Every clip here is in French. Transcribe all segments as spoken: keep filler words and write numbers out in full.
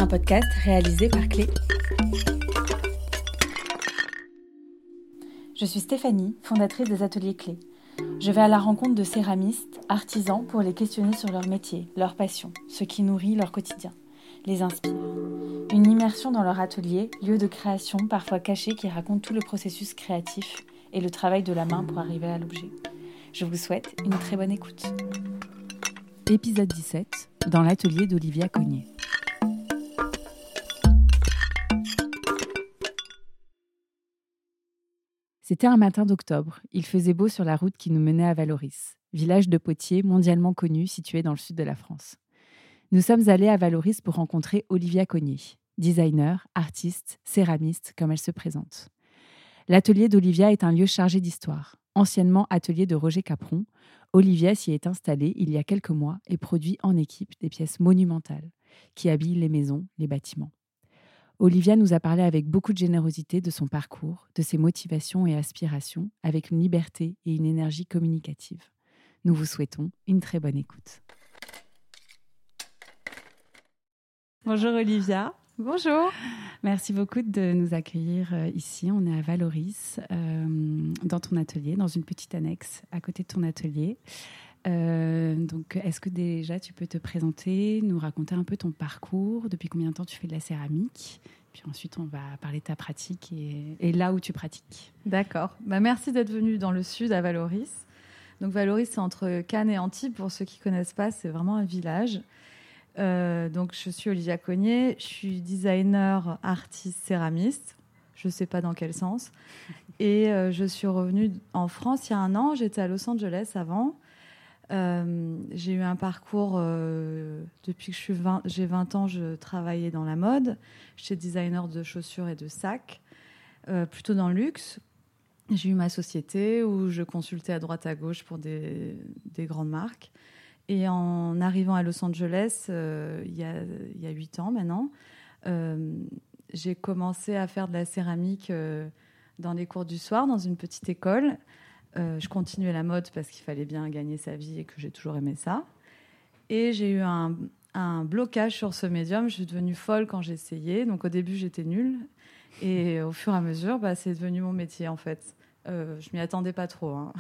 podcast réalisé par Clé. Je suis Stéphanie, fondatrice des ateliers Clé. Je vais à la rencontre de céramistes, artisans pour les questionner sur leur métier, leur passion, ce qui nourrit leur quotidien, les inspire. Une immersion dans leur atelier, lieu de création parfois caché qui raconte tout le processus créatif et le travail de la main pour arriver à l'objet. Je vous souhaite une très bonne écoute. Épisode dix-sept, dans l'atelier d'Olivia Cognier. C'était un matin d'octobre. Il faisait beau sur la route qui nous menait à Vallauris, village de potiers mondialement connu situé dans le sud de la France. Nous sommes allés à Vallauris pour rencontrer Olivia Cognier, designer, artiste, céramiste, comme elle se présente. L'atelier d'Olivia est un lieu chargé d'histoire. Anciennement atelier de Roger Capron, Olivia s'y est installée il y a quelques mois et produit en équipe des pièces monumentales qui habillent les maisons, les bâtiments. Olivia nous a parlé avec beaucoup de générosité de son parcours, de ses motivations et aspirations, avec une liberté et une énergie communicative. Nous vous souhaitons une très bonne écoute. Bonjour Olivia. Bonjour. Merci beaucoup de nous accueillir ici. On est à Vallauris, euh, dans ton atelier, dans une petite annexe à côté de ton atelier. Euh, donc, est-ce que déjà tu peux te présenter, nous raconter un peu ton parcours, depuis combien de temps tu fais de la céramique, puis ensuite on va parler de ta pratique et, et là où tu pratiques. D'accord. Bah, merci d'être venu dans le sud à Vallauris. Donc Vallauris, c'est entre Cannes et Antibes. Pour ceux qui ne connaissent pas, c'est vraiment un village. Euh, donc je suis Olivia Cognier, je suis designer, artiste, céramiste. Je ne sais pas dans quel sens. Et euh, je suis revenue en France il y a un an. J'étais à Los Angeles avant. Euh, j'ai eu un parcours, euh, depuis que je suis vingt, j'ai vingt ans, je travaillais dans la mode. J'étais designer de chaussures et de sacs, euh, plutôt dans le luxe. J'ai eu ma société où je consultais à droite à gauche pour des, des grandes marques. Et en arrivant à Los Angeles, euh, il y a, il y a huit ans maintenant, euh, j'ai commencé à faire de la céramike euh, dans les cours du soir, dans une petite école. Euh, je continuais la mode parce qu'il fallait bien gagner sa vie et que j'ai toujours aimé ça. Et j'ai eu un, un blocage sur ce médium. Je suis devenue folle quand j'ai essayé. Donc au début, j'étais nulle. Et au fur et à mesure, bah, c'est devenu mon métier en fait. Euh, je m'y attendais pas trop. Hein.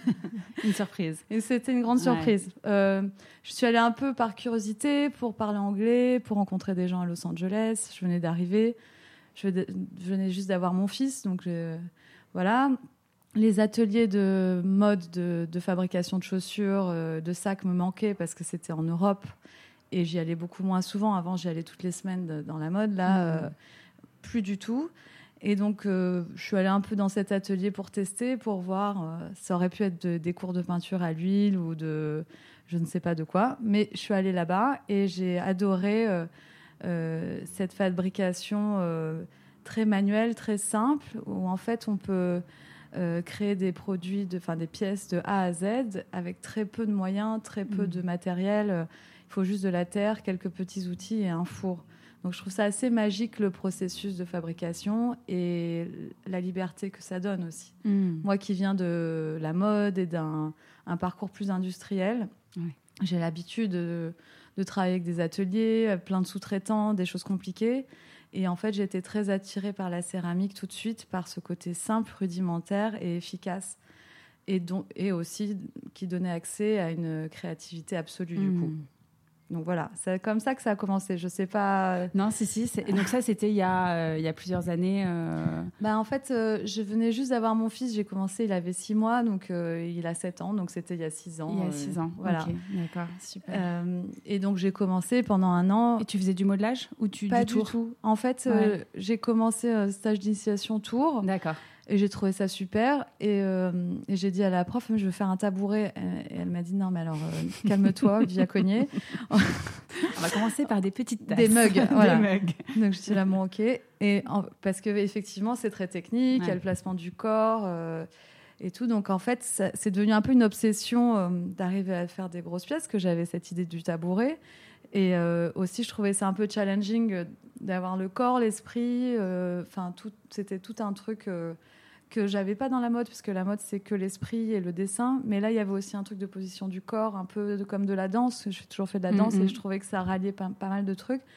Une surprise. Et c'était une grande surprise. Ouais. Euh, je suis allée un peu par curiosité pour parler anglais, pour rencontrer des gens à Los Angeles. Je venais d'arriver. Je venais juste d'avoir mon fils. Donc je, voilà. Les ateliers de mode, de, de fabrication de chaussures, euh, de sacs me manquaient parce que c'était en Europe et j'y allais beaucoup moins souvent. Avant, j'y allais toutes les semaines de, dans la mode. Là, mmh. euh, plus du tout. Et donc, euh, je suis allée un peu dans cet atelier pour tester, pour voir. Euh, ça aurait pu être de, des cours de peinture à l'huile ou de je ne sais pas de quoi. Mais je suis allée là-bas et j'ai adoré euh, euh, cette fabrication euh, très manuelle, très simple, où en fait, on peut... Euh, créer des produits, de, enfin, des pièces de A à Z avec très peu de moyens, très peu mmh. de matériel. Il faut juste de la terre, quelques petits outils et un four. Donc je trouve ça assez magique, le processus de fabrication et la liberté que ça donne aussi. Mmh. Moi qui viens de la mode et d'un un parcours plus industriel, ouais. j'ai l'habitude de, de travailler avec des ateliers, plein de sous-traitants, des choses compliquées. Et en fait, j'ai été très attirée par la céramique tout de suite, par ce côté simple, rudimentaire et efficace. Et, donc, et aussi qui donnait accès à une créativité absolue, mmh. du coup. Donc voilà, c'est comme ça que ça a commencé. Je sais pas. Non, si, si. C'est... Et donc ça, c'était il y a, euh, il y a plusieurs années. Euh... Bah, en fait, euh, je venais juste d'avoir mon fils. J'ai commencé, il avait six mois, donc euh, il a sept ans. Donc c'était il y a six ans. Il y a six euh, ans, voilà. Ok, d'accord, super. Euh, et donc j'ai commencé pendant un an. Et tu faisais du modelage ou tu Pas du, du tour tout. En fait, ouais. euh, j'ai commencé un stage d'initiation tour. D'accord. Et j'ai trouvé ça super. Et, euh, et j'ai dit à la prof, je veux faire un tabouret. Et elle m'a dit, non, mais alors, euh, calme-toi, Olivia Cognier. On va commencer par des petites tasses. Des mugs, voilà. Des mugs. Donc, je dis là, bon, OK. Et en, parce qu'effectivement, c'est très technique. Il ouais. y a le placement du corps euh, et tout. Donc, en fait, ça, c'est devenu un peu une obsession euh, d'arriver à faire des grosses pièces, que j'avais cette idée du tabouret. Et euh, aussi, je trouvais ça un peu challenging euh, d'avoir le corps, l'esprit. Enfin, euh, tout, c'était tout un truc... Euh, que j'avais pas dans la mode, parce que la mode, c'est que l'esprit et le dessin. Mais là, il y avait aussi un truc de position du corps, un peu de, comme de la danse. J'ai toujours fait de la danse mm-hmm. et je trouvais que ça ralliait pas, pas mal de trucs.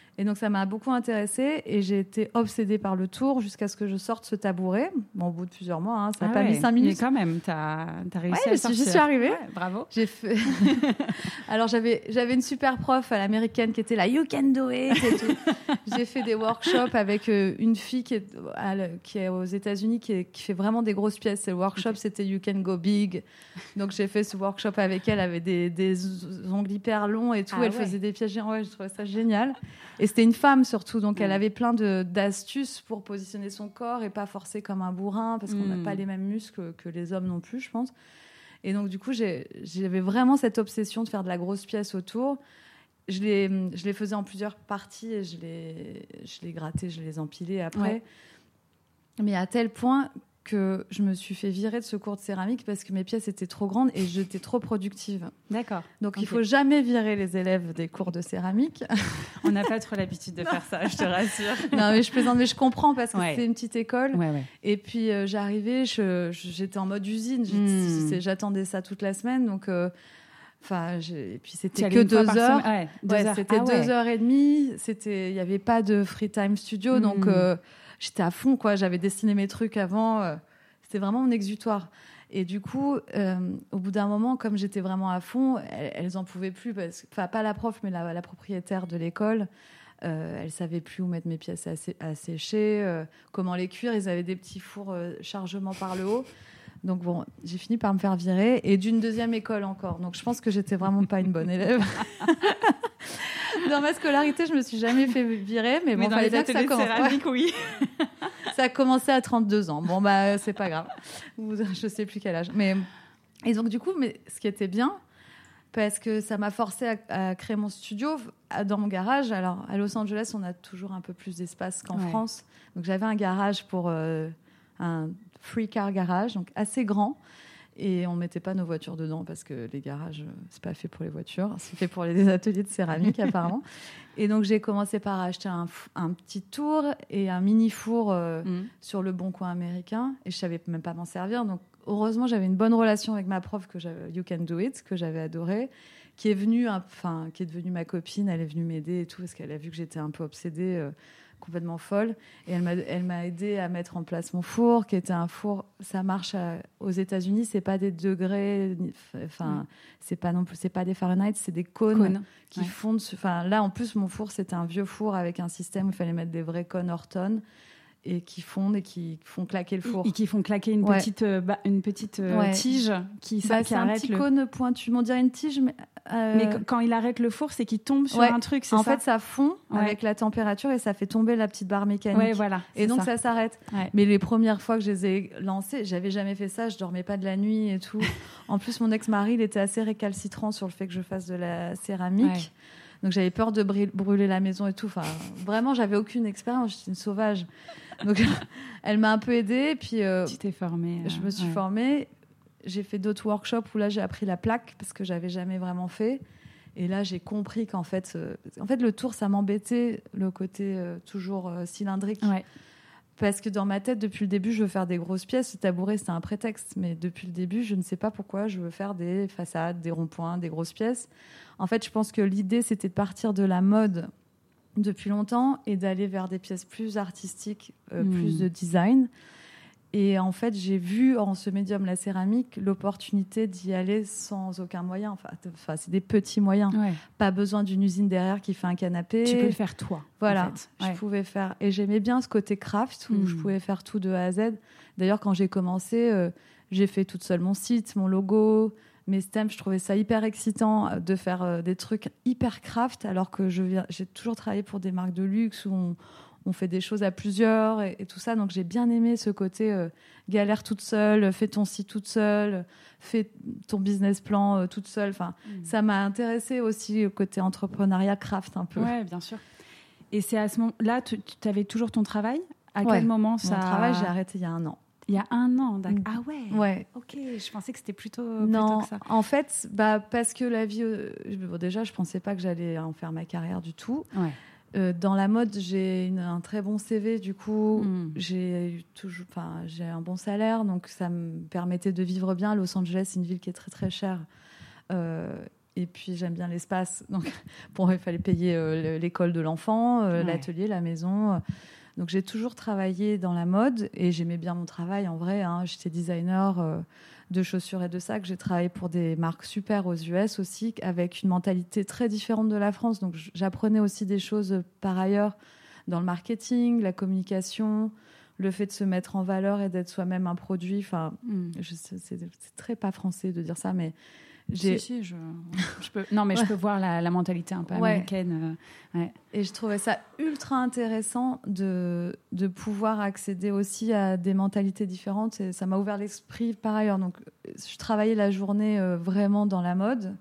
Et donc, ça m'a beaucoup intéressée et j'ai été obsédée par le tour jusqu'à ce que je sorte ce tabouret. Bon, au bout de plusieurs mois, hein, ça n'a ah pas ouais, mis cinq minutes. Mais quand même, tu as réussi ouais, à je sortir. J'y suis arrivée. Ouais, bravo. J'ai fait... Alors, j'avais, j'avais une super prof à l'américaine qui était là, you can do it et tout. J'ai fait des workshops avec euh, une fille qui est, à, qui est aux États-Unis, qui, est, qui fait vraiment des grosses pièces. Et le workshop, okay. c'était You Can Go Big. Donc, j'ai fait ce workshop avec elle, avec des, des ongles hyper longs et tout. Ah, elle ouais. faisait des pièces géants. Ouais, je trouvais ça génial. Et c'était une femme surtout, donc mmh. elle avait plein de, d'astuces pour positionner son corps et pas forcer comme un bourrin, parce qu'on n'a mmh. pas les mêmes muscles que les hommes non plus, je pense. Et donc, du coup, j'ai, j'avais vraiment cette obsession de faire de la grosse pièce autour. Je les, je les faisais en plusieurs parties et je les, je les grattais, je les empilais après. Ouais. Mais à tel point que je me suis fait virer de ce cours de céramique parce que mes pièces étaient trop grandes et j'étais trop productive. D'accord. Donc, okay. il ne faut jamais virer les élèves des cours de céramique. On n'a pas trop l'habitude de faire ça, je te rassure. Non, mais je plaisante, mais je comprends parce que ouais. c'est une petite école. Ouais, ouais. Et puis, euh, j'arrivais, je, j'étais en mode usine. Mmh. J'attendais ça toute la semaine. Donc... Euh, Enfin, j'ai... et puis c'était que deux heures. Ouais, deux ouais, heures. C'était ah, deux ouais. heures et demie. C'était, il y avait pas de free time studio, mmh. donc euh, j'étais à fond, quoi. J'avais dessiné mes trucs avant. Euh, c'était vraiment mon exutoire. Et du coup, euh, au bout d'un moment, comme j'étais vraiment à fond, elles, elles en pouvaient plus, parce, enfin pas la prof, mais la, la propriétaire de l'école. Euh, elle savait plus où mettre mes pièces à, sé- à sécher, euh, comment les cuire. Ils avaient des petits fours euh, chargement par le haut. Donc bon, j'ai fini par me faire virer et d'une deuxième école encore. Donc je pense que j'étais vraiment pas une bonne élève. Dans ma scolarité, je me suis jamais fait virer, mais bon, il fallait bien que ça commence. Céramique, ouais. oui. Ça a commencé à trente-deux ans. Bon bah c'est pas grave. Je sais plus quel âge. Mais et donc du coup, mais ce qui était bien, parce que ça m'a forcé à, à créer mon studio dans mon garage. Alors à Los Angeles, on a toujours un peu plus d'espace qu'en ouais. France. Donc j'avais un garage pour euh, un free car garage, donc assez grand, et on mettait pas nos voitures dedans parce que les garages, c'est pas fait pour les voitures, c'est fait pour les ateliers de céramique apparemment. Et donc j'ai commencé par acheter un, un petit tour et un mini four euh, mmh. sur le Bon Coin américain, et je savais même pas m'en servir. Donc heureusement j'avais une bonne relation avec ma prof que j'avais, You Can Do It, que j'avais adorée, qui est venue, enfin qui est devenue ma copine. Elle est venue m'aider et tout parce qu'elle a vu que j'étais un peu obsédée. Euh, complètement folle, et elle m'a, elle m'a aidé à mettre en place mon four, qui était un four, ça marche à, aux États-Unis, c'est pas des degrés, enfin, mmh. c'est pas non plus, c'est pas des Fahrenheit, c'est des cônes, cônes. qui ouais. fondent, enfin, là, en plus, mon four, c'était un vieux four avec un système où il fallait mettre des vrais cônes Horton, et qui fondent et qui font claquer le four. Et qui font claquer une ouais. petite, euh, bah, une petite euh, ouais. tige qui, bah, ça, qui c'est arrête un petit le... cône pointu. On dirait une tige, mais... Euh... Mais qu- quand il arrête le four, c'est qu'il tombe sur ouais. un truc, c'est en ça ? En fait, ça fond ouais. avec la température et ça fait tomber la petite barre mécanique. Ouais, voilà, et donc, ça, ça s'arrête. Ouais. Mais les premières fois que je les ai lancés, j'avais jamais fait ça. Je dormais pas de la nuit et tout. En plus, mon ex-mari, il était assez récalcitrant sur le fait que je fasse de la céramique. Ouais. Donc, j'avais peur de brûler la maison et tout. Enfin, vraiment, j'avais aucune expérience. J'étais une sauvage. Donc, elle m'a un peu aidée. Puis, euh, tu t'es formée. Euh, je me suis ouais. formée. J'ai fait d'autres workshops où là, j'ai appris la plaque parce que j'avais jamais vraiment fait. Et là, j'ai compris qu'en fait, euh, en fait, le tour, ça m'embêtait, le côté euh, toujours euh, cylindrique. Ouais. Parce que dans ma tête, depuis le début, je veux faire des grosses pièces. Le tabouret, c'était un prétexte. Mais depuis le début, je ne sais pas pourquoi je veux faire des façades, des ronds-points, des grosses pièces. En fait, je pense que l'idée, c'était de partir de la mode depuis longtemps et d'aller vers des pièces plus artistiques, euh, mmh. plus de design. Et en fait, j'ai vu en ce médium, la céramique, l'opportunité d'y aller sans aucun moyen. Enfin, enfin c'est des petits moyens. Ouais. Pas besoin d'une usine derrière qui fait un canapé. Tu peux le faire toi. Voilà, en fait. ouais. je pouvais faire. Et j'aimais bien ce côté craft où mmh. je pouvais faire tout de A à Z. D'ailleurs, quand j'ai commencé, euh, j'ai fait toute seule mon site, mon logo, mes stems. Je trouvais ça hyper excitant de faire euh, des trucs hyper craft, alors que je viens, j'ai toujours travaillé pour des marques de luxe où on on fait des choses à plusieurs et, et tout ça. Donc, j'ai bien aimé ce côté euh, galère toute seule, fais ton site toute seule, fais ton business plan euh, toute seule. Enfin, mmh. ça m'a intéressée aussi au côté entrepreneuriat craft un peu. Oui, bien sûr. Et c'est à ce moment-là, tu avais toujours ton travail ? À ouais. quel moment ça... Mon travail, j'ai arrêté il y a un an. Il y a un an, d'accord. Mmh. Ah ouais. Ouais. Ok, je pensais que c'était plutôt, non, plutôt que ça. En fait, bah, parce que la vie... Euh, bon, déjà, je ne pensais pas que j'allais en faire ma carrière du tout. Ouais. Euh, dans la mode, j'ai une, un très bon C V, du coup, mm. j'ai, eu toujours, j'ai un bon salaire, donc ça me permettait de vivre bien. Los Angeles, c'est une ville qui est très très chère. Euh, Et puis, j'aime bien l'espace. Donc, bon, il fallait payer euh, l'école de l'enfant, euh, ouais. l'atelier, la maison. Donc, j'ai toujours travaillé dans la mode et j'aimais bien mon travail en vrai. Hein. J'étais designer euh, de chaussures et de sacs. J'ai travaillé pour des marques super aux U S aussi, avec une mentalité très différente de la France. Donc, j'apprenais aussi des choses par ailleurs dans le marketing, la communication, le fait de se mettre en valeur et d'être soi-même un produit. Enfin, mm. je sais, c'est, c'est très pas français de dire ça, mais j'ai... Si, si, je, je peux... Non, mais ouais. je peux voir la, la mentalité un peu américaine. Ouais. Ouais. Et je trouvais ça ultra intéressant de, de pouvoir accéder aussi à des mentalités différentes. Et ça m'a ouvert l'esprit par ailleurs. Donc, je travaillais la journée euh, vraiment dans la mode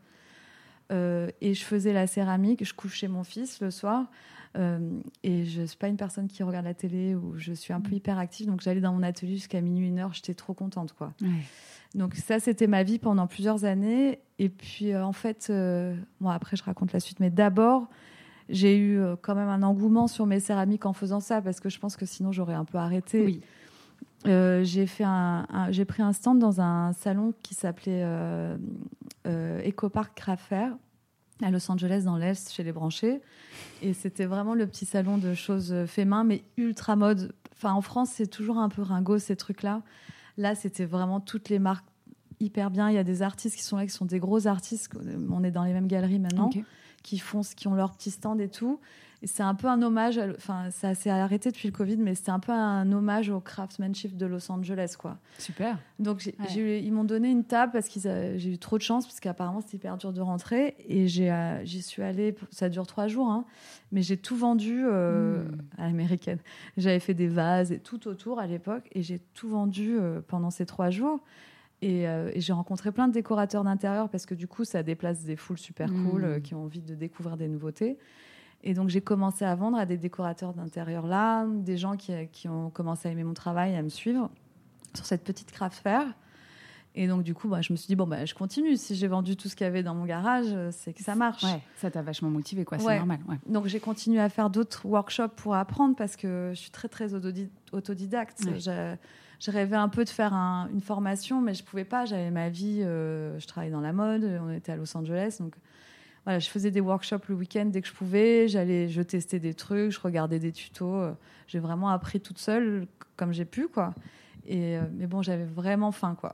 euh, et je faisais la céramique. Je couchais mon fils le soir. Euh, et je ne suis pas une personne qui regarde la télé ou je suis un peu hyperactive, donc j'allais dans mon atelier jusqu'à minuit, une heure, j'étais trop contente, quoi. Ouais. Donc ça, c'était ma vie pendant plusieurs années. Et puis euh, en fait, euh, bon, après je raconte la suite, mais d'abord, j'ai eu euh, quand même un engouement sur mes céramiques en faisant ça, parce que je pense que sinon j'aurais un peu arrêté. Oui. Euh, j'ai, fait un, un, j'ai pris un stand dans un salon qui s'appelait euh, euh, Eco Park Craft Fair à Los Angeles, dans l'Est, chez les branchés. Et c'était vraiment le petit salon de choses fait main, mais ultra mode. Enfin, en France, c'est toujours un peu ringo, ces trucs-là. Là, c'était vraiment toutes les marques hyper bien. Il y a des artistes qui sont là, qui sont des gros artistes. On est dans les mêmes galeries maintenant, okay. qui, font, qui ont leur petit stand et tout. Et c'est un peu un hommage, à, enfin, ça s'est arrêté depuis le Covid, mais c'était un peu un hommage au craftsmanship de Los Angeles, quoi. Super. Donc, j'ai, ouais. j'ai, ils m'ont donné une table parce que j'ai eu trop de chance, parce qu'apparemment, c'était hyper dur de rentrer. Et j'ai, euh, j'y suis allée, ça dure trois jours, hein, mais j'ai tout vendu euh, mmh. à l'américaine. J'avais fait des vases et tout autour à l'époque, et j'ai tout vendu euh, pendant ces trois jours. Et, euh, et j'ai rencontré plein de décorateurs d'intérieur, parce que du coup, ça déplace des foules super mmh. cool euh, qui ont envie de découvrir des nouveautés. Et donc, j'ai commencé à vendre à des décorateurs d'intérieur là, des gens qui, qui ont commencé à aimer mon travail, à me suivre sur cette petite craft fair. Et donc, du coup, bah, je me suis dit, bon, bah, je continue. Si j'ai vendu tout ce qu'il y avait dans mon garage, c'est que ça marche. Ouais, ça t'a vachement motivé, quoi. C'est ouais. normal. Ouais. Donc, j'ai continué à faire d'autres workshops pour apprendre, parce que je suis très, très autodidacte. Ouais. Je, je rêvais un peu de faire un, une formation, mais je ne pouvais pas. J'avais ma vie. Euh, je travaillais dans la mode. On était à Los Angeles. Donc, voilà, je faisais des workshops le week-end dès que je pouvais. J'allais, je testais des trucs, je regardais des tutos. J'ai vraiment appris toute seule, comme j'ai pu, quoi. Et, mais bon, j'avais vraiment faim, quoi.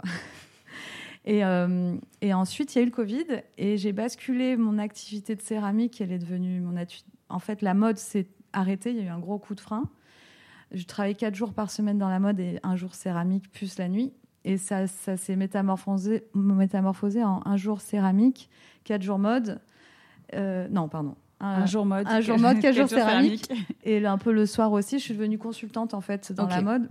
et, euh, et ensuite, il y a eu le Covid et j'ai basculé mon activité de céramique. Elle est devenue mon atu... En fait, la mode s'est arrêtée. Il y a eu un gros coup de frein. Je travaillais quatre jours par semaine dans la mode et un jour céramique plus la nuit. Et ça, ça s'est métamorphosé, métamorphosé en un jour céramique, quatre jours mode. Euh, non, pardon. Un, un jour mode, un jour mode, quatre jours céramique. Et un peu le soir aussi, je suis devenue consultante en fait dans okay. la mode.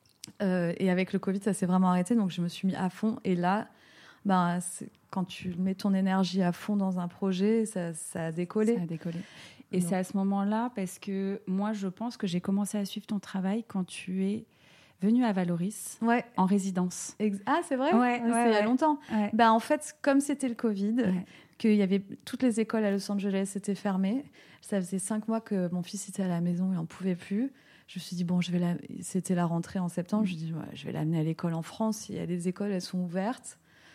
Euh, et avec le Covid, ça s'est vraiment arrêté, donc je me suis mis à fond. Et là, ben, quand tu mets ton énergie à fond dans un projet, ça, ça a décollé. Ça a décollé. Et donc. C'est à ce moment-là, parce que moi, je pense que j'ai commencé à suivre ton travail quand tu es venue à Valoris ouais. en résidence. Ex- ah, c'est vrai. Ouais, ouais, c'était ouais, il y a ouais. longtemps. Ouais. Ben, en fait, comme c'était le Covid. Ouais. Qu'il y avait toutes les écoles à Los Angeles étaient fermées. Ça faisait cinq mois que mon fils était à la maison et on pouvait plus. Je me suis dit bon, je vais la... c'était la rentrée en septembre. Je me suis dit ouais, je vais l'amener à l'école en France. Il y a des écoles, elles sont ouvertes.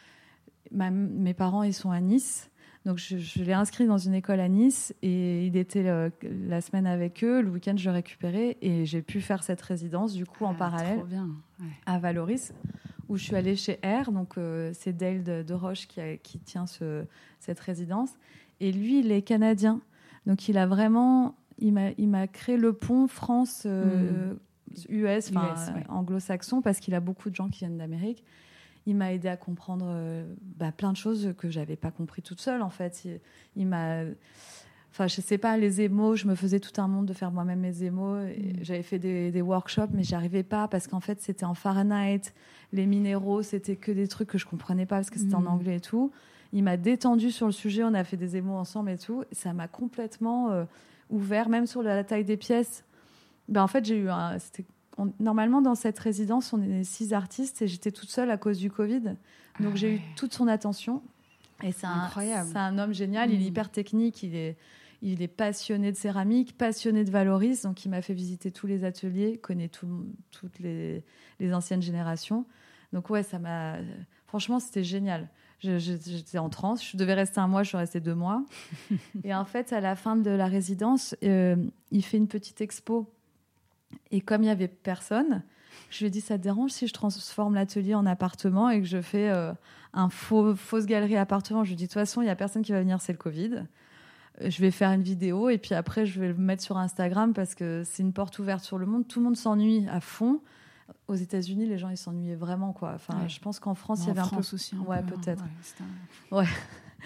Ma... Mes parents, ils sont à Nice, donc je, je l'ai inscrit dans une école à Nice et il était le... la semaine avec eux. Le week-end, je le récupérais et j'ai pu faire cette résidence du coup en ah, parallèle trop bien. Ouais. à Valoris, où je suis allée chez R, donc euh, c'est Dale de, de Roche qui, a, qui tient ce, cette résidence. Et lui, il est canadien. Donc il a vraiment, il m'a, il m'a créé le pont France euh, mmh. U S, enfin ouais. anglo-saxon, parce qu'il a beaucoup de gens qui viennent d'Amérique. Il m'a aidé à comprendre euh, bah, plein de choses que j'avais pas compris toute seule, en fait. Il, il m'a... Enfin, je sais pas, les émaux, je me faisais tout un monde de faire moi-même mes émaux. Et mmh. J'avais fait des, des workshops, mais j'arrivais pas parce qu'en fait, c'était en Fahrenheit. Les minéraux, c'était que des trucs que je comprenais pas parce que c'était mmh. en anglais et tout. Il m'a détendu sur le sujet, on a fait des émaux ensemble et tout. Et ça m'a complètement euh, ouvert, même sur la taille des pièces. Ben, en fait, j'ai eu un... C'était... On... Normalement, dans cette résidence, on est six artistes et j'étais toute seule à cause du Covid. Donc, ah ouais. j'ai eu toute son attention. Et c'est incroyable. Un, c'est un homme génial, mmh. il est hyper technique, il est... Il est passionné de céramique, passionné de Valoris, donc il m'a fait visiter tous les ateliers, connaît tout, toutes les, les anciennes générations. Donc ouais, ça m'a... Franchement, c'était génial. Je, je, j'étais en transe. Je devais rester un mois, je suis restée deux mois. Et en fait, à la fin de la résidence, euh, il fait une petite expo. Et comme il n'y avait personne, je lui ai dit, ça te dérange si je transforme l'atelier en appartement et que je fais euh, un faux, fausse galerie appartement? Je lui ai dit, de toute façon, il n'y a personne qui va venir, c'est le Covid. Je vais faire une vidéo et puis après, je vais le mettre sur Instagram parce que c'est une porte ouverte sur le monde. Tout le monde s'ennuie à fond. Aux États-Unis, les gens, ils s'ennuyaient vraiment, quoi. Enfin, ouais. je pense qu'en France, il y en avait France un peu... aussi. Un ouais, peu, peut-être. Ouais. Un... ouais.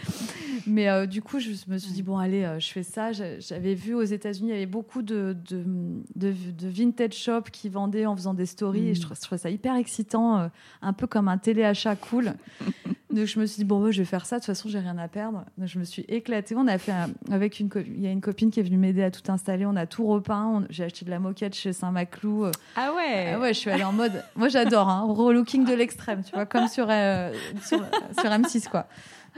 Mais euh, du coup, je me suis dit, bon, allez, euh, je fais ça. J'avais vu aux États-Unis, il y avait beaucoup de, de, de, de vintage shops qui vendaient en faisant des stories. Mmh. Et je trouvais, je trouvais ça hyper excitant, euh, un peu comme un téléachat cool. Donc, je me suis dit, bon, ouais, je vais faire ça. De toute façon, j'ai rien à perdre. Donc, je me suis éclatée. On a fait un, avec une co- il y a une copine qui est venue m'aider à tout installer. On a tout repeint. On, j'ai acheté de la moquette chez Saint-Maclou. Euh, ah ouais ah ouais, je suis allée en mode... Moi, j'adore, hein, relooking de l'extrême, tu vois, comme sur, euh, sur, sur M six, quoi.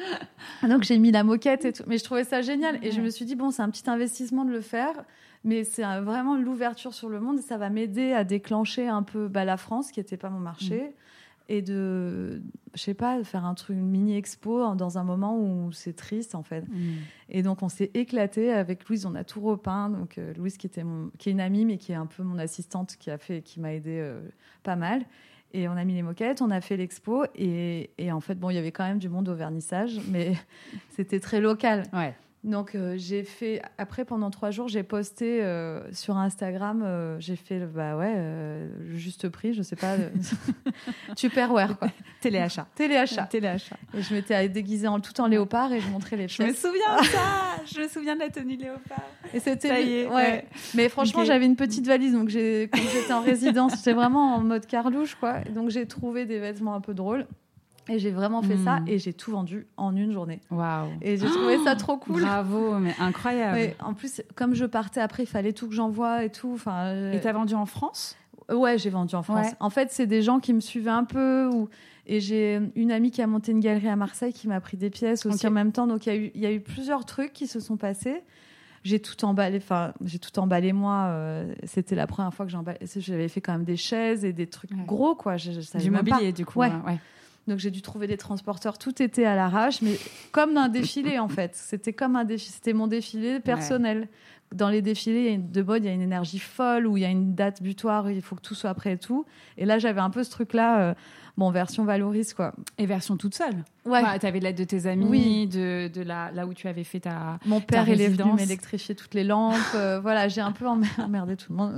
Donc j'ai mis la moquette et tout, mais je trouvais ça génial et je me suis dit bon, c'est un petit investissement de le faire, mais c'est un, vraiment l'ouverture sur le monde et ça va m'aider à déclencher un peu bah, la France qui n'était pas mon marché mmh. et de, je sais pas, de faire un truc, une mini expo dans un moment où c'est triste en fait. Mmh. Et donc on s'est éclaté avec Louise, on a tout repeint. Donc euh, Louise qui était mon, qui est une amie mais qui est un peu mon assistante, qui a fait, qui m'a aidée euh, pas mal. Et on a mis les moquettes, on a fait l'expo. Et, et en fait, bon, il y avait quand même du monde au vernissage, mais c'était très local. Ouais. Donc, euh, j'ai fait... Après, pendant trois jours, j'ai posté euh, sur Instagram. Euh, j'ai fait, bah ouais, euh, le juste prix, je sais pas. Euh... Tupperware, quoi. Téléachat. Téléachat. Téléachat. Et je m'étais déguisée en, tout en léopard et je montrais les pièces. Je me souviens de ça. Je me souviens de la tenue léopard. Et c'était... Ça y est. Ouais. ouais. Mais franchement, okay. J'avais une petite valise. Donc, j'ai... quand j'étais en résidence, j'étais vraiment en mode carlouche, quoi. Donc, j'ai trouvé des vêtements un peu drôles. Et j'ai vraiment fait mmh. ça et j'ai tout vendu en une journée. Waouh. Et j'ai trouvé ça trop cool. Bravo, mais incroyable. Ouais, en plus, comme je partais après, il fallait tout que j'envoie et tout. Enfin, et t'as vendu en France ? Ouais, j'ai vendu en France. Ouais. En fait, c'est des gens qui me suivaient un peu. Ou... Et j'ai une amie qui a monté une galerie à Marseille qui m'a pris des pièces aussi okay. en même temps. Donc, il y a eu, il y a eu plusieurs trucs qui se sont passés. J'ai tout emballé, enfin, j'ai tout emballé moi. Euh, c'était la première fois que j'emballais. J'avais fait quand même des chaises et des trucs ouais. gros, quoi. Je, je du mobilier, pas. du coup. Ouais. ouais. Donc j'ai dû trouver des transporteurs, tout était à l'arrache, mais comme d'un défilé en fait. C'était comme un défilé, c'était mon défilé personnel. Ouais. Dans les défilés, il y a une, de mode, il y a une énergie folle où il y a une date butoir, il faut que tout soit prêt et tout. Et là, j'avais un peu ce truc-là, euh, bon, version Valoris, quoi. Et version toute seule. Ouais. Bah, tu avais l'aide de tes amis, oui. de, de la, là où tu avais fait ta Mon père, ta il est venu résidence. m'électrifier toutes les lampes. Euh, voilà, j'ai un peu emmerdé tout le monde.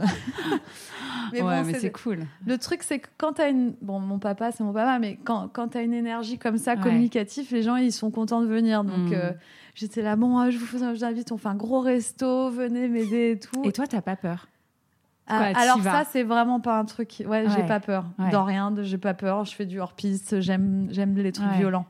mais ouais, bon, mais c'est, c'est cool. Le truc, c'est que quand t'as une... Bon, mon papa, c'est mon papa, mais quand, quand t'as une énergie comme ça, ouais. communicative, les gens, ils sont contents de venir. Donc, mmh. euh, j'étais là, bon, je vous invite, on fait un gros resto, venez m'aider et tout. Et toi, t'as pas peur ? Ah, alors ça, c'est vraiment pas un truc... Ouais, ouais. j'ai pas peur. Ouais. Dans rien, de... j'ai pas peur. Je fais du hors-piste, j'aime, j'aime les trucs ouais. violents.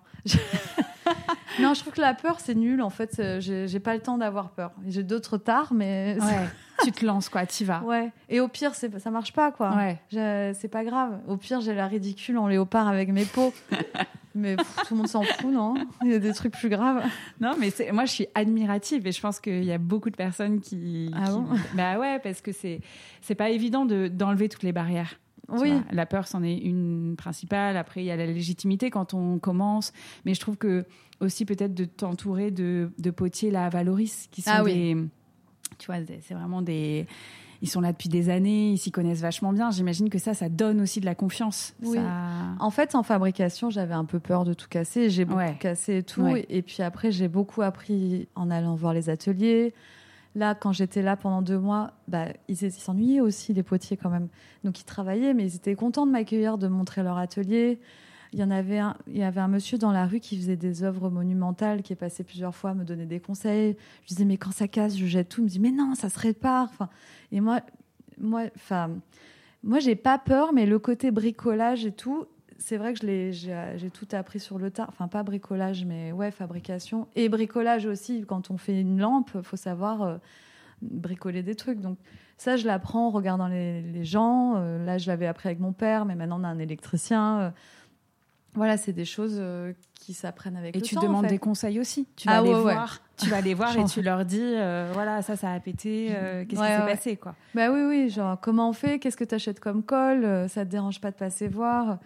Non, je trouve que la peur, c'est nul. En fait, j'ai, j'ai pas le temps d'avoir peur. J'ai d'autres tares, mais... Ouais. Tu te lances, quoi. T'y vas. Ouais. Et au pire, c'est... ça marche pas, quoi. Ouais. Je... C'est pas grave. Au pire, j'ai la ridicule en léopard avec mes peaux. Mais pff, tout le monde s'en fout, non ? Il y a des trucs plus graves. Non, mais c'est... moi, je suis admirative et je pense qu'il y a beaucoup de personnes qui... Ah qui... bon ? Bah ouais, parce que c'est, c'est pas évident de... d'enlever toutes les barrières. Oui. Vois, la peur, c'en est une principale. Après, il y a la légitimité quand on commence. Mais je trouve que aussi peut-être de t'entourer de, de potiers là à Valoris, qui sont ah, des... Oui. Tu vois, c'est vraiment des... Ils sont là depuis des années, ils s'y connaissent vachement bien. J'imagine que ça, ça donne aussi de la confiance. Oui. Ça... En fait, en fabrication, j'avais un peu peur de tout casser. J'ai beaucoup ouais. cassé et tout. Ouais. Et puis après, j'ai beaucoup appris en allant voir les ateliers. Là, quand j'étais là pendant deux mois, bah, ils, ils s'ennuyaient aussi, les potiers, quand même. Donc, ils travaillaient, mais ils étaient contents de m'accueillir, de me montrer leur atelier. Il y en avait un, il y avait un monsieur dans la rue qui faisait des œuvres monumentales, qui est passé plusieurs fois à me donner des conseils. Je disais, mais quand ça casse, je jette tout. Il me dit, mais non, ça se répare. Enfin, et moi, moi, enfin, moi, j'ai pas peur, mais le côté bricolage et tout, c'est vrai que je l'ai, j'ai, j'ai tout appris sur le tard. Enfin, pas bricolage, mais ouais, fabrication. Et bricolage aussi, quand on fait une lampe, il faut savoir euh, bricoler des trucs. Donc, ça, je l'apprends en regardant les, les gens. Euh, là, je l'avais appris avec mon père, mais maintenant, on a un électricien. Euh, Voilà, c'est des choses euh, qui s'apprennent avec et le temps. Et tu temps, demandes en fait. des conseils aussi. Tu vas ah, aller ouais, voir, ouais. tu vas aller voir et tu leur dis, euh, voilà, ça, ça a pété. Euh, qu'est-ce ouais, qui s'est ouais. passé, quoi. Bah oui, oui. Genre, comment on fait ? Qu'est-ce que tu achètes comme colle ? Ça te dérange pas de passer voir ?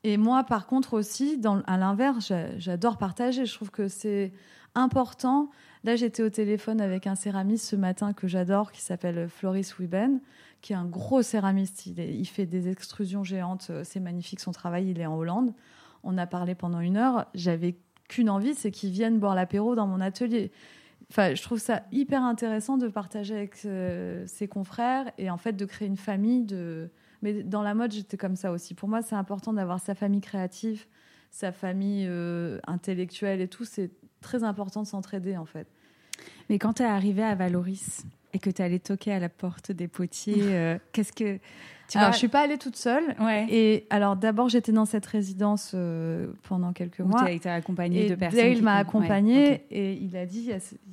Et moi, par contre, aussi, dans, à l'inverse, j'adore partager. Je trouve que c'est important. Là, j'étais au téléphone avec un céramiste ce matin que j'adore, qui s'appelle Floris Wiben, qui est un gros céramiste. Il, est, il fait des extrusions géantes. C'est magnifique, son travail. Il est en Hollande. On a parlé pendant une heure. J'avais qu'une envie, c'est qu'il vienne boire l'apéro dans mon atelier. Enfin, je trouve ça hyper intéressant de partager avec euh, ses confrères et en fait de créer une famille. De... Mais dans la mode, j'étais comme ça aussi. Pour moi, c'est important d'avoir sa famille créative, sa famille euh, intellectuelle et tout. C'est très important de s'entraider, en fait. Mais quand tu es arrivée à Valoris et que tu es allée toquer à la porte des potiers, euh, qu'est-ce que... Tu alors, vois... je ne suis pas allée toute seule. Ouais. Et alors, d'abord, j'étais dans cette résidence euh, pendant quelques mois. Où tu as été accompagnée et de personnes. Dale qui m'a font... accompagnée ouais, okay. et il a dit...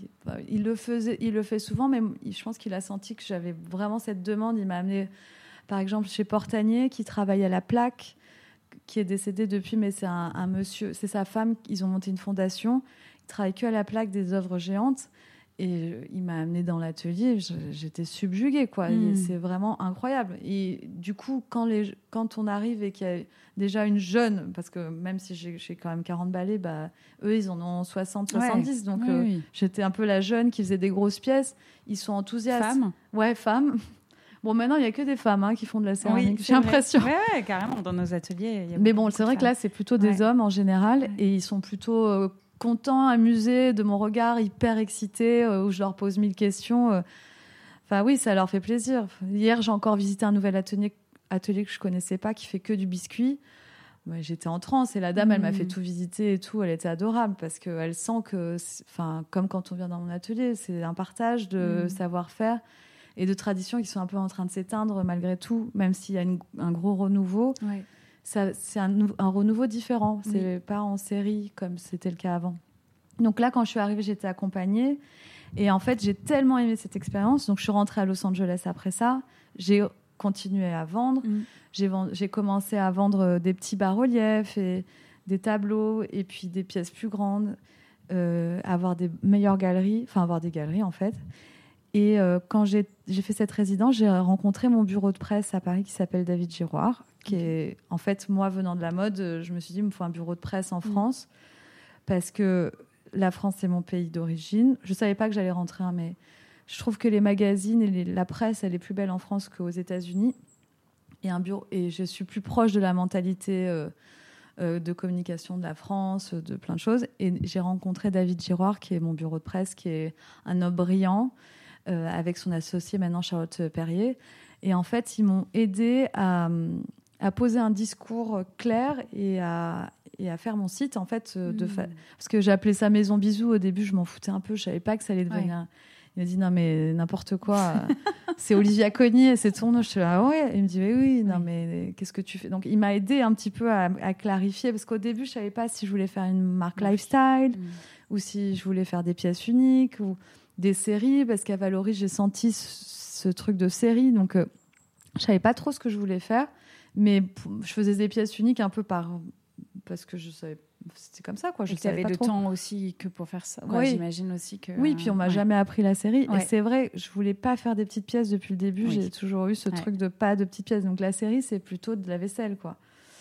Il le, faisait, il le fait souvent, mais je pense qu'il a senti que j'avais vraiment cette demande. Il m'a amenée, par exemple, chez Portanier, qui travaille à la plaque, qui est décédé depuis, mais c'est un, un monsieur... C'est sa femme. Ils ont monté une fondation. Il travaille que à la plaque des œuvres géantes. Et il m'a amenée dans l'atelier, j'étais subjuguée, quoi. Mmh. C'est vraiment incroyable. Et du coup, quand, les, quand on arrive et qu'il y a déjà une jeune, parce que même si j'ai, j'ai quand même quarante balais, bah, eux, ils en ont soixante, soixante-dix. Ouais. Donc, oui, euh, oui. j'étais un peu la jeune qui faisait des grosses pièces. Ils sont enthousiastes. Femmes ? Ouais, femmes. Bon, maintenant, il n'y a que des femmes hein, qui font de la céramique, oui, j'ai l'impression. Ouais, ouais, carrément, dans nos ateliers. Y a Mais bon, c'est vrai que là, c'est plutôt des ouais. hommes en général. Ouais. Et ils sont plutôt... Euh, contents, amusés de mon regard, hyper excités, euh, où je leur pose mille questions. Euh. Enfin oui, ça leur fait plaisir. Hier, j'ai encore visité un nouvel atelier, atelier que je connaissais pas, qui fait que du biscuit. Ouais, j'étais en transe et la dame, mmh. elle m'a fait tout visiter et tout. Elle était adorable parce qu'elle sent que, enfin, comme quand on vient dans mon atelier, c'est un partage de mmh. savoir-faire et de traditions qui sont un peu en train de s'éteindre malgré tout, même s'il y a une, un gros renouveau. Ouais. Ça, c'est un, un renouveau différent. C'est oui. pas en série comme c'était le cas avant. Donc là, quand je suis arrivée, j'étais accompagnée. Et en fait, j'ai tellement aimé cette expérience. Donc, je suis rentrée à Los Angeles après ça. J'ai continué à vendre. Mm. J'ai, vend... j'ai commencé à vendre des petits bas-reliefs et des tableaux et puis des pièces plus grandes. Euh, avoir des meilleures galeries. Enfin, avoir des galeries, en fait. Et euh, quand j'ai, j'ai fait cette résidence, j'ai rencontré mon bureau de presse à Paris qui s'appelle David Giroir, qui okay. est, en fait, moi, venant de la mode, je me suis dit, il me faut un bureau de presse en mmh. France, parce que la France, c'est mon pays d'origine. Je ne savais pas que j'allais rentrer, hein, mais je trouve que les magazines et les, la presse, elle est plus belle en France qu'aux États-Unis. Et, un bureau, et je suis plus proche de la mentalité euh, euh, de communication de la France, de plein de choses. Et j'ai rencontré David Giroir, qui est mon bureau de presse, qui est un homme brillant, Euh, avec son associée maintenant Charlotte Perrier. Et en fait, ils m'ont aidé à, à poser un discours clair et à, et à faire mon site. En fait, mmh. de fa... Parce que j'ai appelé ça Maison Bisou. Au début, je m'en foutais un peu. Je ne savais pas que ça allait devenir... Ouais. Il m'a dit, non, mais n'importe quoi. C'est Olivia Cognier, c'est ton nom. Je suis là, ah ouais. Il me dit, mais oui, non, oui. mais qu'est-ce que tu fais ? Donc, il m'a aidé un petit peu à, à clarifier. Parce qu'au début, je ne savais pas si je voulais faire une marque oui. lifestyle mmh. ou si je voulais faire des pièces uniques ou... des séries, parce qu'à Valoris, j'ai senti ce, ce truc de série, donc euh, je savais pas trop ce que je voulais faire, mais p- je faisais des pièces uniques un peu par... parce que je savais... C'était comme ça, quoi. Je et que tu avais le temps aussi que pour faire ça. Ouais, oui. J'imagine aussi que... Oui, puis on m'a ouais. jamais appris la série, ouais. et c'est vrai, je voulais pas faire des petites pièces depuis le début, oui. j'ai toujours eu ce ouais. truc de pas de petites pièces, donc la série, c'est plutôt de la vaisselle, quoi.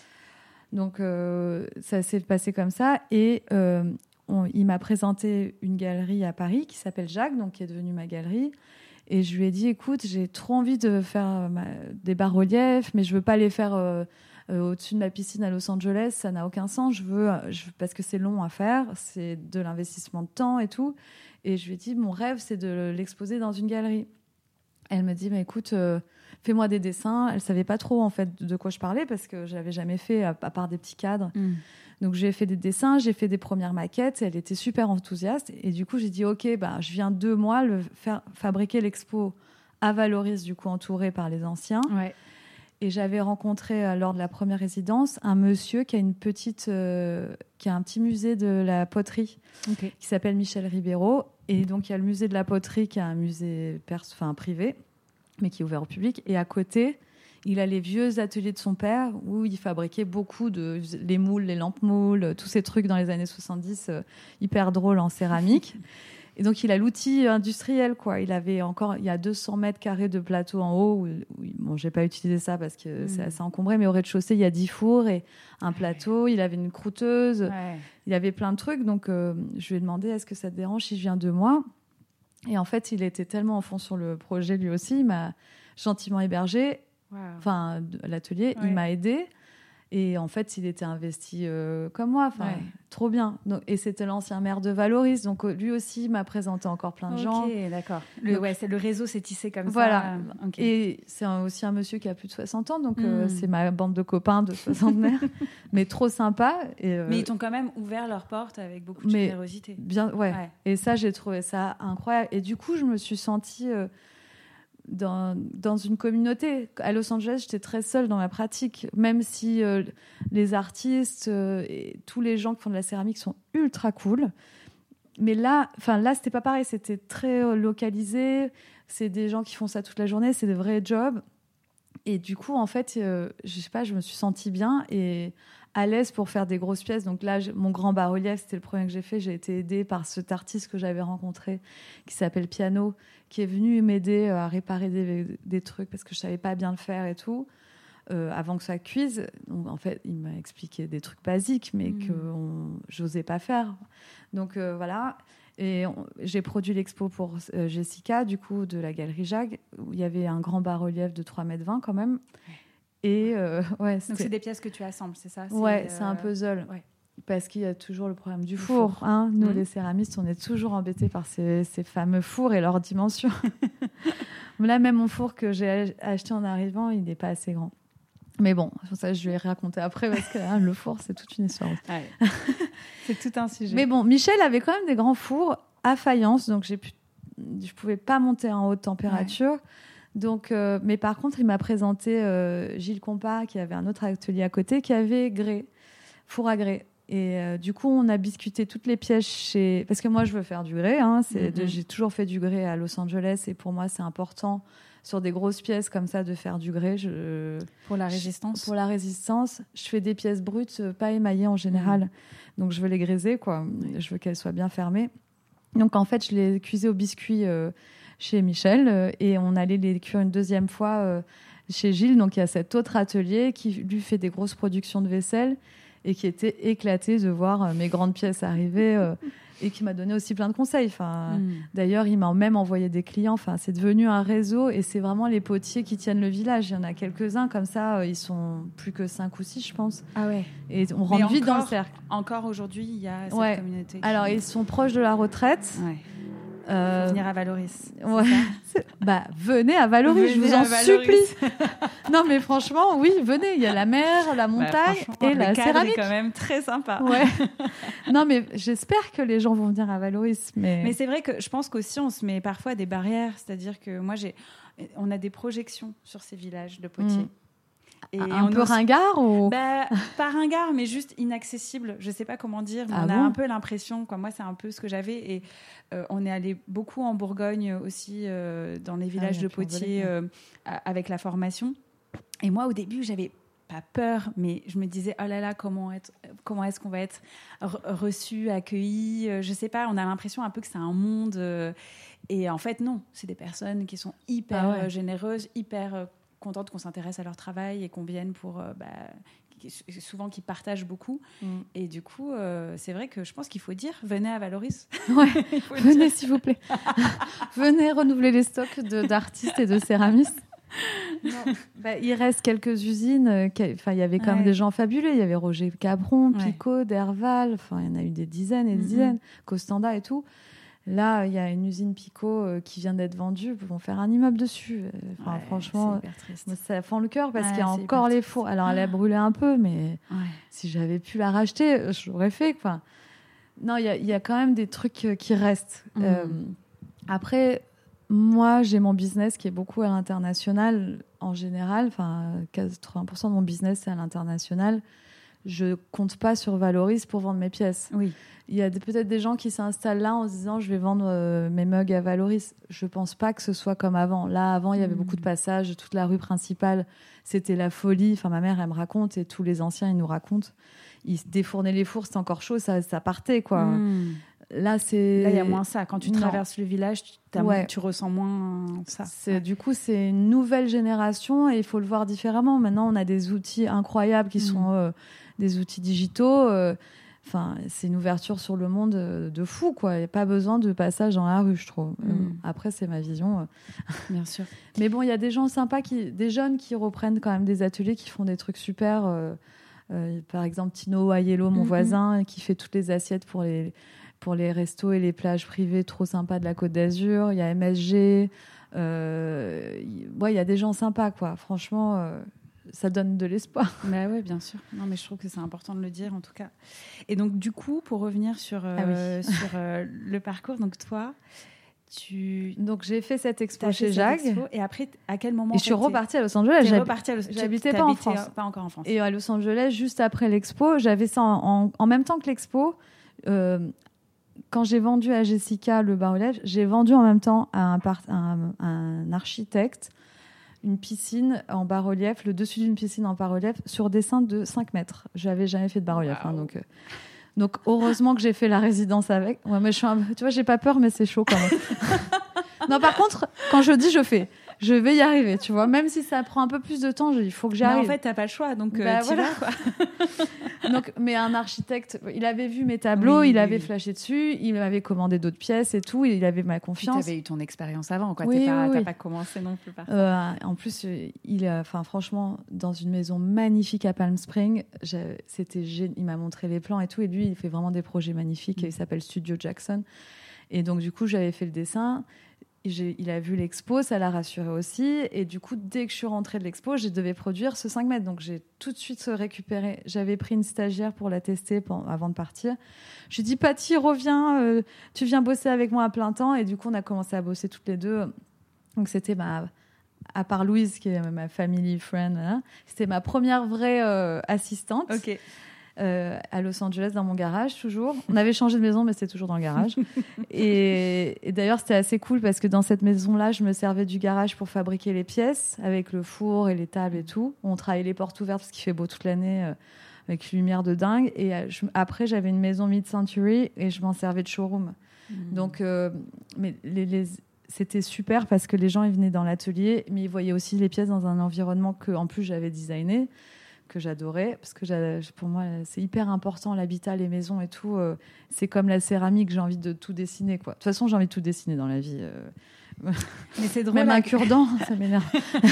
Donc euh, ça s'est passé comme ça, et... Euh, On, il m'a présenté une galerie à Paris qui s'appelle Jacques, donc qui est devenue ma galerie. Et je lui ai dit, écoute, j'ai trop envie de faire ma, des bas-reliefs, mais je veux pas les faire euh, euh, au-dessus de ma piscine à Los Angeles. Ça n'a aucun sens. Je veux, je, parce que c'est long à faire, c'est de l'investissement de temps et tout. Et je lui ai dit, mon rêve, c'est de l'exposer dans une galerie. Elle me dit, mais écoute, euh, fais-moi des dessins. Elle savait pas trop en fait de quoi je parlais parce que je l'avais jamais fait à, à part des petits cadres. Mm. Donc j'ai fait des dessins, j'ai fait des premières maquettes. Elle était super enthousiaste et du coup j'ai dit ok, bah je viens deux mois le faire fabriquer l'expo à Valoris, du coup entourée par les anciens. Ouais. Et j'avais rencontré euh, lors de la première résidence un monsieur qui a une petite, euh, qui a un petit musée de la poterie okay. qui s'appelle Michel Ribeiro. Et donc il y a le musée de la poterie qui est un musée pers- enfin, privé, mais qui est ouvert au public. Et à côté, il a les vieux ateliers de son père où il fabriquait beaucoup de les moules, les lampes moules, tous ces trucs dans les années soixante-dix, euh, hyper drôles en céramique. Et donc, il a l'outil industriel, quoi. Il avait encore, il y a deux cents mètres carrés de plateau en haut. Où, où, bon, j'ai pas utilisé ça parce que mmh. c'est assez encombré, mais au rez-de-chaussée, il y a dix fours et un plateau. Il avait une croûteuse. Ouais. Il y avait plein de trucs. Donc, euh, je lui ai demandé, est-ce que ça te dérange si je viens deux mois ? Et en fait, il était tellement en fond sur le projet, lui aussi. Il m'a gentiment hébergé. Wow. Enfin, à l'atelier, ouais. il m'a aidé. Et en fait, il était investi euh, comme moi. Enfin, ouais. trop bien. Donc, et c'était l'ancien maire de Valoris. Donc, lui aussi m'a présenté encore plein de okay, gens. Ok, d'accord. Le, donc, ouais, c'est, le réseau s'est tissé comme voilà. ça. Voilà. Okay. Et c'est un, aussi un monsieur qui a plus de soixante ans. Donc, mm. euh, c'est ma bande de copains de soixantenaires. Mais trop sympa. Et, euh, mais ils t'ont quand même ouvert leurs portes avec beaucoup de générosité. Bien, ouais. ouais. Et ça, j'ai trouvé ça incroyable. Et du coup, je me suis sentie... Euh, Dans, dans une communauté. À Los Angeles, j'étais très seule dans ma pratique, même si euh, les artistes euh, et tous les gens qui font de la céramique sont ultra cool. Mais là, enfin là, c'était pas pareil. C'était très euh, localisé. C'est des gens qui font ça toute la journée. C'est des vrais jobs. Et du coup, en fait, euh, je sais pas, je me suis sentie bien et à l'aise pour faire des grosses pièces. Donc là, mon grand bas-relief, c'était le premier que j'ai fait. J'ai été aidée par cet artiste que j'avais rencontré, qui s'appelle Piano, qui est venu m'aider à réparer des, des trucs parce que je savais pas bien le faire et tout, euh, avant que ça cuise. Donc, en fait, il m'a expliqué des trucs basiques, mais mmh. que on, j'osais pas faire. Donc euh, voilà. Et on, j'ai produit l'expo pour euh, Jessica, du coup, de la Galerie Jag, où il y avait un grand bas-relief de trois mètres vingt quand même. Et euh, ouais, donc c'est des pièces que tu assembles, c'est ça ? C'est, ouais, euh... c'est un puzzle. Ouais. Parce qu'il y a toujours le problème du four. four. Hein. Nous, mmh. les céramistes, on est toujours embêtés par ces, ces fameux fours et leurs dimensions. Là, même mon four que j'ai acheté en arrivant, il n'est pas assez grand. Mais bon, ça, je vais raconter après parce que hein, le four, c'est toute une histoire. Ouais. C'est tout un sujet. Mais bon, Michel avait quand même des grands fours à faïence, donc j'ai pu... je ne pouvais pas monter en haute température. Ouais. Donc, euh, mais par contre, il m'a présenté euh, Gilles Compas, qui avait un autre atelier à côté, qui avait grès, four à grès. Et euh, du coup, on a biscuité toutes les pièces chez... Parce que moi, je veux faire du grès. Hein, c'est mm-hmm. de... J'ai toujours fait du grès à Los Angeles. Et pour moi, c'est important, sur des grosses pièces comme ça, de faire du grès. Je... Pour la résistance je... Pour la résistance. Je fais des pièces brutes, pas émaillées en général. Mm. Donc, je veux les graiser, quoi. Je veux qu'elles soient bien fermées. Donc, en fait, je les cuisais au biscuit euh, chez Michel. Euh, et on allait les cuire une deuxième fois euh, chez Gilles. Donc, il y a cet autre atelier qui, lui, fait des grosses productions de vaisselle et qui était éclaté de voir mes grandes pièces arriver euh, et qui m'a donné aussi plein de conseils. Enfin, mm. D'ailleurs, il m'a même envoyé des clients. Enfin, c'est devenu un réseau et c'est vraiment les potiers qui tiennent le village. Il y en a quelques-uns comme ça. Euh, ils sont plus que cinq ou six, je pense. Ah ouais. Et on rentre vite dans le cercle. Encore aujourd'hui, il y a cette ouais. communauté. Qui... Alors, ils sont proches de la retraite. Ouais. Euh... Faut venir à Valoris. Ouais. Bah, venez à Valoris, venez je vous en supplie. Non, mais franchement, oui, venez. Il y a la mer, la montagne bah, et la céramique. C'est quand même très sympa. Ouais. Non, mais j'espère que les gens vont venir à Valoris. Mais, mais c'est vrai que je pense qu'aussi, on se met parfois des barrières. C'est-à-dire que moi, j'ai... on a des projections sur ces villages de potiers. Mmh. Et un peu ose... ringard ou bah, pas ringard, mais juste inaccessible. Je sais pas comment dire. Mais ah on bon a un peu l'impression, quoi. Moi, c'est un peu ce que j'avais. Et euh, on est allé beaucoup en Bourgogne aussi, euh, dans les villages ah, de potiers, euh, avec la formation. Et moi, au début, j'avais pas peur, mais je me disais, oh là là, comment être, comment est-ce qu'on va être reçu, accueilli. Je sais pas. On a l'impression un peu que c'est un monde. Euh, et en fait, non. C'est des personnes qui sont hyper ah ouais. généreuses, hyper euh, contentes qu'on s'intéresse à leur travail et qu'on vienne pour euh, bah, souvent qu'ils partagent beaucoup mm. et du coup euh, c'est vrai que je pense qu'il faut dire venez à Valoris. Ouais, venez s'il vous plaît. Venez renouveler les stocks de, d'artistes et de céramistes. Bah, il reste quelques usines, enfin il y avait quand ouais. même des gens fabuleux, il y avait Roger Cabron, Picot, ouais. Derval, enfin il y en a eu des dizaines et des mm-hmm. dizaines, Costanda et tout. Là, il y a une usine Picot euh, qui vient d'être vendue. Ils vont faire un immeuble dessus. Enfin, ouais, franchement, moi, ça fend le cœur parce ouais, qu'il y a encore les fours. Alors, elle a brûlé un peu, mais ouais. si j'avais pu la racheter, je l'aurais fait. Enfin, non, il y a, y a quand même des trucs qui restent. Mmh. Euh, après, moi, j'ai mon business qui est beaucoup à l'international en général. Enfin, quatre-vingts pour cent de mon business, c'est à l'international. Je compte pas sur Valoris pour vendre mes pièces. Oui. Il y a des, peut-être des gens qui s'installent là en se disant je vais vendre euh, mes mugs à Valoris. Je pense pas que ce soit comme avant. Là, avant, il y avait mmh. beaucoup de passages. Toute la rue principale, c'était la folie. Enfin, ma mère, elle me raconte et tous les anciens, ils nous racontent. Ils défournaient les fours, c'était encore chaud, ça, ça partait, quoi. Mmh. Là, c'est... Là, il y a moins ça. Quand tu non. traverses le village, tu, ouais. tu ressens moins ça. C'est, ouais. Du coup, c'est une nouvelle génération et il faut le voir différemment. Maintenant, on a des outils incroyables qui mmh. sont euh, des outils digitaux. Euh, Enfin, c'est une ouverture sur le monde de fou, quoi. Il n'y a pas besoin de passage dans la rue, je trouve. Mm. Après, c'est ma vision. Bien sûr. Mais bon, il y a des gens sympas, qui, des jeunes qui reprennent quand même des ateliers, qui font des trucs super. Euh, euh, par exemple, Tino Ayello, mon mm-hmm. voisin, qui fait toutes les assiettes pour les, pour les restos et les plages privées trop sympas de la Côte d'Azur. Il y a M S G. Euh, ouais, il y a des gens sympas, quoi. Franchement... Euh, ça donne de l'espoir. Bah oui, bien sûr. Non, mais je trouve que c'est important de le dire, en tout cas. Et donc, du coup, pour revenir sur, euh, ah oui. sur euh, le parcours, donc toi, tu... Donc, j'ai fait cette expo chez Jacques. Expo, et après, à quel moment... Et je suis repartie à Los Angeles. J'hab... repartie à Los... J'habitais pas en France. Pas encore en France. Et à Los Angeles, juste après l'expo, j'avais ça en, en, en même temps que l'expo. Euh, quand j'ai vendu à Jessica le bas-relief, j'ai vendu en même temps à un, part... un, un architecte une piscine en bas-relief, le dessus d'une piscine en bas-relief, sur dessin de cinq mètres. Je n'avais jamais fait de bas-relief. Wow. Hein, donc, euh, donc, heureusement que j'ai fait la résidence avec. Ouais, mais je suis un... Tu vois, j'ai pas peur, mais c'est chaud quand même. Non, par contre, quand je dis, je fais. Je vais y arriver, tu vois. Même si ça prend un peu plus de temps, il faut que j'arrive. Mais en fait, t'as pas le choix, donc euh, bah, tu voilà. vas, quoi. Donc, mais un architecte, il avait vu mes tableaux, oui, il avait oui. flashé dessus, il m'avait commandé d'autres pièces et tout, il avait ma confiance. Tu avais eu ton expérience avant, quoi. Oui, T'es pas, oui, t'as oui. pas commencé non plus par ça. Euh, en plus, il a, enfin, franchement, dans une maison magnifique à Palm Springs, c'était génial. Il m'a montré les plans et tout, et lui, il fait vraiment des projets magnifiques. Mm. Il s'appelle Studio Jackson. Et donc, du coup, j'avais fait le dessin. J'ai, il a vu l'expo, ça l'a rassuré aussi. Et du coup, dès que je suis rentrée de l'expo, je devais produire ce cinq mètres. Donc, j'ai tout de suite récupéré. J'avais pris une stagiaire pour la tester pendant, avant de partir. Je lui ai dit, Patty, reviens, euh, tu viens bosser avec moi à plein temps. Et du coup, on a commencé à bosser toutes les deux. Donc, c'était ma... À part Louise, qui est ma family friend, hein, c'était ma première vraie euh, assistante. Ok. Euh, à Los Angeles, dans mon garage, toujours. On avait changé de maison, mais c'était toujours dans le garage. et, et d'ailleurs, c'était assez cool parce que dans cette maison-là, je me servais du garage pour fabriquer les pièces, avec le four et les tables et tout. On travaillait les portes ouvertes parce qu'il fait beau toute l'année, euh, avec une lumière de dingue. Et euh, je, après, j'avais une maison mid-century et je m'en servais de showroom. Mmh. Donc, euh, mais les, les, c'était super parce que les gens, ils venaient dans l'atelier, mais ils voyaient aussi les pièces dans un environnement que, en plus, j'avais designé, que j'adorais, parce que pour moi, c'est hyper important, l'habitat, les maisons et tout. Euh, c'est comme la céramique, j'ai envie de tout dessiner, quoi. De toute façon, j'ai envie de tout dessiner dans la vie. Euh... Mais c'est drôle. Même à... un cure-dent, ça m'énerve.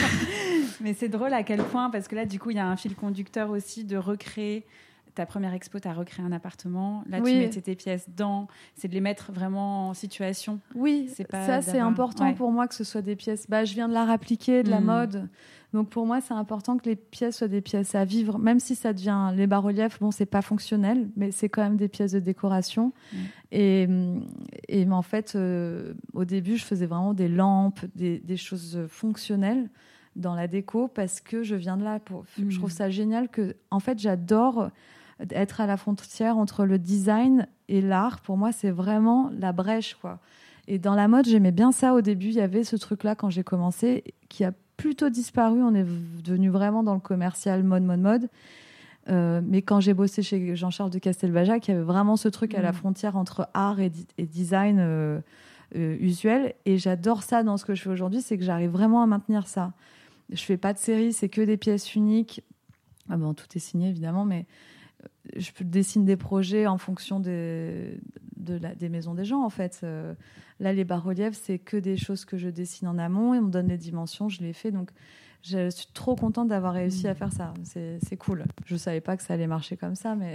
Mais c'est drôle à quel point, parce que là, du coup, il y a un fil conducteur aussi de recréer. Ta première expo, tu as recréé un appartement. Là, oui. Tu mettais tes pièces dans. C'est de les mettre vraiment en situation. Oui, c'est pas ça, c'est important ouais. pour moi que ce soit des pièces. Bah, je viens de l'art appliqué, de la mmh. mode. Donc, pour moi, c'est important que les pièces soient des pièces à vivre. Même si ça devient les bas-reliefs, bon, c'est pas fonctionnel, mais c'est quand même des pièces de décoration. Mmh. Et, et mais en fait, euh, au début, je faisais vraiment des lampes, des, des choses fonctionnelles dans la déco parce que je viens de là. Pour... Mmh. Je trouve ça génial que, en fait, j'adore être à la frontière entre le design et l'art. Pour moi, c'est vraiment la brèche, quoi. Et dans la mode, j'aimais bien ça. Au début, il y avait ce truc-là quand j'ai commencé, qui a plutôt disparu. On est devenu vraiment dans le commercial, mode, mode, mode. Euh, mais quand j'ai bossé chez Jean-Charles de Castelbajac, il y avait vraiment ce truc mmh. à la frontière entre art et, di- et design euh, euh, usuel. Et j'adore ça dans ce que je fais aujourd'hui, c'est que j'arrive vraiment à maintenir ça. Je fais pas de série, c'est que des pièces uniques. Ah bon, tout est signé, évidemment, mais je dessine des projets en fonction des, de la, des maisons des gens, en fait. Euh, là, les bas-reliefs, c'est que des choses que je dessine en amont et on me donne les dimensions, je les fais. Donc, je suis trop contente d'avoir réussi mmh. à faire ça. C'est, c'est cool. Je ne savais pas que ça allait marcher comme ça, mais...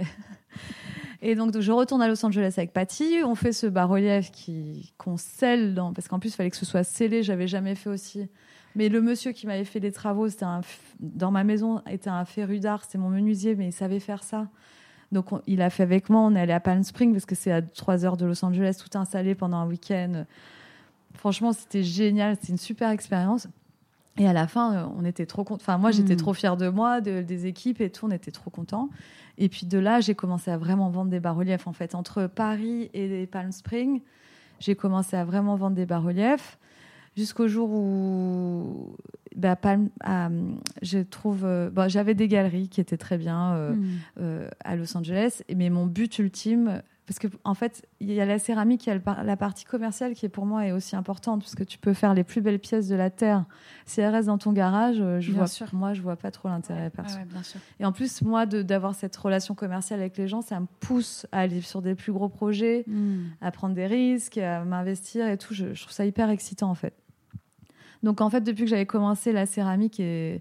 Et donc, je retourne à Los Angeles avec Patty. On fait ce bas-relief qui, qu'on scelle dans... Parce qu'en plus, il fallait que ce soit scellé. Je n'avais jamais fait aussi... Mais le monsieur qui m'avait fait les travaux, c'était un, dans ma maison, était un féru d'art, c'était mon menuisier, mais il savait faire ça. Donc, on, il a fait avec moi. On est allé à Palm Springs parce que c'est à trois heures de Los Angeles, tout installé pendant un week-end. Franchement, c'était génial. C'était une super expérience. Et à la fin, on était trop contents. Enfin, moi, j'étais mmh. trop fière de moi, de, des équipes et tout. On était trop contents. Et puis de là, j'ai commencé à vraiment vendre des bas-reliefs. En fait, entre Paris et Palm Springs, j'ai commencé à vraiment vendre des bas-reliefs. Jusqu'au jour où bah, Palme, euh, je trouve, euh, bon, j'avais des galeries qui étaient très bien euh, mmh. euh, à Los Angeles, mais mon but ultime, parce que en fait, il y a la céramique, il y a le par- la partie commerciale qui est pour moi est aussi importante, parce que tu peux faire les plus belles pièces de la terre. Si elles restent dans ton garage, je Bien vois, sûr. moi, je vois pas trop l'intérêt Ouais, perso. ouais, bien sûr. Et en plus, moi, de, d'avoir cette relation commerciale avec les gens, ça me pousse à aller sur des plus gros projets, Mm. à prendre des risques, à m'investir et tout. Je, je trouve ça hyper excitant, en fait. Donc, en fait, depuis que j'avais commencé la céramique et,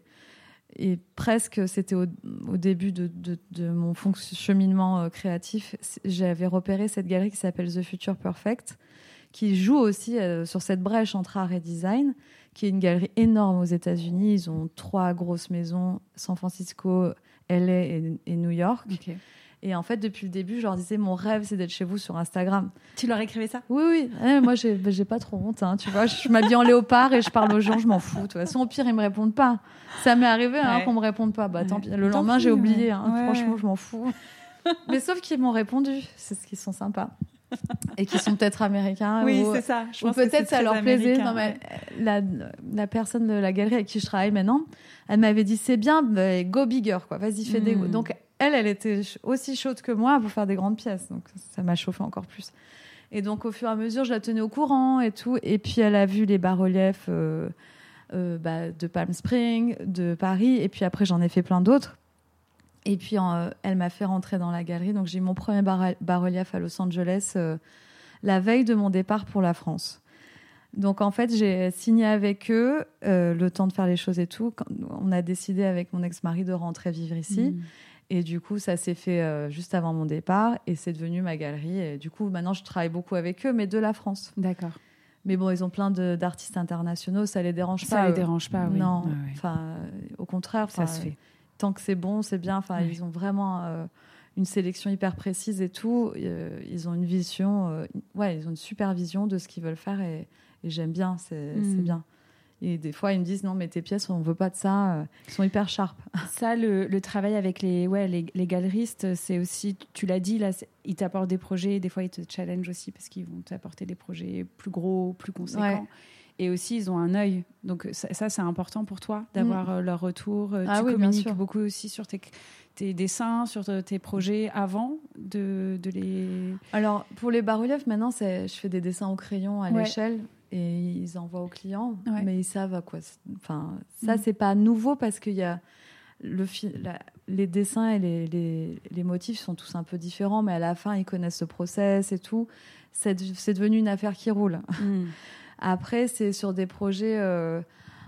et presque, c'était au, au début de, de, de mon fonc- cheminement euh, créatif, j'avais repéré cette galerie qui s'appelle The Future Perfect, qui joue aussi euh, sur cette brèche entre art et design, qui est une galerie énorme aux États-Unis. Ils ont trois grosses maisons, San Francisco, L A et, et New York. Okay. Et en fait, depuis le début, je leur disais, mon rêve, c'est d'être chez vous sur Instagram. Tu leur écrivais ça? Oui, oui. Eh, moi, j'ai, j'ai pas trop honte. Hein, tu vois, je m'habille en léopard et je parle aux gens, je m'en fous. De toute façon, au pire, ils me répondent pas. Ça m'est arrivé hein, ouais. qu'on me réponde pas. Bah, tant pis. Le Tant lendemain, pis, j'ai oublié. ouais. Hein. Ouais. Franchement, je m'en fous. Mais sauf qu'ils m'ont répondu. C'est ce qu'ils sont sympas. Et qui sont peut-être américains. Oui, ou, c'est ça. Je ou pense peut-être que c'est ça leur américain. plaisait. Non, mais la, la personne de la galerie avec qui je travaille maintenant, elle m'avait dit c'est bien, bah, go bigger, quoi. Vas-y, fais Mm. des. Donc, elle, elle était aussi chaude que moi pour faire des grandes pièces. Donc, ça m'a chauffé encore plus. Et donc, au fur et à mesure, je la tenais au courant et tout. Et puis, elle a vu les bas-reliefs euh, euh, bah, de Palm Springs, de Paris. Et puis après, j'en ai fait plein d'autres. Et puis, euh, elle m'a fait rentrer dans la galerie. Donc, j'ai eu mon premier bar- bas-relief à Los Angeles euh, la veille de mon départ pour la France. Donc, en fait, j'ai signé avec eux euh, le temps de faire les choses et tout. Quand on a décidé avec mon ex-mari de rentrer vivre ici. Mm. Et du coup, ça s'est fait euh, juste avant mon départ. Et c'est devenu ma galerie. Et du coup, maintenant, je travaille beaucoup avec eux, mais de la France. D'accord. Mais bon, ils ont plein de, d'artistes internationaux. Ça les dérange Ça pas. les eux. dérange pas, oui. Non. Ouais, ouais. Enfin, euh, au contraire. Ça se fait. Tant que c'est bon, c'est bien. Enfin, Ouais. ils ont vraiment euh, une sélection hyper précise et tout. Euh, ils ont une vision. Euh, ouais, ils ont une super vision de ce qu'ils veulent faire. Et, et j'aime bien. C'est, Mm. c'est bien. Et des fois, ils me disent non, mais tes pièces, on veut pas de ça. Ils sont hyper sharp. Ça, le, le travail avec les, ouais, les, les galeristes, c'est aussi, tu l'as dit, là, ils t'apportent des projets, des fois ils te challengent aussi parce qu'ils vont t'apporter des projets plus gros, plus conséquents. Ouais. Et aussi, ils ont un œil. Donc ça, ça c'est important pour toi d'avoir mmh. leur retour. Ah tu oui, communiques beaucoup aussi sur tes, tes dessins, sur tes projets avant de, de les... Alors, pour les bas-reliefs, maintenant, c'est, je fais des dessins au crayon à ouais. l'échelle. Et ils envoient aux clients, ouais. mais ils savent à quoi. Enfin, ça, mmh. c'est pas nouveau parce qu'il y a le fi... la... les dessins et les, les, les motifs sont tous un peu différents, mais à la fin, ils connaissent le process et tout. C'est, c'est devenu une affaire qui roule. Mmh. Après, c'est sur des projets. Euh...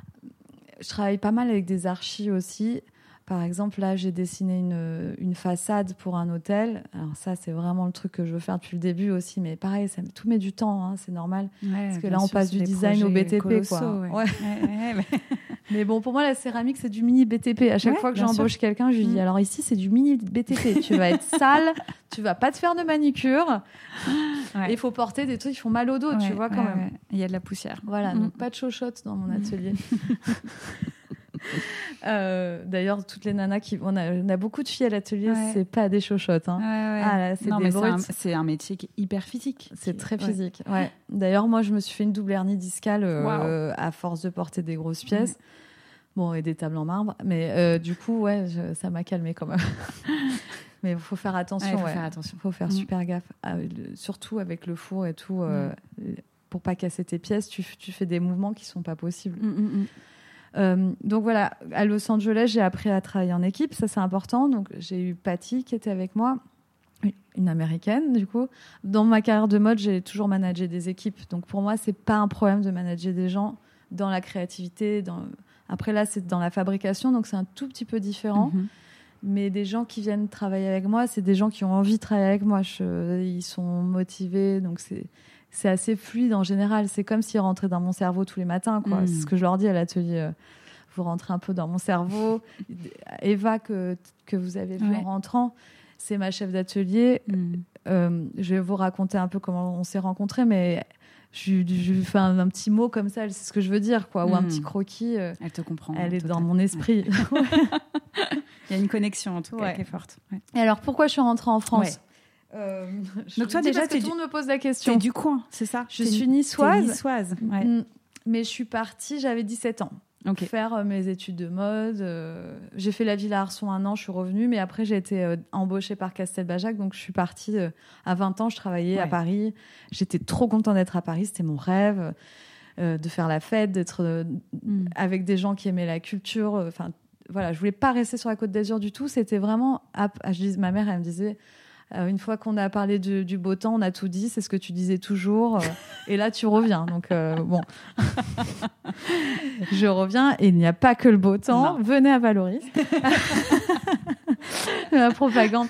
Je travaille pas mal avec des archis aussi. Par exemple, là, j'ai dessiné une, une façade pour un hôtel. Alors ça, c'est vraiment le truc que je veux faire depuis le début aussi. Mais pareil, ça, tout met du temps, hein, c'est normal. Ouais, parce que là, on sûr, passe du design au B T P. Quoi. Ouais. Ouais. Ouais, mais... mais bon, pour moi, la céramique, c'est du mini B T P. À chaque ouais, fois que j'embauche sûr. quelqu'un, je lui dis, mmh. alors ici, c'est du mini B T P. Tu vas être sale, tu vas pas te faire de manicure. Ouais. Et il faut porter des trucs qui font mal au dos, ouais, tu vois, quand ouais, même. Ouais. Il y a de la poussière. Voilà, mmh. donc pas de chochotte dans mon atelier. Euh, d'ailleurs, toutes les nanas qui, on a, on a beaucoup de filles à l'atelier, ouais. c'est pas des chochottes. Hein. Ouais, ouais. Ah là, c'est non, des mais brutes. C'est un, c'est un métier qui est hyper physique. C'est très physique. Ouais. Ouais. D'ailleurs, moi, je me suis fait une double hernie discale euh, wow. à force de porter des grosses pièces. Ouais. Bon, et des tables en marbre, mais euh, du coup, ouais, je, ça m'a calmée quand même. Mais il faut faire attention. Il ouais, faut ouais. faire attention. Faut faire mmh. super gaffe, ah, le, surtout avec le four et tout. Euh, mmh. Pour pas casser tes pièces, tu, tu fais des mouvements qui sont pas possibles. Mmh, mmh. Euh, donc voilà, à Los Angeles, j'ai appris à travailler en équipe, ça c'est important. Donc j'ai eu Patty qui était avec moi, une américaine du coup. Dans ma carrière de mode, j'ai toujours managé des équipes. Donc pour moi, c'est pas un problème de manager des gens dans la créativité. Dans... Après là, c'est dans la fabrication, donc c'est un tout petit peu différent. Mm-hmm. Mais des gens qui viennent travailler avec moi, c'est des gens qui ont envie de travailler avec moi. Je... Ils sont motivés, donc c'est... c'est assez fluide en général. C'est comme s'ils rentraient dans mon cerveau tous les matins, quoi. Mmh. C'est ce que je leur dis à l'atelier. Vous rentrez un peu dans mon cerveau. Eva, que, que vous avez vue ouais. en rentrant, c'est ma chef d'atelier. Mmh. Euh, je vais vous raconter un peu comment on s'est rencontrés, mais je, je lui fais un, un petit mot comme ça, elle sait ce que je veux dire, quoi. Mmh. Ou un petit croquis. Euh, elle te comprend. Elle est totalement. dans mon esprit. Ouais. Il y a une connexion, en tout cas, ouais. qui est forte. Ouais. Et alors, pourquoi je suis rentrée en France ouais. Euh, Donc toi déjà, parce que tout le monde me pose la question. T'es du coin, c'est ça? Je t'es suis niçoise. Niçoise. Ouais. Mais je suis partie, j'avais dix-sept ans. okay. faire euh, mes études de mode. Euh, j'ai fait la Villa Arson un an, je suis revenue, mais après j'ai été euh, embauchée par Castelbajac, donc je suis partie euh, à vingt ans, je travaillais ouais. à Paris. J'étais trop contente d'être à Paris, c'était mon rêve, euh, de faire la fête, d'être euh, mm. avec des gens qui aimaient la culture. Enfin, euh, voilà, je voulais pas rester sur la Côte d'Azur du tout. C'était vraiment, ah, je dis, ma mère, elle me disait. Euh, une fois qu'on a parlé du, du beau temps, on a tout dit, c'est ce que tu disais toujours. Euh, et là, tu reviens. Donc, euh, bon. Je reviens et il n'y a pas que le beau temps. Non. Venez à Valoris. La propagande.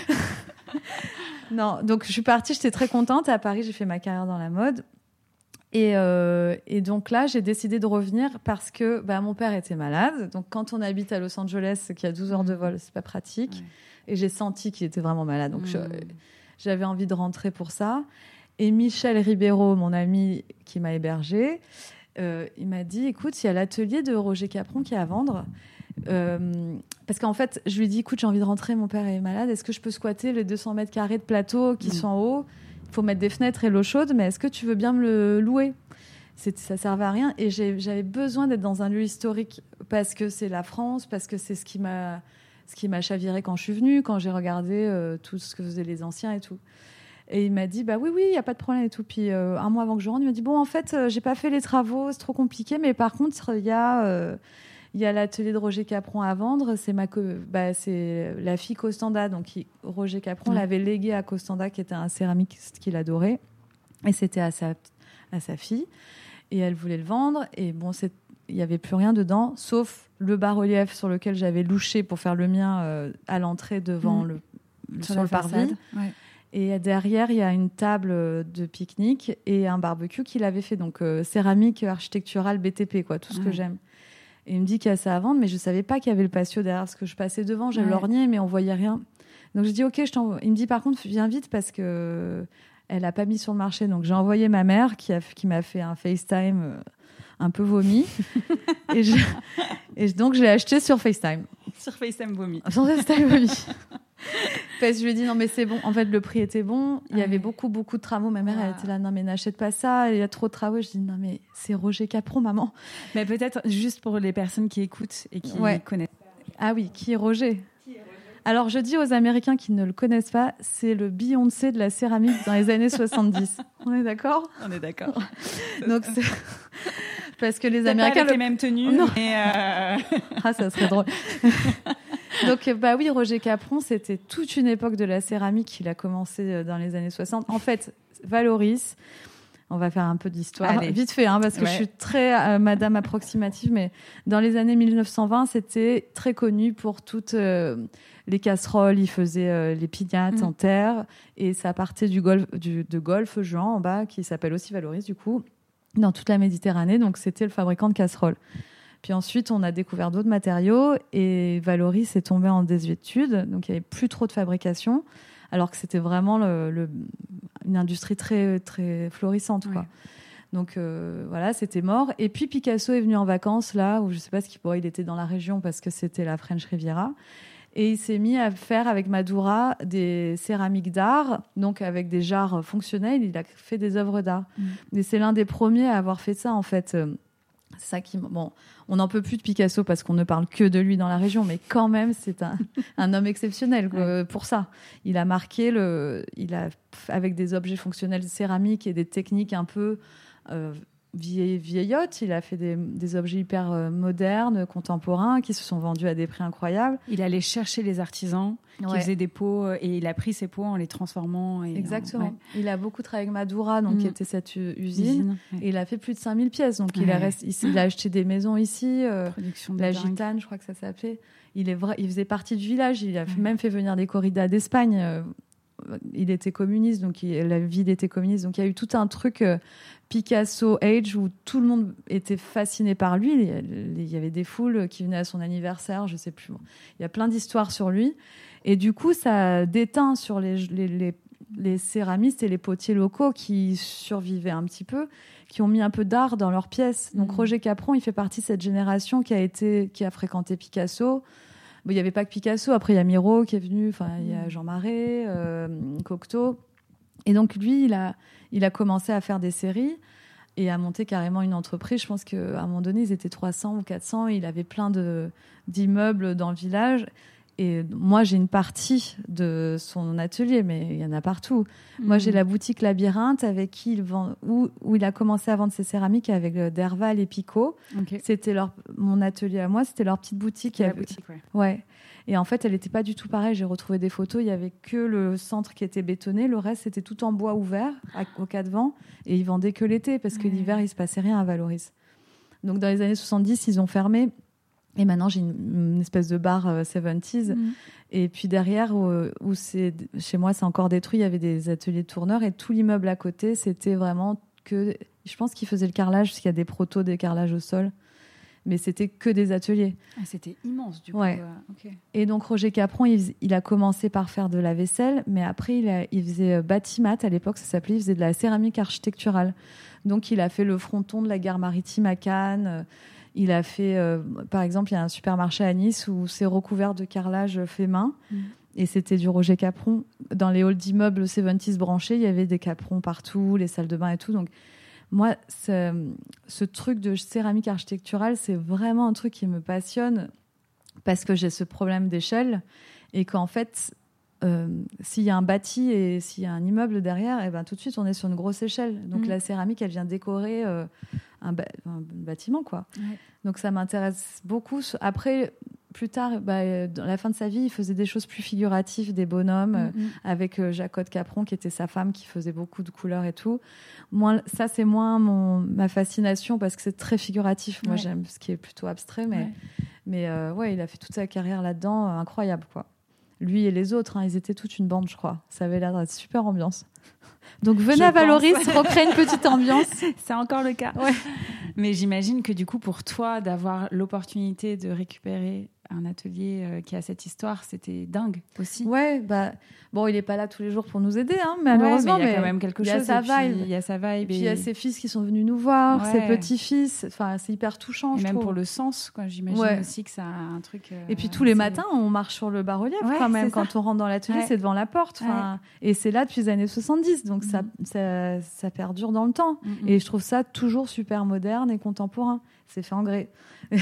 Non, donc je suis partie, j'étais très contente. Et à Paris, j'ai fait ma carrière dans la mode. Et, euh, et donc là, j'ai décidé de revenir parce que bah, mon père était malade. Donc, quand on habite à Los Angeles, qui a douze heures de vol, c'est pas pratique. Ouais. Et j'ai senti qu'il était vraiment malade. Donc, mmh. je, j'avais envie de rentrer pour ça. Et Michel Ribeiro, mon ami qui m'a hébergée, euh, il m'a dit, écoute, il y a l'atelier de Roger Capron qui est à vendre. Euh, parce qu'en fait, je lui ai dit, écoute, j'ai envie de rentrer, mon père est malade. Est-ce que je peux squatter les deux cents mètres carrés de plateau qui mmh. sont en haut ? Il faut mettre des fenêtres et l'eau chaude, mais est-ce que tu veux bien me le louer ? C'est, ça servait à rien. Et j'ai, j'avais besoin d'être dans un lieu historique parce que c'est la France, parce que c'est ce qui m'a... ce qui m'a chaviré quand je suis venue, quand j'ai regardé euh, tout ce que faisaient les anciens et tout. Et il m'a dit, bah oui, oui, il n'y a pas de problème et tout. Puis euh, un mois avant que je rentre, il m'a dit, bon, en fait, euh, j'ai pas fait les travaux, c'est trop compliqué, mais par contre, il y a, euh, il y a l'atelier de Roger Capron à vendre. C'est, ma co- bah, c'est la fille Costanda. Donc, il, Roger Capron mmh. l'avait légué à Costanda, qui était un céramiste qu'il adorait. Et c'était à sa, à sa fille. Et elle voulait le vendre. Et bon, c'est, il n'y avait plus rien dedans, sauf le bas-relief sur lequel j'avais louché pour faire le mien euh, à l'entrée devant mmh. le, le, sur, sur le parvis. Ouais. Et derrière, il y a une table de pique-nique et un barbecue qu'il avait fait. Donc, euh, céramique architecturale B T P, quoi, tout ce ouais. que j'aime. Et il me dit qu'il y a ça à vendre, mais je ne savais pas qu'il y avait le patio derrière, parce que je passais devant, j'ai ouais. lorgné, mais on ne voyait rien. Donc, je dis, OK, je t'envoie. Il me dit, par contre, viens vite, parce que elle n'a pas mis sur le marché. Donc, j'ai envoyé ma mère, qui, a, qui m'a fait un FaceTime euh, un peu vomi. et, je, et donc, je l'ai acheté sur FaceTime. Sur FaceTime vomi. Sur FaceTime vomi. Parce que je lui ai dit non mais c'est bon, en fait le prix était bon, il y avait beaucoup beaucoup de travaux, ma mère wow. elle était là non mais n'achète pas ça, il y a trop de travaux, je dis non mais c'est Roger Capron maman. Mais peut-être juste pour les personnes qui écoutent et qui ouais. connaissent. Ah oui, qui est Roger? Qui est Roger? Alors je dis aux Américains qui ne le connaissent pas, c'est le Beyoncé de la céramique dans les années soixante-dix. On est d'accord? On est d'accord. Donc c'est parce que les c'est Américains pas avec le... les mêmes tenues. Non. Mais euh... ah ça serait drôle. Donc, bah oui, Roger Capron, c'était toute une époque de la céramique. Il a commencé dans les années soixante. En fait, Valoris, on va faire un peu d'histoire, Allez. vite fait, hein, parce que ouais. je suis très euh, madame approximative, mais dans les années mille neuf cent vingt, c'était très connu pour toutes euh, les casseroles. Il faisait euh, les pignates mmh. en terre, et ça partait du golfe, du, de Golfe Juan, en bas, qui s'appelle aussi Valoris, du coup, dans toute la Méditerranée. Donc, c'était le fabricant de casseroles. Puis ensuite, on a découvert d'autres matériaux et Valoris est tombé en désuétude. Donc, il n'y avait plus trop de fabrication, alors que c'était vraiment le, le, une industrie très, très florissante, quoi. Ouais. Donc, euh, voilà, c'était mort. Et puis, Picasso est venu en vacances, là, où je ne sais pas ce qu'il pourrait. Il était dans la région parce que c'était la French Riviera. Et il s'est mis à faire avec Madura des céramiques d'art, donc avec des jarres fonctionnels. Il a fait des œuvres d'art. Mmh. Et c'est l'un des premiers à avoir fait ça, en fait. C'est ça qui... Bon, on n'en peut plus de Picasso parce qu'on ne parle que de lui dans la région, mais quand même, c'est un, un homme exceptionnel ouais. pour ça. Il a marqué, le, il a, avec des objets fonctionnels céramiques et des techniques un peu euh, vieilles, vieillottes, il a fait des, des objets hyper euh, modernes, contemporains, qui se sont vendus à des prix incroyables. Il allait chercher les artisans qui ouais. faisaient des pots et il a pris ces pots en les transformant. Et Exactement. En... Ouais. Il a beaucoup travaillé avec Madura, donc, mmh. qui était cette usine. usine ouais. Et il a fait plus de cinq mille pièces. Donc, ouais. il, a rest... il a acheté des maisons ici. Euh, Production de la dingue. Gitane, je crois que ça s'appelait. Il, est vra... il faisait partie du village. Il a ouais. même fait venir des corridas d'Espagne. Euh, il était communiste, donc il... la ville était communiste. Donc, il y a eu tout un truc euh, Picasso Age où tout le monde était fasciné par lui. Il y avait des foules qui venaient à son anniversaire, je ne sais plus. Bon. Il y a plein d'histoires sur lui. Et du coup, ça déteint sur les, les, les, les céramistes et les potiers locaux qui survivaient un petit peu, qui ont mis un peu d'art dans leurs pièces. Donc, mmh. Roger Capron, il fait partie de cette génération qui a, été, qui a fréquenté Picasso. Bon, il n'y avait pas que Picasso. Après, il y a Miro qui est venu. Enfin, il y a Jean Marais, euh, Cocteau. Et donc, lui, il a, il a commencé à faire des séries. et a monté carrément une entreprise. Je pense qu'à un moment donné, ils étaient trois cents ou quatre cents. Il avait plein de, d'immeubles dans le village. Et moi, j'ai une partie de son atelier, mais il y en a partout. Mmh. Moi, j'ai la boutique Labyrinthe avec qui il vend, où, où il a commencé à vendre ses céramiques avec Derval et Picot. Okay. C'était leur, mon atelier à moi, c'était leur petite boutique. La avait, boutique, ouais. Ouais. Et en fait, elle n'était pas du tout pareille. J'ai retrouvé des photos. Il n'y avait que le centre qui était bétonné. Le reste, c'était tout en bois ouvert, à, au cas de vent. Et ils vendaient que l'été, parce que ouais. l'hiver, il ne se passait rien à Valoris. Donc, dans les années soixante-dix, ils ont fermé. Et maintenant, j'ai une, une espèce de bar euh, soixante-dix. Mmh. Et puis derrière, où, où c'est, chez moi, c'est encore détruit, il y avait des ateliers de tourneurs. Et tout l'immeuble à côté, c'était vraiment que... Je pense qu'ils faisaient le carrelage, parce qu'il y a des protos des carrelages au sol. Mais c'était que des ateliers. Ah, c'était immense, du coup. Ouais. Euh, okay. Et donc, Roger Capron, il, il a commencé par faire de la vaisselle. Mais après, il, a, il faisait bâtiment. À l'époque, ça s'appelait. Il faisait de la céramique architecturale. Donc, il a fait le fronton de la gare maritime à Cannes. Il a fait, euh, par exemple, il y a un supermarché à Nice où c'est recouvert de carrelage fait main. Mmh. Et c'était du Roger Capron. Dans les halls d'immeubles soixante-dix branchés, il y avait des Caprons partout, les salles de bain et tout. Donc, moi, ce, ce truc de céramique architecturale, c'est vraiment un truc qui me passionne parce que j'ai ce problème d'échelle et qu'en fait, euh, s'il y a un bâti et s'il y a un immeuble derrière, et ben, tout de suite, on est sur une grosse échelle. Donc, mmh. la céramique, elle vient décorer... Euh, Un, ba- un bâtiment, quoi. Ouais. Donc, ça m'intéresse beaucoup. Après, plus tard, bah, dans la fin de sa vie, il faisait des choses plus figuratives, des bonhommes, mm-hmm. euh, avec euh, Jacotte Capron, qui était sa femme, qui faisait beaucoup de couleurs et tout. Moi, ça, c'est moins mon, ma fascination, parce que c'est très figuratif. Moi, ouais. j'aime ce qui est plutôt abstrait, mais, ouais. mais euh, ouais, il a fait toute sa carrière là-dedans, euh, incroyable, quoi. Lui et les autres, hein, ils étaient toute une bande, je crois. Ça avait l'air d'être super ambiance. Donc venez je à Valoris, recréer une petite ambiance. C'est encore le cas. Ouais. Mais j'imagine que du coup, pour toi, d'avoir l'opportunité de récupérer un atelier euh, qui a cette histoire, c'était dingue aussi. Ouais, bah bon, il est pas là tous les jours pour nous aider, hein, malheureusement. Ouais, mais il y a quand même quelque chose. Il y a sa vibe. Il y a sa vibe. Et puis il y a ses fils qui sont venus nous voir, ouais. ses petits-fils. Enfin, c'est hyper touchant. Et je même trouve. pour le sens, quoi. J'imagine ouais. aussi que ça a un truc. Euh, et puis tous les matins, on marche sur le bas-relief ouais, quand même. Quand ça. on rentre dans l'atelier, ouais. c'est devant la porte. Enfin, ouais. et c'est là depuis les années soixante-dix, donc mm-hmm. ça, ça, ça perdure dans le temps. Mm-hmm. Et je trouve ça toujours super moderne et contemporain. C'est fait en grès.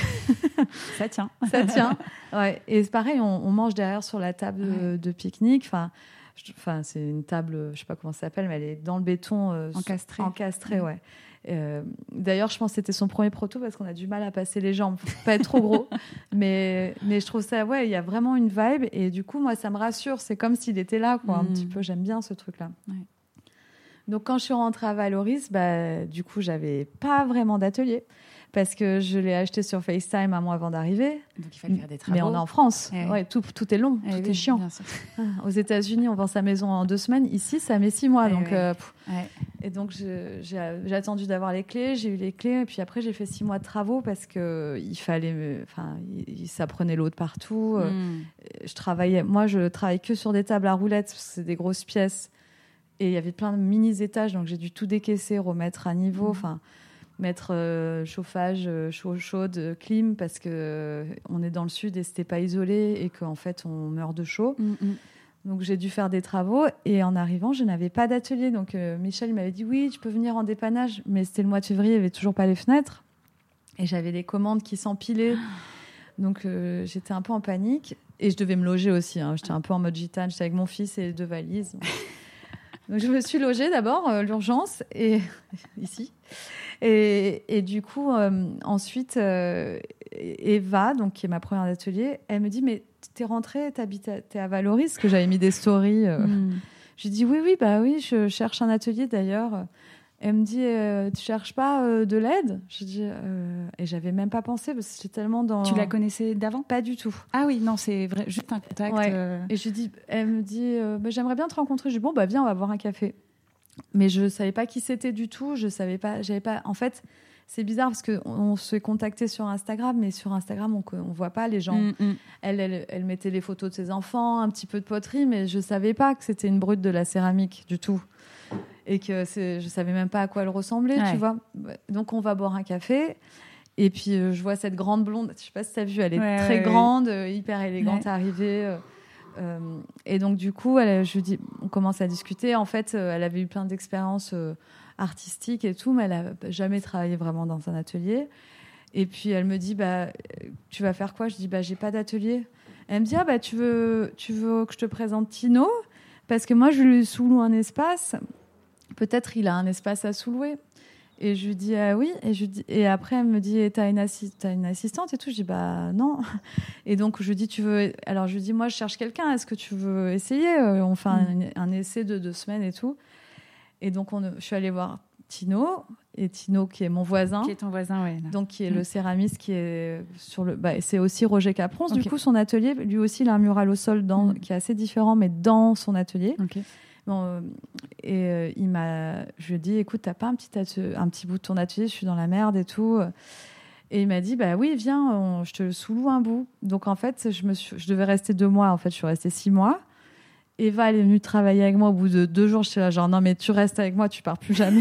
Ça tient. Ça tient. Ouais. Et c'est pareil, on, on mange derrière sur la table ouais. de, de pique-nique. Enfin, je, enfin, c'est une table, je sais pas comment ça s'appelle, mais elle est dans le béton. Euh, encastrée. Encastrée, ouais. Euh, d'ailleurs, je pense que c'était son premier proto parce qu'on a du mal à passer les jambes. Faut pas être trop gros. mais, mais je trouve ça, ouais, il y a vraiment une vibe. Et du coup, moi, ça me rassure. C'est comme s'il était là, quoi. Mmh. Un petit peu. J'aime bien ce truc-là. Ouais. Donc, quand je suis rentrée à Valoris, bah, du coup, j'avais pas vraiment d'atelier. Parce que je l'ai acheté sur FaceTime un mois avant d'arriver. Donc il fallait faire des travaux. Mais on est en France. Eh ouais, tout, tout est long, eh tout oui, est chiant. Ah, aux États-Unis, on vend sa maison en deux semaines. Ici, ça met six mois. Eh donc, ouais. euh, ouais. Et donc, je, j'ai, j'ai attendu d'avoir les clés. J'ai eu les clés. Et puis après, j'ai fait six mois de travaux parce que il fallait. Enfin, ça prenait l'eau de partout. Mm. Je travaillais. Moi, je travaille que sur des tables à roulettes parce que c'est des grosses pièces. Et il y avait plein de mini étages. Donc, j'ai dû tout décaisser, remettre à niveau. Enfin. Mm. mettre euh, chauffage, euh, chaud, chaude, euh, clim, parce qu'on euh, est dans le sud et c'était pas isolé et qu'en fait, on meurt de chaud. Mm-hmm. Donc, j'ai dû faire des travaux. Et en arrivant, je n'avais pas d'atelier. Donc, euh, Michel m'avait dit, oui, tu peux venir en dépannage. Mais c'était le mois de février, il n'y avait toujours pas les fenêtres. Et j'avais les commandes qui s'empilaient. Donc, euh, j'étais un peu en panique. Et je devais me loger aussi. Hein. J'étais un peu en mode gitane. J'étais avec mon fils et deux valises. Donc, donc je me suis logée d'abord, euh, l'urgence, et ici. Et, et du coup, euh, ensuite, euh, Eva, donc, qui est ma première atelier, elle me dit, mais t'es rentrée, t'habites à, t'es à Valoris, parce que j'avais mis des stories. Euh. Mm. Je lui dis, oui, oui, bah oui, je cherche un atelier d'ailleurs. Elle me dit, euh, tu cherches pas euh, de l'aide ? Je dis, euh... et j'avais même pas pensé, parce que j'étais tellement dans... Tu la connaissais d'avant ? Pas du tout. Ah oui, non, c'est vrai, juste un contact. Ouais. Euh... Et je lui dis, elle me dit, euh, bah, j'aimerais bien te rencontrer. Je dis, bon, bah viens, on va boire un café. Mais je savais pas qui c'était du tout. Je savais pas, j'avais pas. En fait, c'est bizarre parce que on se contactait sur Instagram, mais sur Instagram, on on voit pas les gens. Mm-hmm. Elle, elle, elle mettait les photos de ses enfants, un petit peu de poterie, mais je savais pas que c'était une brute de la céramique du tout. Et que c'est, je savais même pas à quoi elle ressemblait, ouais. tu vois. Donc on va boire un café. Et puis euh, je vois cette grande blonde. Je sais pas si t'as vu, elle est ouais, très ouais, grande, ouais. hyper élégante ouais. arrivée. Euh, Euh, et donc du coup, elle, je lui dis, on commence à discuter. En fait, euh, elle avait eu plein d'expériences. Euh, artistique et tout, mais elle n'a jamais travaillé vraiment dans un atelier. Et puis elle me dit, bah, tu vas faire quoi ? Je dis, bah, j'ai pas d'atelier. Elle me dit, ah, bah, tu veux, tu veux que je te présente Tino ? Parce que moi, je lui sous-loue un espace. Peut-être il a un espace à sous-louer. Et je lui dis, ah oui. Et, je dis, et après, elle me dit, t'as une, assi- t'as une assistante et tout ? Je dis, bah non. Et donc, je lui dis, tu veux. Alors, je lui dis, moi, je cherche quelqu'un. Est-ce que tu veux essayer ? On fait un, mmh. un essai de deux semaines et tout. Et donc, on, je suis allée voir Tino. Et Tino, qui est mon voisin. Qui est ton voisin, oui. Donc, qui est mmh. le céramiste, qui est sur le. Bah, c'est aussi Roger Capron. Okay. Du coup, son atelier, lui aussi, il a un mural au sol dans, mmh. qui est assez différent, mais dans son atelier. Okay. Bon, euh, et euh, il m'a. Je lui ai dit, écoute, t'as pas un petit, atelier, un petit bout de ton atelier ? Je suis dans la merde et tout. Et il m'a dit, bah oui, viens, on, je te sous-loue un bout. Donc, en fait, je, me suis, je devais rester deux mois. En fait, je suis restée six mois. Eva, elle est venue travailler avec moi. Au bout de deux jours, j'étais là, genre, non, mais tu restes avec moi, tu pars plus jamais.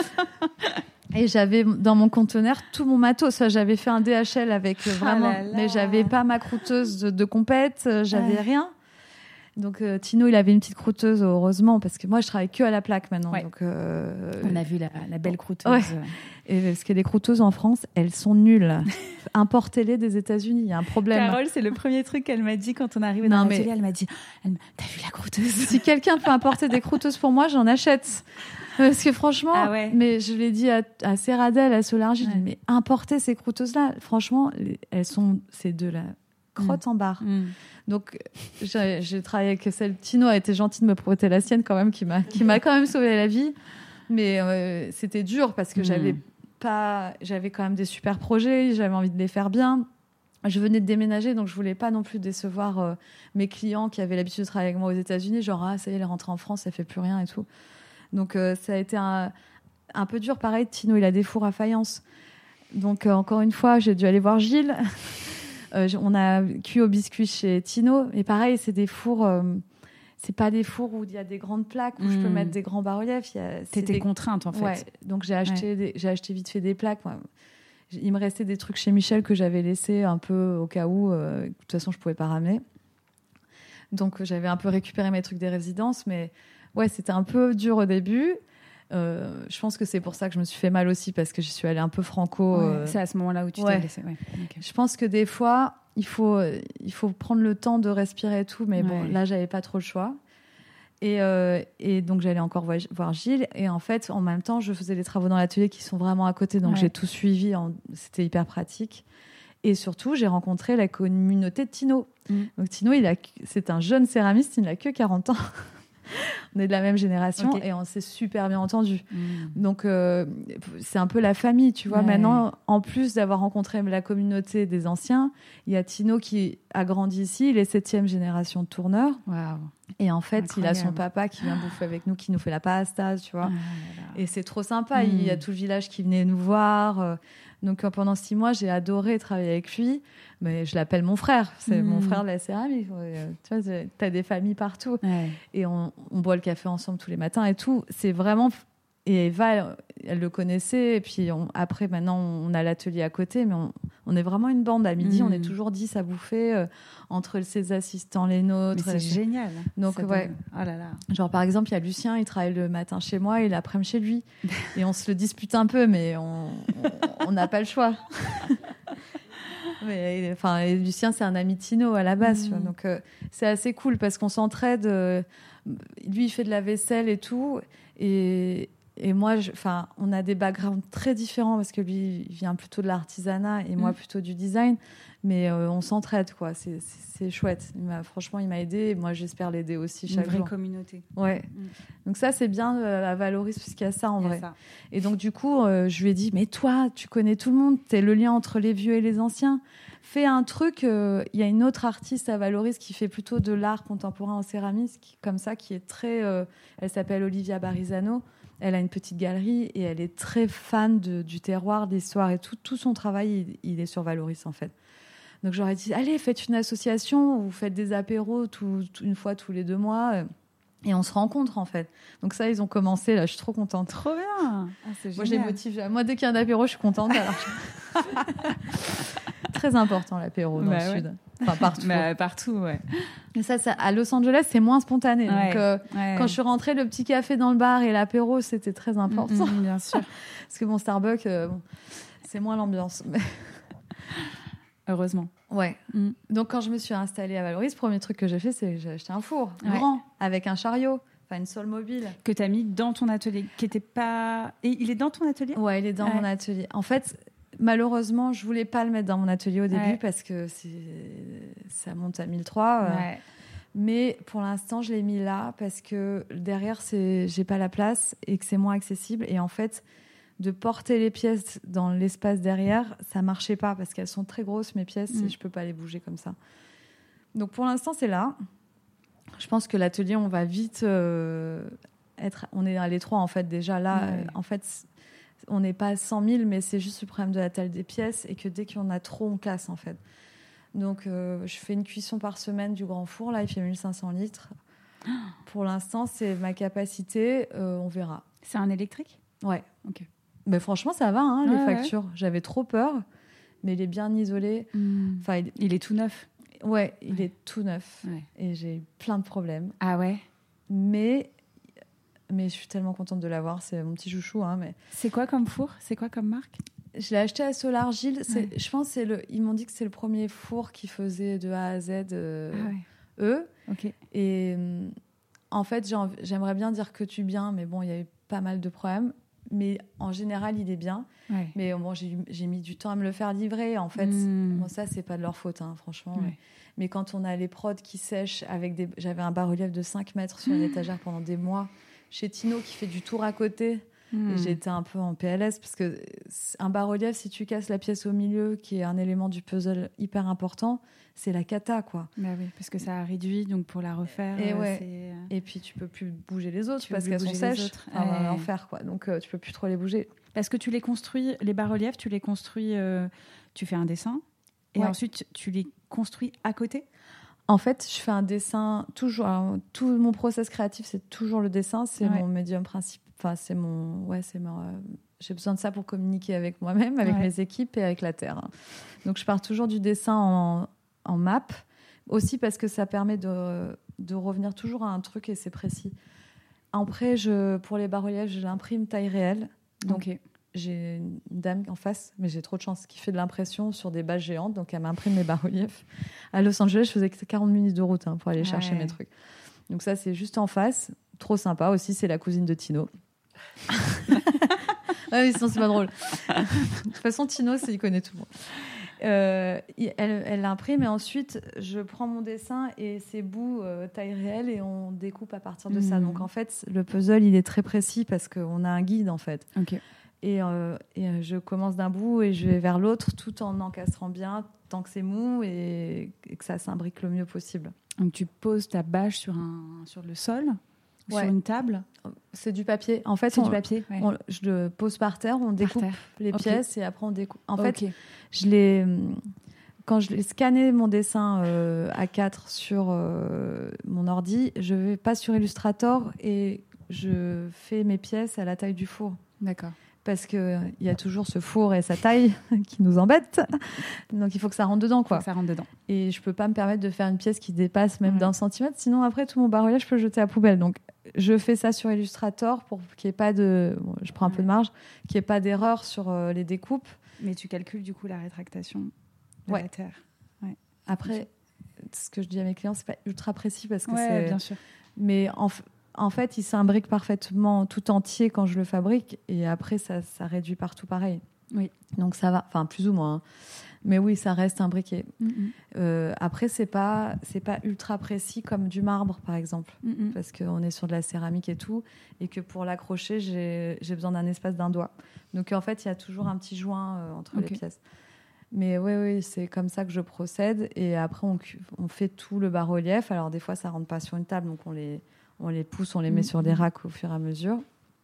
Et j'avais dans mon conteneur tout mon matos. Enfin, j'avais fait un D H L avec euh, vraiment, ah là là. Mais j'avais pas ma croûteuse de, de compète, j'avais ouais. rien. Donc euh, Tino, il avait une petite croûteuse, heureusement, parce que moi, je travaille que à la plaque maintenant. Ouais. Donc, euh, on a vu la, la belle croûteuse. Ouais. Et parce que les croûteuses en France, elles sont nulles. Importez-les des États-Unis, il y a un problème. Carole, c'est le premier truc qu'elle m'a dit quand on est arrivé dans l'atelier. Elle m'a dit, elle m'a... t'as vu la croûteuse ? Si quelqu'un peut importer des croûteuses pour moi, j'en achète. Parce que franchement, ah ouais. mais je l'ai dit à, à Serradel, à Solargie, ouais. mais importez ces croûteuses-là. Franchement, elles sont, c'est de la crotte mmh. en barre. Mmh. Donc, j'ai, j'ai travaillé avec celle. Tino a été gentil de me prêter la sienne quand même, qui m'a, qui m'a quand même sauvé la vie. Mais euh, c'était dur parce que mmh. j'avais pas, j'avais quand même des super projets, j'avais envie de les faire bien. Je venais de déménager, donc je voulais pas non plus décevoir euh, mes clients qui avaient l'habitude de travailler avec moi aux États-Unis. Genre, ah, ça y est, elle est rentrée en France, elle fait plus rien et tout. Donc, euh, ça a été un, un peu dur. Pareil, Tino, il a des fours à faïence. Donc, euh, encore une fois, j'ai dû aller voir Gilles. euh, on a cuit au biscuit chez Tino. Et pareil, c'est des fours... Euh, c'est pas des fours où il y a des grandes plaques, où mmh. je peux mettre des grands bas-reliefs. T'étais des... contrainte, en fait. Ouais, donc, j'ai acheté, ouais. des, j'ai acheté vite fait des plaques. Moi. Il me restait des trucs chez Michel que j'avais laissés un peu au cas où. Euh, de toute façon, je pouvais pas ramener. Donc, j'avais un peu récupéré mes trucs des résidences, mais... Ouais, c'était un peu dur au début. Euh, je pense que c'est pour ça que je me suis fait mal aussi, parce que je suis allée un peu franco. Ouais, euh... C'est à ce moment-là où tu ouais. t'es laissée. Ouais. Okay. Je pense que des fois, il faut, il faut prendre le temps de respirer et tout. Mais ouais. bon, là, j'avais pas trop le choix. Et, euh, et donc, j'allais encore voir Gilles. Et en fait, en même temps, je faisais les travaux dans l'atelier qui sont vraiment à côté. Donc, ouais. j'ai tout suivi. En... C'était hyper pratique. Et surtout, j'ai rencontré la communauté de Tino. Mm. Donc, Tino, il a... c'est un jeune céramiste. Il n'a que quarante ans. On est de la même génération okay. et on s'est super bien entendus. Mmh. Donc, euh, c'est un peu la famille, tu vois. Ouais. Maintenant, en plus d'avoir rencontré la communauté des anciens, il y a Tino qui a grandi ici. Il est septième génération de tourneur. Wow. Et en fait, incroyable. Il a son papa qui vient bouffer avec nous, qui nous fait la pasta, tu vois. Ah, et c'est trop sympa. Mmh. Il y a tout le village qui venait nous voir. Donc, pendant six mois, j'ai adoré travailler avec lui. Mais je l'appelle mon frère. C'est mmh. mon frère de la céramique. Tu vois, t'as des familles partout. Ouais. Et on, on boit le café ensemble tous les matins et tout. C'est vraiment... Et Eva, elle, elle le connaissait. Et puis on, après, maintenant, on a l'atelier à côté. Mais on, on est vraiment une bande. À midi, mmh. on est toujours dix à bouffer. Euh, entre ses assistants, les nôtres. Mais c'est et... génial. Donc, ça ouais. Donne... Oh là là. Genre, par exemple, il y a Lucien, il travaille le matin chez moi et l'après-midi chez lui. Et on se le dispute un peu, mais on n'a pas le choix. Mais, enfin, Lucien, c'est un ami de Tino à la base. Mmh. Tu vois, donc, euh, c'est assez cool parce qu'on s'entraide. Euh, lui, il fait de la vaisselle et tout. Et, et moi, enfin, on a des backgrounds très différents parce que lui, il vient plutôt de l'artisanat et mmh. moi, plutôt du design. Mais euh, on s'entraide, quoi. C'est, c'est, c'est chouette. Il m'a, franchement, il m'a aidé. Et moi, j'espère l'aider aussi chaque jour. Une vraie communauté. Ouais. Mmh. Donc ça, c'est bien euh, à Valoris puisqu'il y a ça en vrai. Ça. Et donc, du coup, euh, je lui ai dit, mais toi, tu connais tout le monde. T'es le lien entre les vieux et les anciens. Fais un truc. Il euh, y a une autre artiste à Valoris qui fait plutôt de l'art contemporain en céramique, qui, comme ça, qui est très... Euh, elle s'appelle Olivia Barizano. Elle a une petite galerie et elle est très fan de, du terroir, de l'histoire et tout. Tout son travail, il, il est sur Valoris, en fait. Donc, j'aurais dit, allez, faites une association ou faites des apéros tout, tout, une fois tous les deux mois et on se rencontre, en fait. Donc ça, ils ont commencé, là, je suis trop contente. Trop bien. Ah, c'est Moi, je les motive. Moi, dès qu'il y a un apéro, je suis contente. Alors... Très important l'apéro dans bah le ouais. sud. Enfin, partout. Bah, partout, ouais. Mais ça, ça, à Los Angeles, c'est moins spontané. Ouais, Donc, euh, ouais. quand je suis rentrée, le petit café dans le bar et l'apéro, c'était très important. Mmh, bien sûr. Parce que mon Starbucks, euh, bon, c'est moins l'ambiance. Mais... Heureusement. Ouais. Mm. Donc, quand je me suis installée à Valoris, le premier truc que j'ai fait, c'est que j'ai acheté un four Ouais. grand avec un chariot, enfin une sole mobile. Que tu as mis dans ton atelier, qui était pas... Et il est dans ton atelier ? Ouais, il est dans Ouais. mon atelier. En fait, malheureusement, je voulais pas le mettre dans mon atelier au début Ouais. parce que c'est... ça monte à mille trois. Euh... Ouais. Mais pour l'instant, je l'ai mis là parce que derrière, c'est... j'ai pas la place et que c'est moins accessible. Et en fait, de porter les pièces dans l'espace derrière, ça marchait pas parce qu'elles sont très grosses, mes pièces, Mm. et je peux pas les bouger comme ça. Donc pour l'instant, c'est là. Je pense que l'atelier, on va vite euh, être... On est à l'étroit, en fait, déjà là. Ouais. En fait, on n'est pas à cent mille, mais c'est juste le problème de la taille des pièces et que dès qu'il y en a trop, on casse, en fait. Donc, euh, je fais une cuisson par semaine du grand four. Là, il fait mille cinq cents litres. Pour l'instant, c'est ma capacité. Euh, on verra. C'est un électrique ? Ouais. Ok. Mais franchement, ça va, hein, Ouais, les ouais. factures. J'avais trop peur, mais il est bien isolé. Mm. Enfin, il... Il est tout neuf. ouais, il Ouais. est tout neuf. Ouais. Et j'ai eu plein de problèmes. Ah ouais ? Mais, mais je suis tellement contente de l'avoir. C'est mon petit chouchou. Hein, mais... C'est quoi comme four ? C'est quoi comme marque ? Je l'ai acheté à Solargil. C'est, Ouais. je pense que c'est le, ils m'ont dit que c'est le premier four qui faisait de A à Z euh, Ah ouais. eux. Ok. Et euh, en fait, j'ai envie- j'aimerais bien dire que tu bien, mais bon, il y a eu pas mal de problèmes. Mais en général, il est bien. Ouais. Mais bon, j'ai, j'ai mis du temps à me le faire livrer. En fait, Mm. bon, ça, c'est pas de leur faute, hein, franchement. Ouais. Mais, mais quand on a les prods qui sèchent avec des... J'avais un bas-relief de cinq mètres sur une étagère pendant des mois. Chez Tino, qui fait du tour à côté. Mm. Et j'étais un peu en P L S parce que un bas-relief, si tu casses la pièce au milieu, qui est un élément du puzzle hyper important, c'est la cata, quoi. Bah oui, parce que ça a réduit, donc pour la refaire, Et euh, ouais. c'est... Et puis tu peux plus bouger les autres Tu peux parce plus qu'elles sont bouger les sèches. autres. Enfin, Ouais. l'enfer, quoi. Donc euh, tu peux plus trop les bouger. Parce que tu les construis, les bas-reliefs, tu les construis, euh, tu fais un dessin, et Ouais. ensuite tu les construis à côté. En fait, je fais un dessin toujours. Alors, tout mon process créatif, c'est toujours le dessin. C'est Ouais. mon médium principal. Enfin, c'est mon. Ouais, c'est mon. euh, J'ai besoin de ça pour communiquer avec moi-même, avec Ouais. mes équipes et avec la terre. Donc, je pars toujours du dessin en, en map. Aussi parce que ça permet de, de revenir toujours à un truc et c'est précis. Après, je, pour les bas-reliefs, je l'imprime taille réelle. Donc, Ok. j'ai une dame en face, mais j'ai trop de chance, qui fait de l'impression sur des bases géantes. Donc, elle m'imprime mes bas-reliefs. À Los Angeles, je faisais quarante minutes de route hein, pour aller chercher Ouais. mes trucs. Donc, ça, c'est juste en face. Trop sympa aussi, c'est la cousine de Tino. Ouais, mais sinon, c'est pas drôle. De toute façon, Tino, c'est, il connaît tout le monde. Euh, il- elle, elle l'imprime et ensuite, je prends mon dessin et ses bouts euh, taille réelle et on découpe à partir de ça. Mhm. Donc, en fait, le puzzle, il est très précis parce qu'on a un guide, en fait. Ok. Et, euh, et euh, je commence d'un bout et je vais vers l'autre tout en encastrant bien tant que c'est mou et, et que ça s'imbrique le mieux possible. Donc tu poses ta bâche sur, un, sur le sol, ou Ouais. sur une table. C'est du papier. En fait, C'est on- du papier. Ouais. on- je le pose par terre, on Par découpe terre. les Ok. pièces et après on découpe. En fait, Ok. je l'ai, hum, quand je l'ai scanné mon dessin euh, A quatre sur euh, mon ordi, je vais pas sur Illustrator et je fais mes pièces à la taille du four. D'accord. Parce qu'il y a toujours ce four et sa taille qui nous embêtent. Donc il faut que ça rentre dedans, Faut quoi. que ça rentre dedans. Et je peux pas me permettre de faire une pièce qui dépasse même Ouais. d'un centimètre. Sinon, après, tout mon bas-relief, je peux le jeter à la poubelle. Donc je fais ça sur Illustrator pour qu'il n'y ait pas de... bon, je prends un peu de Ouais. marge, qu'il n'y ait pas d'erreur sur euh, les découpes. Mais tu calcules du coup la rétractation de Ouais. la terre. Après, ce que je dis à mes clients, c'est pas ultra précis parce que Ouais, c'est... bien sûr. Mais en, f- en fait, il s'imbrique parfaitement tout entier quand je le fabrique. Et après, ça, ça réduit partout pareil. Oui. Donc ça va, enfin plus ou moins. hein. Mais oui, ça reste imbriqué. Mhm. Euh, après, c'est pas, c'est pas ultra précis comme du marbre, par exemple. Mhm. Parce qu'on est sur de la céramique et tout. Et que pour l'accrocher, j'ai, j'ai besoin d'un espace d'un doigt. Donc en fait, il y a toujours un petit joint euh, entre Ok. les pièces. Mais oui, oui, c'est comme ça que je procède. Et après, on, cu- on fait tout le bas-relief. Alors, des fois, ça ne rentre pas sur une table. Donc, on les, on les pousse, on les met Mhm. sur des racks au fur et à mesure.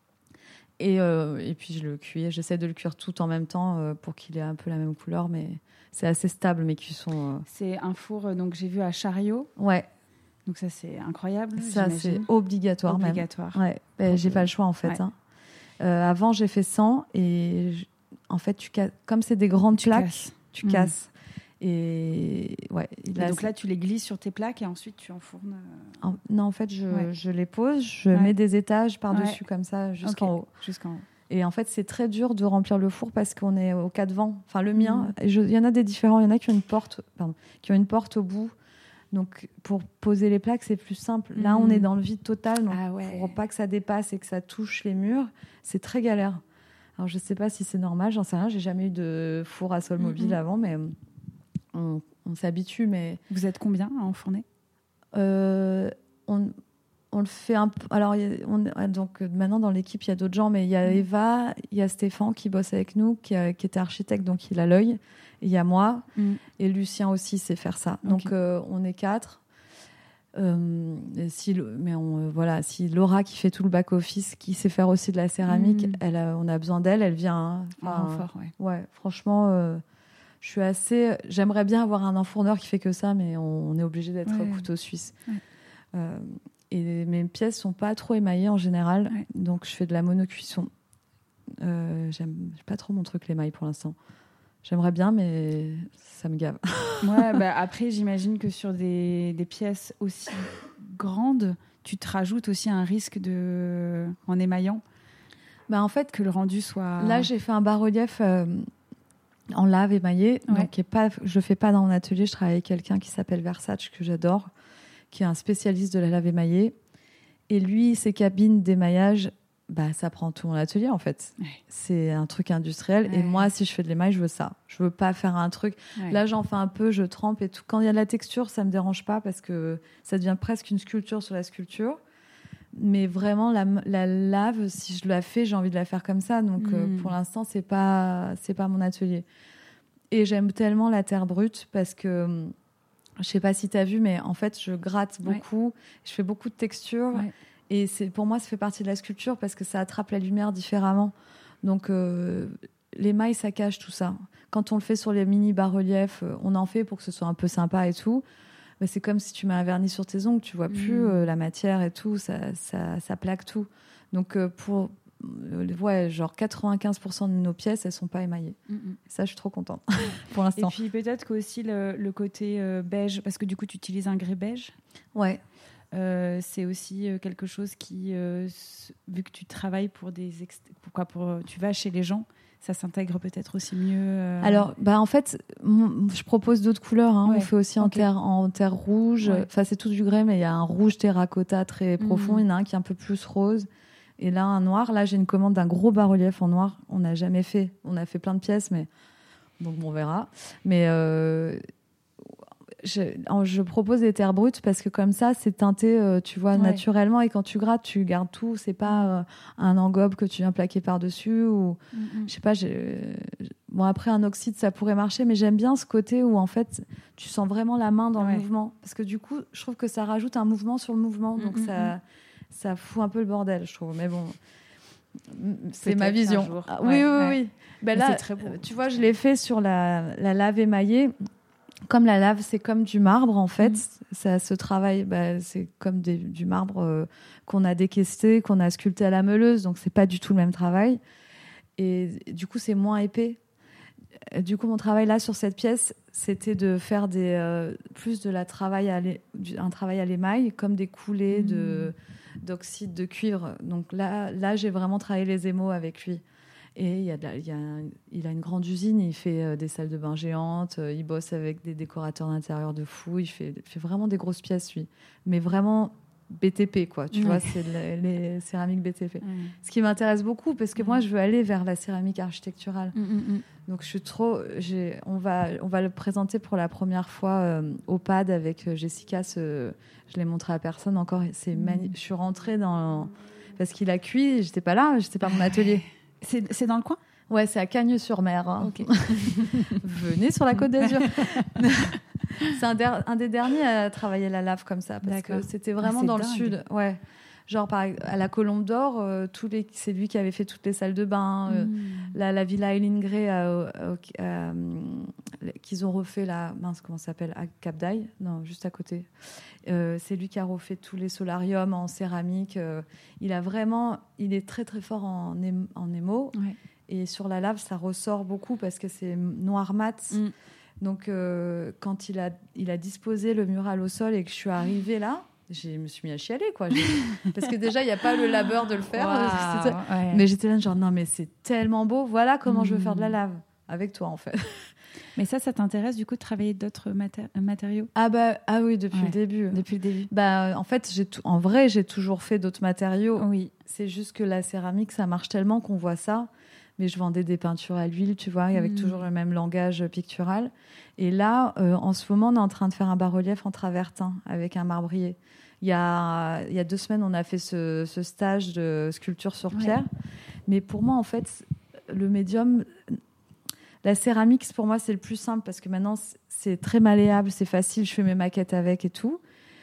Et, euh, et puis, je le cuis. J'essaie de le cuire tout en même temps euh, pour qu'il ait un peu la même couleur. Mais c'est assez stable, mes cuissons. euh. C'est un four, euh, donc j'ai vu à Chariot. Ouais, Donc ça, c'est incroyable. ça, c'est j'imagine. obligatoire, obligatoire. même. Ouais, ben, j'ai pas le choix, en fait. Ouais. hein. Euh, avant, j'ai fait cent. Et je- en fait, tu ca- comme c'est des grandes Tu plaques, casses. tu Mmh. casses. Et, ouais, Et là, donc là, tu les glisses sur tes plaques et ensuite tu enfournes. euh, en- non, en fait, je, Ouais. je les pose, je Ouais. mets des étages par-dessus Ouais. comme ça jusqu'en Ok. haut. Jusqu'en haut. Et en fait, c'est très dur de remplir le four parce qu'on est au cas de vent. Enfin, le mien, Mhm. je- il y en a des différents. Il y en a qui ont une porte, pardon, qui ont une porte au bout. Donc, pour poser les plaques, c'est plus simple. Là, on Mhm. est dans le vide total. Donc, Ah ouais. pour pas que ça dépasse et que ça touche les murs, c'est très galère. Alors, je sais pas si c'est normal, j'en sais rien. J'ai jamais eu de four à sol mobile Mhm. avant, mais on, on s'habitue. Mais Vous êtes combien à enfourner? euh, on, on le fait un peu. Alors, il y a- on, donc euh, maintenant dans l'équipe, il y a d'autres gens, mais il y a Mhm. Eva, il y a Stéphane qui bosse avec nous, qui, a- qui était architecte, donc il a l'œil. Et il y a moi, Mhm. et Lucien aussi sait faire ça. Ok. Donc, euh, on est quatre. Euh, et si, mais on, euh, voilà, si Laura qui fait tout le back office, qui sait faire aussi de la céramique, Mhm. elle a- on a besoin d'elle. Elle vient. hein. En Enfin, renfort, ouais. ouais, franchement, euh, je suis assez. J'aimerais bien avoir un enfourneur qui fait que ça, mais on, on est obligé d'être Ouais. au couteau suisse. Ouais. Euh, et mes pièces sont pas trop émaillées en général, Ouais. donc je fais de la monocuisson. Euh, j'aime pas trop mon truc l'émail pour l'instant. J'aimerais bien, mais ça me gave. Ouais, bah après, j'imagine que sur des, des pièces aussi grandes, tu te rajoutes aussi un risque de, en émaillant, Bah en fait, que le rendu soit. là j'ai fait un bas-relief euh, en lave émaillé, Ouais. donc qui est pas, je fais pas dans mon atelier. Je travaille avec quelqu'un qui s'appelle Versace que j'adore, qui est un spécialiste de la lave émaillée. Et lui, ses cabines d'émaillage, bah, ça prend tout mon atelier, en fait. Ouais. C'est un truc industriel. Ouais. Et moi, si je fais de l'émail, je veux ça. Je veux pas faire un truc. Ouais. Là, j'en fais un peu, je trempe et tout. Quand il y a de la texture, ça me dérange pas parce que ça devient presque une sculpture sur la sculpture. Mais vraiment, la, la lave, si je la fais, j'ai envie de la faire comme ça. Donc, euh, Mm. pour l'instant, c'est pas, c'est pas mon atelier. Et j'aime tellement la terre brute parce que, je sais pas si tu as vu, mais en fait, je gratte Ouais. beaucoup. Je fais beaucoup de textures. Ouais. Et c'est, pour moi, ça fait partie de la sculpture parce que ça attrape la lumière différemment. Donc, euh, l'émail, ça cache tout ça. Quand on le fait sur les mini bas-reliefs, euh, on en fait pour que ce soit un peu sympa et tout. Mais c'est comme si tu mets un vernis sur tes ongles, tu vois plus Mmh. euh, la matière et tout, ça, ça, ça plaque tout. Donc, euh, pour euh, ouais, genre quatre-vingt-quinze pour cent de nos pièces, elles sont pas émaillées. Mm, mm. Ça, je suis trop contente pour Et l'instant. puis peut-être qu'aussi le, le côté euh, beige, parce que du coup tu utilises un grès beige, Ouais. euh, c'est aussi euh, quelque chose qui, euh, s- vu que tu travailles pour des, ex- pourquoi pour, euh, tu vas chez les gens, ça s'intègre peut-être aussi mieux. euh, Alors, bah, en fait, m- je propose d'autres couleurs. Hein. Ouais, On fait aussi en, ok. terre, en terre rouge. Ouais. Enfin, c'est tout du grès, mais il y a un rouge terracotta très profond. Mhm. Il y en a un qui est un peu plus rose. Et là, un noir. Là, j'ai une commande d'un gros bas-relief en noir. On n'a jamais fait. On a fait plein de pièces, mais donc on verra. Mais euh, je, en- je propose des terres brutes parce que comme ça, c'est teinté, euh, tu vois, Ouais. naturellement. Et quand tu grattes, tu gardes tout. C'est pas euh, un engobe que tu viens plaquer par-dessus ou Mm, mm. je sais pas, j'ai- bon après un oxyde ça pourrait marcher, mais j'aime bien ce côté où en fait tu sens vraiment la main dans Ouais. le mouvement, parce que du coup je trouve que ça rajoute un mouvement sur le mouvement, donc Mm, mm, ça ça fout un peu le bordel, je trouve. Mais bon, c'est Peut-être ma un vision. jour. Ah, Ouais, oui oui ouais. oui. Ben Mais là, c'est très beau. tu vois, je l'ai fait sur la, la lave émaillée. Comme la lave, c'est comme du marbre en fait. Mm. Ça se travaille, bah, c'est comme des- du marbre euh, qu'on a décaissé, qu'on a sculpté à la meuleuse, donc c'est pas du tout le même travail. Et du coup, c'est moins épais. Euh, Du coup, mon travail là sur cette pièce, c'était de faire des, euh, plus de la travail à l'é- du- un travail à l'émail, comme des coulées Mm. de, d'oxyde de cuivre. Donc là, là j'ai vraiment travaillé les émaux avec lui. Et il, y a de la- il, y a un- il a une grande usine, il fait euh, des salles de bain géantes, euh, il bosse avec des décorateurs d'intérieur de fou, il fait, il fait vraiment des grosses pièces, lui. Mais vraiment B T P, quoi. Tu Ouais. vois, c'est le- les céramiques B T P. Mm. Ce qui m'intéresse beaucoup, parce que Mm. moi, je veux aller vers la céramique architecturale. Mm, mm, mm. Donc, je suis trop. j'ai- On va, on va le présenter pour la première fois euh, au P A D avec euh, Jessica. Ce, je l'ai montré à personne encore. et C'est Mm. magnifique. Je suis rentrée dans. Parce qu'il a cuit, j'étais pas là, j'étais pas à mon atelier. C'est c'est dans le coin? Ouais, c'est à Cagnes-sur-Mer. hein. Ok. Venez sur la Côte d'Azur. C'est un, der- un des derniers à travailler la lave comme ça, parce que D'accord. c'était vraiment Ah, c'est dans dingue. le sud. Ouais. Genre par, à la Colombe d'Or, euh, tous les, c'est lui qui avait fait toutes les salles de bain. euh, Mm. la, la villa Eileen Gray à- à- à- qu'ils ont refait la mince comment ça s'appelle à Cap d'Aille, non juste à côté. Euh, c'est lui qui a refait tous les solariums en céramique. euh, il a vraiment, il est très très fort en, ém- en émo. Ouais. et sur la lave, ça ressort beaucoup parce que c'est noir mat. Mm. Donc, euh, quand il a, il a disposé le mural au sol et que je suis arrivée là, je me suis mis à chialer, quoi. Parce que déjà, il n'y a pas le labeur de le faire. Wow, ouais. Mais j'étais là, genre, non, mais c'est tellement beau. Voilà comment mmh. je veux faire de la lave. Avec toi, en fait. Mais ça, ça t'intéresse, du coup, de travailler d'autres maté- matériaux ? Ah, bah, ah oui, depuis ouais. le début. Depuis le début. Bah, en fait, j'ai t- en vrai, j'ai toujours fait d'autres matériaux. Oui. C'est juste que la céramique, ça marche tellement qu'on voit ça. Mais je vendais des peintures à l'huile, tu vois, avec mmh. toujours le même langage pictural. Et là, euh, en ce moment, on est en train de faire un bas-relief en travertin avec un marbrier. Il y a, il y a deux semaines, on a fait ce, ce stage de sculpture sur pierre. Ouais. Mais pour moi, en fait, le médium, la céramique, pour moi, c'est le plus simple parce que maintenant, c'est très malléable, c'est facile, je fais mes maquettes avec et tout.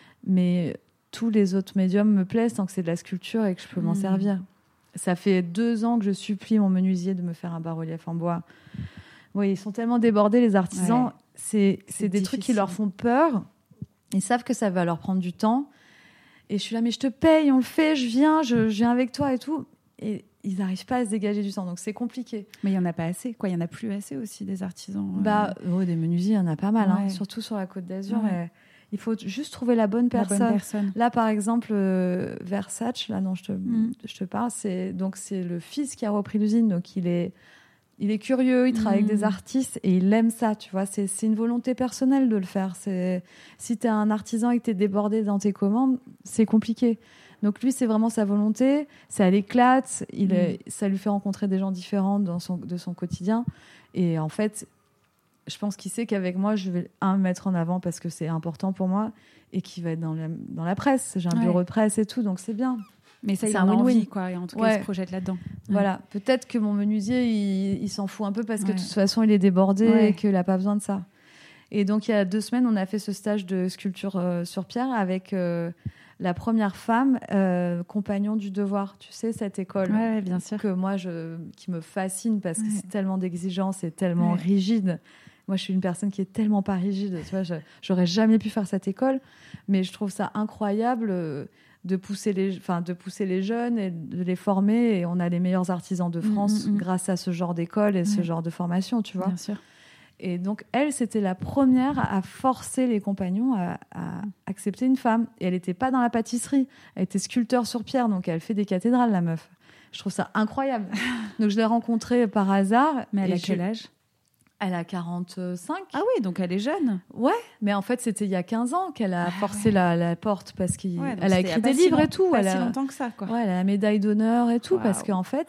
Mais tous les autres médiums me plaisent tant que c'est de la sculpture et que je peux mmh. m'en servir. Ça fait deux ans que je supplie mon menuisier de me faire un bas-relief en bois. Oui, ils sont tellement débordés, les artisans. Ouais, c'est, c'est, c'est des difficile. Trucs qui leur font peur. Ils savent que ça va leur prendre du temps. Et je suis là, mais je te paye, on le fait, je viens, je, je viens avec toi et tout. Et ils n'arrivent pas à se dégager du temps, donc c'est compliqué. Mais il n'y en a pas assez, quoi. Il n'y en a plus assez aussi, des artisans. Euh... Bah, oh, des menuisiers, il y en a pas mal, ouais. hein, surtout sur la Côte d'Azur. Ouais. Mais il faut juste trouver la bonne personne. La bonne personne. Là, par exemple, euh, Versace, là dont je te, mm. je te parle, c'est, donc, c'est le fils qui a repris l'usine. Donc, il est, il est curieux, il travaille mm. avec des artistes et il aime ça, tu vois. C'est, c'est une volonté personnelle de le faire. C'est, si tu es un artisan et que tu es débordé dans tes commandes, c'est compliqué. Donc, lui, c'est vraiment sa volonté. Ça l'éclate. Il mm. est, ça lui fait rencontrer des gens différents dans son, de son quotidien. Et en fait... je pense qu'il sait qu'avec moi, je vais un me mettre en avant parce que c'est important pour moi et qu'il va être dans la, dans la presse. J'ai un ouais. bureau de presse et tout, donc c'est bien. Mais ça, c'est il un en a win-win. envie, quoi. Et en tout cas, ouais. il se projette là-dedans. Voilà. Ouais. Peut-être que mon menuisier, il, il s'en fout un peu parce que ouais. de toute façon, il est débordé ouais. et qu'il n'a pas besoin de ça. Et donc, il y a deux semaines, on a fait ce stage de sculpture euh, sur pierre avec euh, la première femme euh, compagnon du devoir. Tu sais, cette école ouais, bien sûr. Que moi, je, qui me fascine parce que ouais. c'est tellement d'exigence et tellement ouais. rigide. Moi, je suis une personne qui est tellement pas rigide. Tu vois, je, j'aurais jamais pu faire cette école, mais je trouve ça incroyable de pousser les, enfin, de pousser les jeunes et de les former. Et on a les meilleurs artisans de France mmh, mmh. grâce à ce genre d'école et ouais. ce genre de formation, tu vois. Bien sûr. Et donc, elle, c'était la première à forcer les compagnons à, à accepter une femme. Et elle n'était pas dans la pâtisserie. Elle était sculpteur sur pierre, donc elle fait des cathédrales, la meuf. Je trouve ça incroyable. Donc, je l'ai rencontrée par hasard. Mais elle a je... quel âge ? Elle a quarante-cinq. Ah oui, donc elle est jeune. Ouais, mais en fait, c'était il y a quinze ans qu'elle a ah forcé ouais. la, la porte parce qu'elle ouais, a écrit des livres si et tout. Pas elle si a... longtemps que ça, quoi. Ouais, elle a la médaille d'honneur et tout, wow. parce qu'en fait,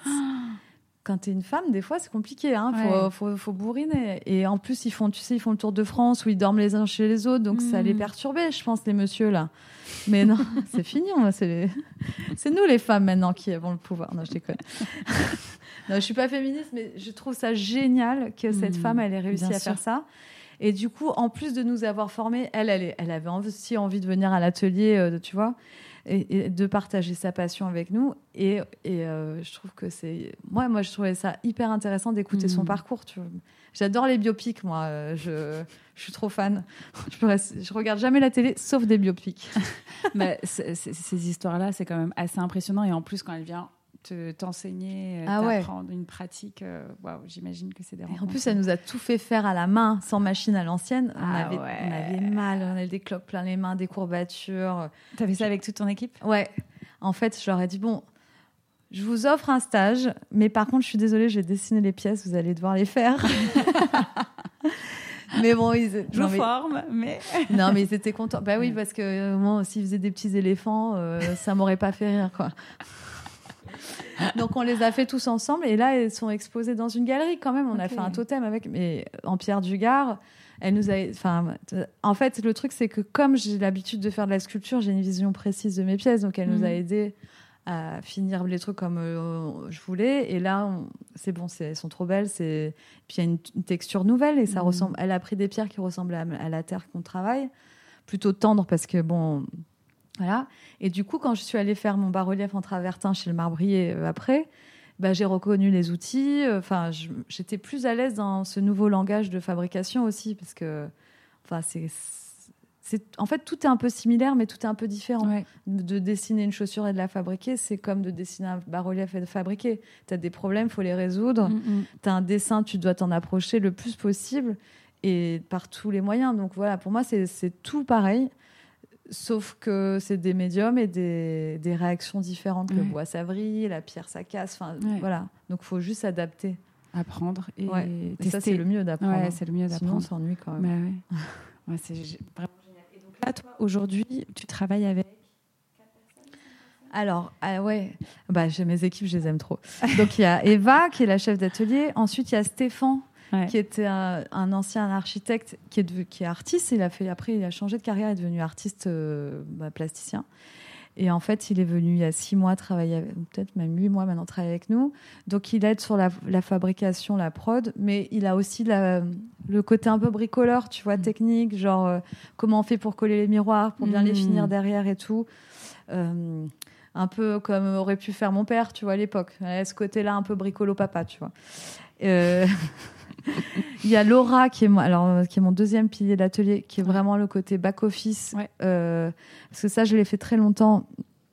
quand t'es une femme, des fois, c'est compliqué. Hein. Faut, ouais. faut, faut bourriner. Et en plus, ils font, tu sais, ils font le tour de France où ils dorment les uns chez les autres, donc mmh. ça les perturbait, je pense, les messieurs, là. Mais non, c'est fini. C'est, les... c'est nous, les femmes, maintenant, qui avons le pouvoir. Non, je déconne. Non, je suis pas féministe, mais je trouve ça génial que cette mmh, femme, elle ait réussi à sûr. faire ça. Et du coup, en plus de nous avoir formés, elle, elle, elle avait aussi envie de venir à l'atelier, euh, tu vois, et, et de partager sa passion avec nous. Et, et euh, je trouve que c'est... Moi, moi, je trouvais ça hyper intéressant d'écouter mmh. son parcours, tu vois. J'adore les biopics, moi. Je, je suis trop fan. Je, peux rester... je regarde jamais la télé, sauf des biopics. Mais c'est, c'est, ces histoires-là, c'est quand même assez impressionnant. Et en plus, quand elle vient... Te, t'enseigner, ah t'apprendre ouais. une pratique. Euh, waouh, j'imagine que c'est des rencontres. En plus, elle nous a tout fait faire à la main, sans machine à l'ancienne. On, ah avait, ouais. on avait mal, on avait des cloques plein les mains, des courbatures. T'as fait ça avec toute ton équipe ? Ouais. En fait, je leur ai dit, bon, je vous offre un stage, mais par contre, je suis désolée, je vais dessiner les pièces, vous allez devoir les faire. Mais bon, ils... je non, mais... forme, mais non, mais ils étaient contents. Bah oui, parce que moi, s'ils faisaient des petits éléphants, euh, ça m'aurait pas fait rire, quoi. Donc on les a fait tous ensemble et là elles sont exposées dans une galerie quand même. On okay. a fait un totem avec, mais en pierre du Gard. Elle nous a, enfin, en fait le truc c'est que comme j'ai l'habitude de faire de la sculpture, j'ai une vision précise de mes pièces, donc elle mmh. nous a aidé à finir les trucs comme euh, je voulais. Et là on, c'est bon, c'est, elles sont trop belles. C'est, puis il y a une, une texture nouvelle et ça mmh. ressemble. Elle a pris des pierres qui ressemblent à, à la terre qu'on travaille, plutôt tendre parce que bon. Voilà. Et du coup, quand je suis allée faire mon bas-relief en travertin chez le marbrier euh, après, bah, j'ai reconnu les outils. Enfin, euh, j'étais plus à l'aise dans ce nouveau langage de fabrication aussi, parce que, enfin, c'est c'est, en fait, tout est un peu similaire, mais tout est un peu différent. Ouais. De dessiner une chaussure et de la fabriquer, c'est comme de dessiner un bas-relief et de fabriquer. Tu as des problèmes, il faut les résoudre. Mm-hmm. Tu as un dessin, tu dois t'en approcher le plus possible et par tous les moyens. Donc voilà, pour moi, c'est, c'est tout pareil, sauf que c'est des médiums et des, des réactions différentes. Ouais. Le bois, ça vrille, la pierre, ça casse. Enfin, ouais. Voilà. Donc il faut juste s'adapter. Apprendre et, ouais. et ça, c'est le mieux d'apprendre. Ouais, c'est le mieux d'apprendre. Sinon, on s'ennuie quand même. Bah ouais. Ouais, c'est vraiment génial. Et donc là, toi, aujourd'hui, tu travailles avec quatre personnes ? Alors, ah ouais, bah, j'ai mes équipes, je les aime trop. Donc, il y a Eva, qui est la chef d'atelier. Ensuite, il y a Stéphane, ouais. qui était un, un ancien architecte, qui est, de, qui est artiste. Il a fait, après, il a changé de carrière, il est devenu artiste euh, bah, plasticien. Et en fait, il est venu il y a six mois travailler, avec, peut-être même huit mois maintenant, travailler avec nous. Donc, il aide sur la, la fabrication, la prod, mais il a aussi la, le côté un peu bricoleur, tu vois, mmh. technique, genre euh, comment on fait pour coller les miroirs, pour bien mmh. les finir derrière et tout. Euh, un peu comme aurait pu faire mon père, tu vois, à l'époque. À ce côté-là, un peu bricolo papa, tu vois. Euh... Il y a Laura qui est, mon, alors, qui est mon deuxième pilier d'atelier, qui est ouais. vraiment le côté back-office. Ouais. Euh, parce que ça, je l'ai fait très longtemps.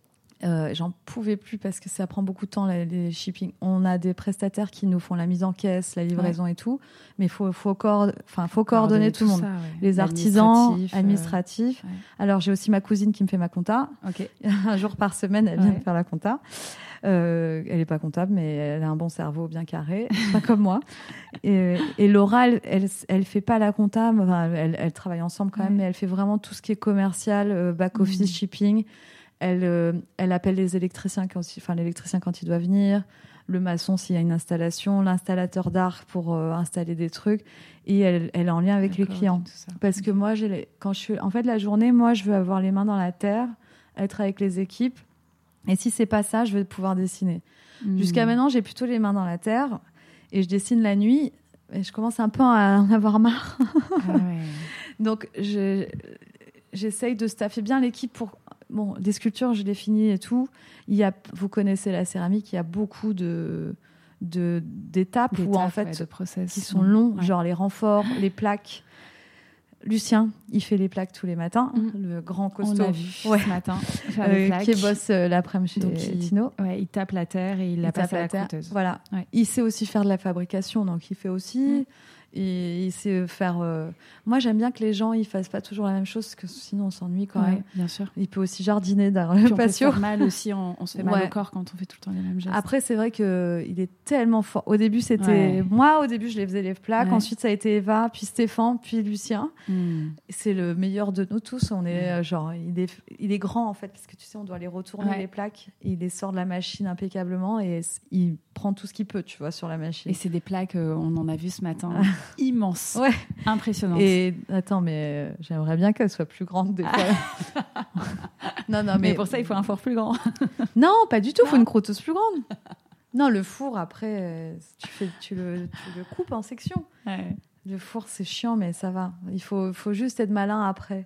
Euh, j'en pouvais plus parce que ça prend beaucoup de temps, les, les shipping. On a des prestataires qui nous font la mise en caisse, la livraison ouais. et tout. Mais il faut, faut, coord... enfin, faut coordonner tout, tout le monde. Ça, ouais. Les artisans, administratifs. Euh... Ouais. Alors, j'ai aussi ma cousine qui me fait ma compta. Okay. Un jour par semaine, elle vient ouais. me faire la compta. Euh, elle n'est pas comptable, mais elle a un bon cerveau bien carré, pas comme moi. Et, et Laura, elle, elle, elle fait pas la compta, enfin, elle, elle travaille ensemble quand ouais. même, mais elle fait vraiment tout ce qui est commercial, euh, back office, mmh. shipping. Elle, euh, elle appelle les électriciens quand, enfin l'électricien quand il doit venir, le maçon s'il y a une installation, l'installateur d'art pour euh, installer des trucs. Et elle, elle est en lien avec D'accord, les clients, parce que moi, j'ai les, quand je suis, en fait, la journée, moi, je veux avoir les mains dans la terre, être avec les équipes. Et si c'est pas ça, je vais pouvoir dessiner. Mmh. Jusqu'à maintenant, j'ai plutôt les mains dans la terre et je dessine la nuit. Et je commence un peu à en avoir marre. Ah ouais. Donc, je, j'essaye de staffer bien l'équipe pour. Bon, des sculptures, je les finis et tout. Il y a, vous connaissez la céramique, il y a beaucoup de, de d'étapes, d'étapes où en fait, ouais, de process, qui sont longs, ouais. genre les renforts, les plaques. Lucien, il fait les plaques tous les matins, mmh. le grand costaud. On l'a vu ouais. ce matin faire les plaques. Euh, qui bosse euh, l'après-midi chez donc il, Tino. Ouais, il tape la terre et il, il la passe à la conteuse. Voilà. Ouais. Il sait aussi faire de la fabrication, donc il fait aussi. Mmh. Et il sait faire. Euh... Moi, j'aime bien que les gens ils fassent pas toujours la même chose, parce que sinon on s'ennuie quand ouais, même. Bien sûr. Il peut aussi jardiner dans le Puis patio. On peut se faire mal aussi, on, on se fait mal ouais. au corps quand on fait tout le temps les mêmes gestes. Après, c'est vrai que il est tellement fort. Au début, c'était ouais. moi. Au début, je les faisais les plaques. Ouais. Ensuite, ça a été Eva, puis Stéphane, puis Lucien. Mm. C'est le meilleur de nous tous. On est ouais. genre, il est, il est grand en fait, parce que tu sais, on doit les retourner ouais. les plaques. Il les sort de la machine impeccablement et il prend tout ce qu'il peut, tu vois, sur la machine. Et c'est des plaques, euh, on en a vu ce matin, immenses. Ouais. Impressionnante. Et attends, mais euh, j'aimerais bien qu'elle soit plus grande des fois. non, non, mais... mais pour ça, il faut un four plus grand. non, pas du tout. Il faut une crotteuse plus grande. Non, le four, après, euh, tu, fais, tu, le, tu le coupes en sections. Ouais. Le four, c'est chiant, mais ça va. Il faut, faut juste être malin après.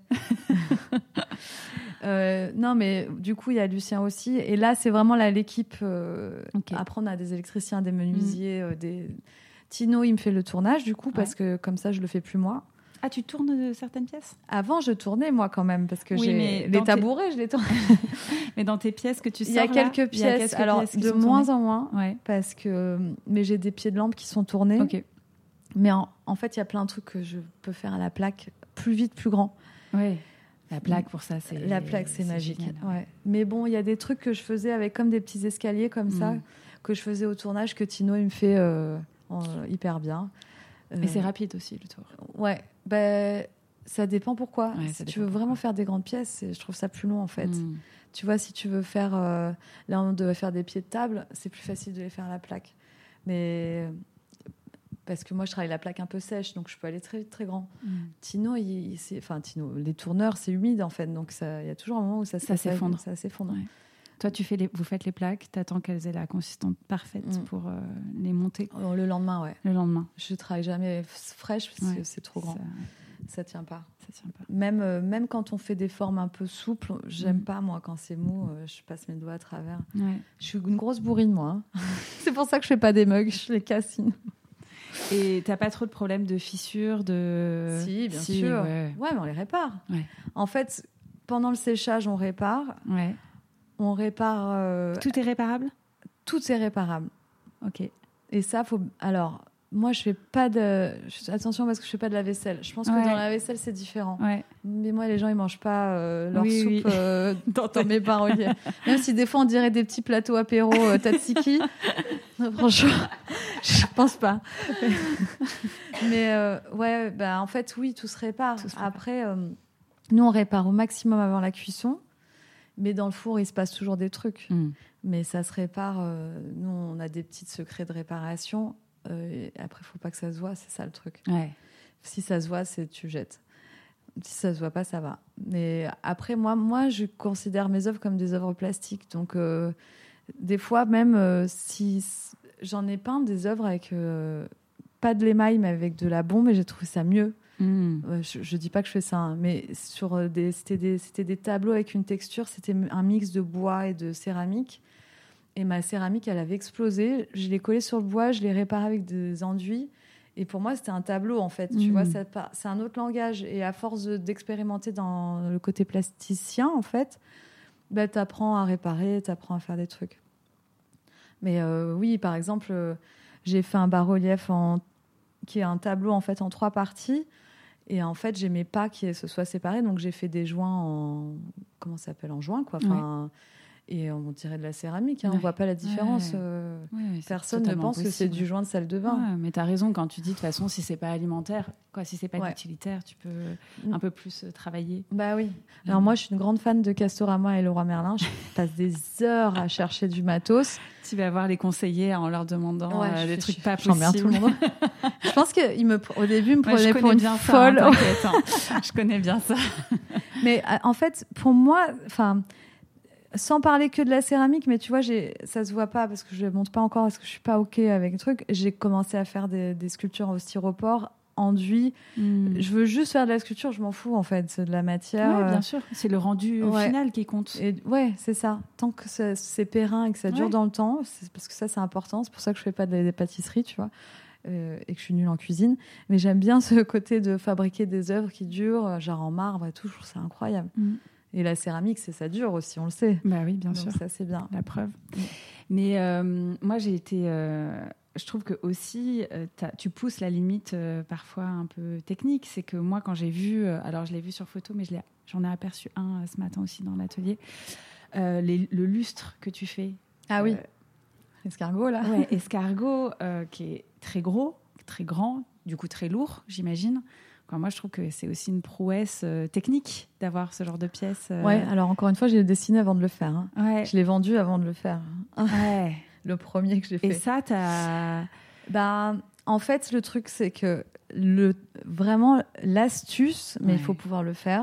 euh, non, mais du coup, il y a Lucien aussi. Et là, c'est vraiment là, l'équipe. Euh, okay. Apprendre à des électriciens, des menuisiers, mmh. euh, des... Tino, il me fait le tournage, du coup, ouais. parce que comme ça, je le fais plus moi. Ah, tu tournes de certaines pièces ? Avant, je tournais, moi, quand même, parce que oui, j'ai les tabourets, tes... je les tourne. Mais dans tes pièces que tu sors, il y a quelques là, pièces, il y a quelques alors pièces de moins tournées. En moins, ouais. parce que... Mais j'ai des pieds de lampe qui sont tournés. Okay. Mais en, en fait, il y a plein de trucs que je peux faire à la plaque, plus vite, plus grand. Oui, la plaque, pour ça, c'est... La plaque, c'est, c'est magique. Génial, ouais. Ouais. Mais bon, il y a des trucs que je faisais avec comme des petits escaliers comme mmh. ça, que je faisais au tournage, que Tino, il me fait... Euh... Euh, hyper bien. Euh, Et c'est rapide aussi, le tour. Ouais, ben, ça dépend pourquoi. Ouais, si tu veux pourquoi. Vraiment faire des grandes pièces, je trouve ça plus long en fait. Mm. Tu vois, si tu veux faire... Euh, là, on doit faire des pieds de table, c'est plus facile de les faire à la plaque. Mais... Parce que moi, je travaille la plaque un peu sèche, donc je peux aller très très grand. Mm. Tino, il, il, c'est, enfin, Tino, les tourneurs, c'est humide en fait, donc il y a toujours un moment où ça, ça s'effondre. Ça s'effondre. Ouais. Toi, tu fais les, vous faites les plaques, tu attends qu'elles aient la consistance parfaite mmh. pour euh, les monter. Oh, le lendemain, ouais. Le lendemain. Je travaille jamais fraîche parce ouais. que c'est trop grand. Ça... ça tient pas. Ça tient pas. Même, euh, même quand on fait des formes un peu souples, j'aime mmh. pas, moi, quand c'est mou, euh, je passe mes doigts à travers. Ouais. Je suis une grosse bourrine, moi. Hein. C'est pour ça que je fais pas des mugs, je les cassine. Et t'as pas trop de problèmes de fissures de... Si, bien si, sûr. Ouais. ouais, mais on les répare. Ouais. En fait, pendant le séchage, on répare. Ouais. On répare... Euh... Tout est réparable ? Tout est réparable. Ok. Et ça, faut... Alors, moi, je fais pas de... Attention, parce que je fais pas de la vaisselle. Je pense que ouais. dans la vaisselle, c'est différent. Ouais. Mais moi, les gens, ils mangent pas euh, leur oui, soupe oui. Euh, dans, dans mes paroliers. Même si des fois, on dirait des petits plateaux apéro euh, tatsiki. Franchement, je pense pas. Mais euh, ouais, bah, en fait, oui, tout se répare. Tout se répare. Après, euh, nous, on répare au maximum avant la cuisson. Mais dans le four, il se passe toujours des trucs. Mm. Mais ça se répare. Euh, nous, on a des petits secrets de réparation. Euh, et après, il ne faut pas que ça se voit. C'est ça le truc. Ouais. Si ça se voit, c'est tu jettes. Si ça se voit pas, ça va. Mais après, moi, moi je considère mes œuvres comme des œuvres plastiques. Donc, euh, des fois, même euh, si j'en ai peint des œuvres avec euh, pas de l'émail, mais avec de la bombe, et j'ai trouvé ça mieux. Mmh. Euh, je, je dis pas que je fais ça, hein, mais sur des, c'était des, c'était des tableaux avec une texture, c'était un mix de bois et de céramique. Et ma céramique, elle avait explosé. Je l'ai collée sur le bois, je l'ai réparée avec des enduits. Et pour moi, c'était un tableau, en fait. Mmh. Tu vois, ça, c'est un autre langage. Et à force d'expérimenter dans le côté plasticien, en fait, bah, tu apprends à réparer, tu apprends à faire des trucs. Mais euh, oui, par exemple, euh, j'ai fait un bas-relief en... qui est un tableau, en fait, en trois parties. Et en fait, j'aimais pas que ce soit séparé. Donc, j'ai fait des joints en... Comment ça s'appelle ? En joint, quoi. Enfin... Ouais. Et on dirait de la céramique, hein. Ouais. On ne voit pas la différence. Ouais. Euh, ouais, personne ne pense possible. Que c'est du joint de salle de bain. Ouais, mais tu as raison quand tu dis, de toute façon, si ce n'est pas alimentaire, quoi, si ce n'est pas ouais. utilitaire, tu peux un peu plus travailler. Bah oui. Alors, mmh. moi, je suis une grande fan de Castorama et Leroy Merlin. Je passe des heures à chercher du matos. Tu vas voir les conseillers en leur demandant ouais, euh, des trucs pas possibles. J'emmerde tout le monde. Je pense qu'au début, ils me prenaient ouais, pour une bien folle. Ça, hein, hein. Je connais bien ça. Mais en fait, pour moi... enfin. Sans parler que de la céramique, mais tu vois, j'ai... ça se voit pas parce que je ne montre pas encore, parce que je suis pas OK avec le truc. J'ai commencé à faire des, des sculptures au styropor, enduit. Mm. Je veux juste faire de la sculpture, je m'en fous en fait, c'est de la matière. Ouais, bien sûr, c'est le rendu ouais. final qui compte. Et ouais, c'est ça. Tant que c'est, c'est périn et que ça dure ouais. dans le temps, c'est parce que ça c'est important. C'est pour ça que je fais pas de, des pâtisseries, tu vois, euh, et que je suis nulle en cuisine. Mais j'aime bien ce côté de fabriquer des œuvres qui durent, genre en marbre et tout. Je trouve ça incroyable. Mm. Et la céramique, c'est ça dure aussi, on le sait. Bah oui, bien Donc sûr. Ça, c'est bien. La preuve. Mmh. Mais euh, moi, j'ai été... Euh, je trouve que aussi, euh, tu pousses la limite euh, parfois un peu technique. C'est que moi, quand j'ai vu... Euh, alors, je l'ai vu sur photo, mais je l'ai, j'en ai aperçu un euh, ce matin aussi dans l'atelier. Euh, les, le lustre que tu fais. Ah oui. Euh, escargot, là. Ouais, escargot, euh, qui est très gros, très grand, du coup très lourd, j'imagine. Enfin, moi, je trouve que c'est aussi une prouesse euh, technique d'avoir ce genre de pièce. Euh... Ouais, alors encore une fois, j'ai dessiné avant de le faire. Hein. Ouais. Je l'ai vendu avant de le faire. Ouais. Le premier que j'ai fait. Et ça, t'as... Bah, en fait, le truc, c'est que le, vraiment, l'astuce, mais ouais. il faut pouvoir le faire,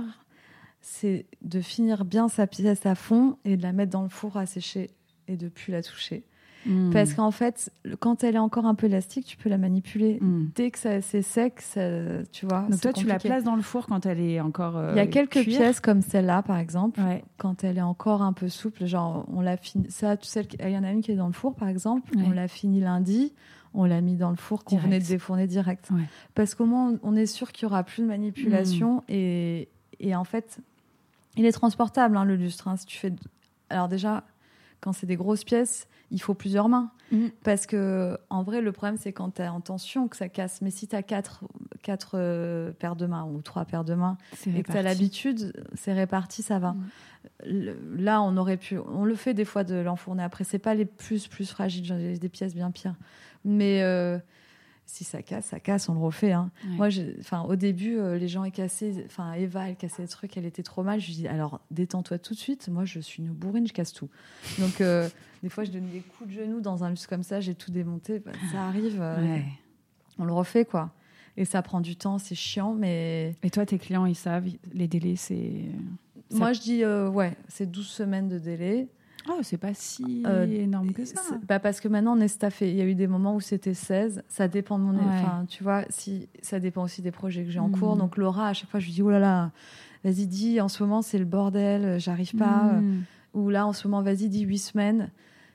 c'est de finir bien sa pièce à fond et de la mettre dans le four à sécher et de ne plus la toucher. Mmh. Parce qu'en fait, quand elle est encore un peu élastique, tu peux la manipuler. Mmh. Dès que ça, c'est sec, ça, tu vois. Donc toi, compliqué. Tu la places dans le four quand elle est encore euh, Il y a quelques cuire. pièces comme celle-là, par exemple, ouais. quand elle est encore un peu souple. Genre, on l'a fini. Ça, tu sais, il y en a une qui est dans le four, par exemple. Ouais. On l'a fini lundi. On l'a mis dans le four qu'on direct. venait de défourner direct. Ouais. Parce qu'au moins, on est sûr qu'il n'y aura plus de manipulation. Mmh. Et, et en fait, il est transportable, hein, le lustre. Hein, si tu fais... Alors déjà, quand c'est des grosses pièces, il faut plusieurs mains. Mmh. Parce que, en vrai, le problème, c'est quand tu es en tension que ça casse. Mais si tu as quatre, quatre euh, paires de mains ou trois paires de mains c'est et réparti. Que tu as l'habitude, c'est réparti, ça va. Mmh. Le, là, on aurait pu... On le fait des fois de l'enfourner. Après, c'est pas les plus, plus fragiles. J'ai des pièces bien pires. Mais euh, si ça casse, ça casse, on le refait. Hein. Ouais. Moi, j'ai, au début, euh, les gens, ils cassaient... Enfin, Eva, elle cassait des trucs, elle était trop mal. Je lui dis, alors, détends-toi tout de suite. Moi, je suis une bourrine, je casse tout. Donc... Euh, des fois, je donne des coups de genoux dans un lustre comme ça, j'ai tout démonté. Bah, ça arrive, euh, ouais. on le refait, quoi. Et ça prend du temps, c'est chiant, mais... Et toi, tes clients, ils savent, les délais, c'est... Ça... Moi, je dis, euh, ouais, c'est douze semaines de délai. Oh, c'est pas si euh, énorme que ça. Bah, parce que maintenant, on est staffé. Il y a eu des moments où c'était seize. Ça dépend de mon... Ouais. Enfin, tu vois, si... ça dépend aussi des projets que j'ai en mmh. cours. Donc, Laura, à chaque fois, je lui dis, oh là là, vas-y, dis, en ce moment, c'est le bordel, j'arrive pas. Mmh. Ou là, en ce moment, vas-y, dis huit semaines.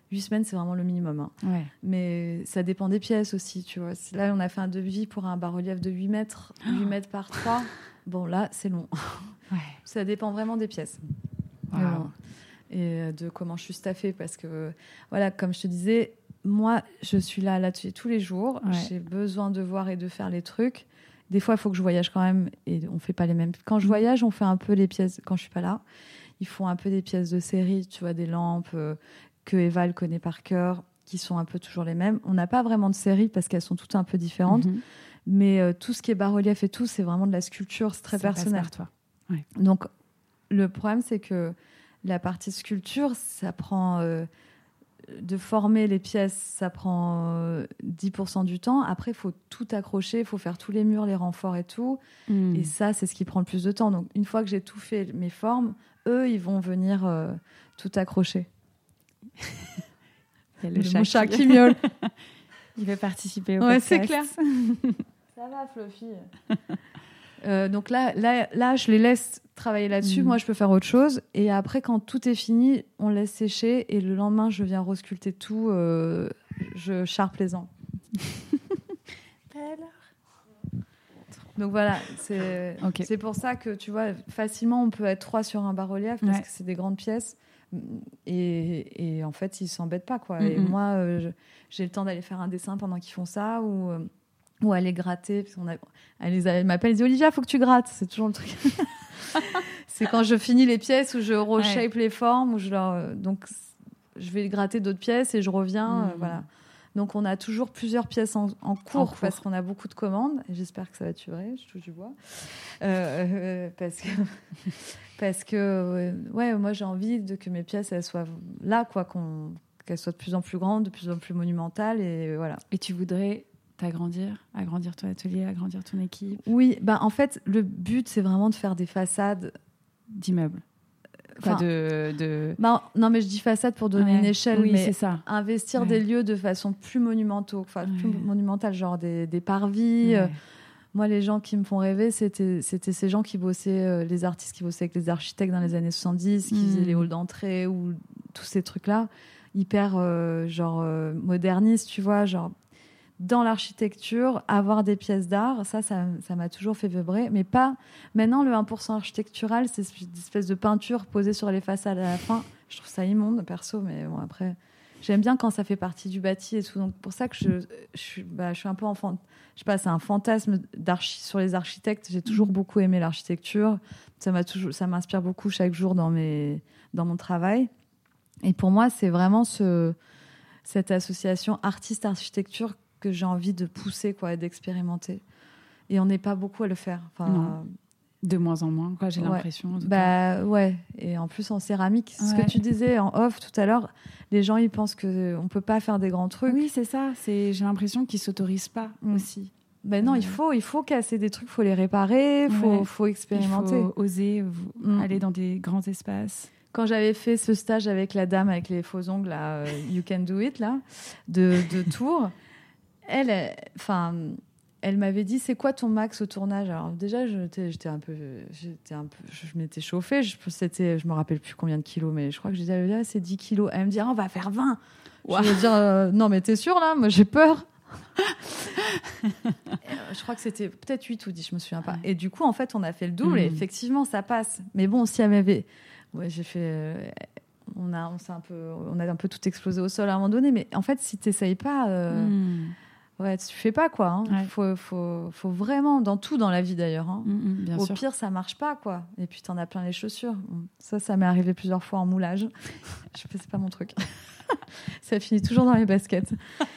huit semaines, c'est vraiment le minimum. Hein. Ouais. Mais ça dépend des pièces aussi, tu vois. Là, on a fait un devis pour un bas-relief de huit mètres, huit mètres par trois. Bon, là, c'est long. Ouais. Ça dépend vraiment des pièces. Wow. Bon. Et de comment je suis staffée. Parce que, voilà, comme je te disais, moi, je suis là, là-dessus tous les jours. Ouais. J'ai besoin de voir et de faire les trucs. Des fois, il faut que je voyage quand même et on ne fait pas les mêmes. Quand je voyage, on fait un peu les pièces. Quand je ne suis pas là, ils font un peu des pièces de série, tu vois, des lampes euh, que Eva elle connaît par cœur, qui sont un peu toujours les mêmes. On n'a pas vraiment de série parce qu'elles sont toutes un peu différentes. Mm-hmm. Mais euh, tout ce qui est bas-relief et tout, c'est vraiment de la sculpture, c'est très ça personnel. Passe par toi. Ouais. Donc, le problème, c'est que la partie sculpture, ça prend... Euh, de former les pièces, ça prend euh, dix pour cent du temps. Après, il faut tout accrocher, il faut faire tous les murs, les renforts et tout. Mm. Et ça, c'est ce qui prend le plus de temps. Donc, une fois que j'ai tout fait, mes formes, eux, ils vont venir euh, tout accrocher. Il y a le, le chat, mon chat qui... qui miaule. Il veut participer au ouais, podcast. C'est clair. Ça va, Fluffy. Euh, donc là, là, là, je les laisse travailler là-dessus. Mmh. Moi, je peux faire autre chose. Et après, quand tout est fini, on laisse sécher. Et le lendemain, je viens resculpter tout. Euh, je charpe les ans. Donc voilà, c'est okay. c'est pour ça que, tu vois, facilement, on peut être trois sur un bas-relief parce ouais. que c'est des grandes pièces. Et, et en fait, ils ne s'embêtent pas, quoi. Mmh. Et moi, euh, je, j'ai le temps d'aller faire un dessin pendant qu'ils font ça ou... Euh, ou aller gratter. Parce qu'on a... elle, elle m'appelle, elle dit Olivia, il faut que tu grattes. C'est toujours le truc. C'est quand je finis les pièces où je reshape ouais. les formes. Où je leur... Donc, je vais gratter d'autres pièces et je reviens. Mmh. Euh, voilà. Donc, on a toujours plusieurs pièces en, en, cours, en cours parce qu'on a beaucoup de commandes. Et j'espère que ça va être vrai, je touche du bois. Euh, euh, parce que, parce que ouais, moi, j'ai envie de que mes pièces elles soient là, quoi, qu'on... qu'elles soient de plus en plus grandes, de plus en plus monumentales. Et, voilà. Et tu voudrais... T'agrandir, agrandir ton atelier, agrandir ton équipe. Oui, bah en fait, le but, c'est vraiment de faire des façades d'immeubles. Enfin, enfin de, de... Bah, non, mais je dis façade pour donner ouais, une échelle, oui, mais c'est ça. investir ouais. des lieux de façon plus monumentaux, enfin ouais. plus monumentale, genre des, des parvis. Ouais. Euh, moi, les gens qui me font rêver, c'était, c'était ces gens qui bossaient, euh, les artistes qui bossaient avec les architectes dans les années soixante-dix, qui mmh. faisaient les halls d'entrée ou tous ces trucs-là, hyper euh, genre euh, modernistes, tu vois, genre. Dans l'architecture, avoir des pièces d'art, ça, ça, ça m'a toujours fait vibrer. Mais pas... Maintenant, le un pour cent architectural, c'est une espèce de peinture posée sur les façades à la fin. Je trouve ça immonde, perso, mais bon, après... J'aime bien quand ça fait partie du bâti et tout. Donc, pour ça que je, je, suis, bah, je suis un peu enfant... Je sais pas, c'est un fantasme d'archi... sur les architectes. J'ai toujours beaucoup aimé l'architecture. Ça, m'a toujours... ça m'inspire beaucoup chaque jour dans, mes... dans mon travail. Et pour moi, c'est vraiment ce... cette association artiste-architecture que j'ai envie de pousser, quoi, et d'expérimenter. Et on n'est pas beaucoup à le faire. Enfin, non. De moins en moins, quoi, j'ai ouais. l'impression. En tout bah, cas. Ouais. Et en plus, en céramique, ouais. ce que tu disais en off tout à l'heure, les gens, ils pensent qu'on ne peut pas faire des grands trucs. Oui, c'est ça. C'est... J'ai l'impression qu'ils ne s'autorisent pas mmh. aussi. Ben non, euh... il faut, il faut casser des trucs, il faut les réparer, il faut, ouais. faut expérimenter. Il faut oser mmh. aller dans des grands espaces. Quand j'avais fait ce stage avec la dame avec les faux ongles, là, You Can Do It, là, de, de Tours, elle, enfin, elle, elle m'avait dit, c'est quoi ton max au tournage? Alors déjà, j'étais, j'étais un peu, j'étais un peu, je m'étais chauffée. Je, c'était, je me rappelle plus combien de kilos, mais je crois que je disais, ah, c'est dix kilos. Elle me dit, ah, on va faire vingt. Wow. Je vais dire, euh, non, mais t'es sûre là? Moi, j'ai peur. Je crois que c'était peut-être huit ou dix, je me souviens pas. Et du coup, en fait, on a fait le double. Mmh. Et effectivement, ça passe. Mais bon, si elle m'avait, ouais, j'ai fait. Euh, on a, on s'est un peu, on a un peu tout explosé au sol à un moment donné. Mais en fait, si t'essayes pas. Euh, mmh. Ouais, tu fais pas quoi. Hein. Ouais. Faut, faut, faut vraiment dans tout dans la vie d'ailleurs. Hein. Mmh, bien Au sûr. pire, ça marche pas quoi. Et puis t'en as plein les chaussures. Ça, ça m'est arrivé plusieurs fois en moulage. Je sais, c'est pas mon truc. Ça finit toujours dans les baskets.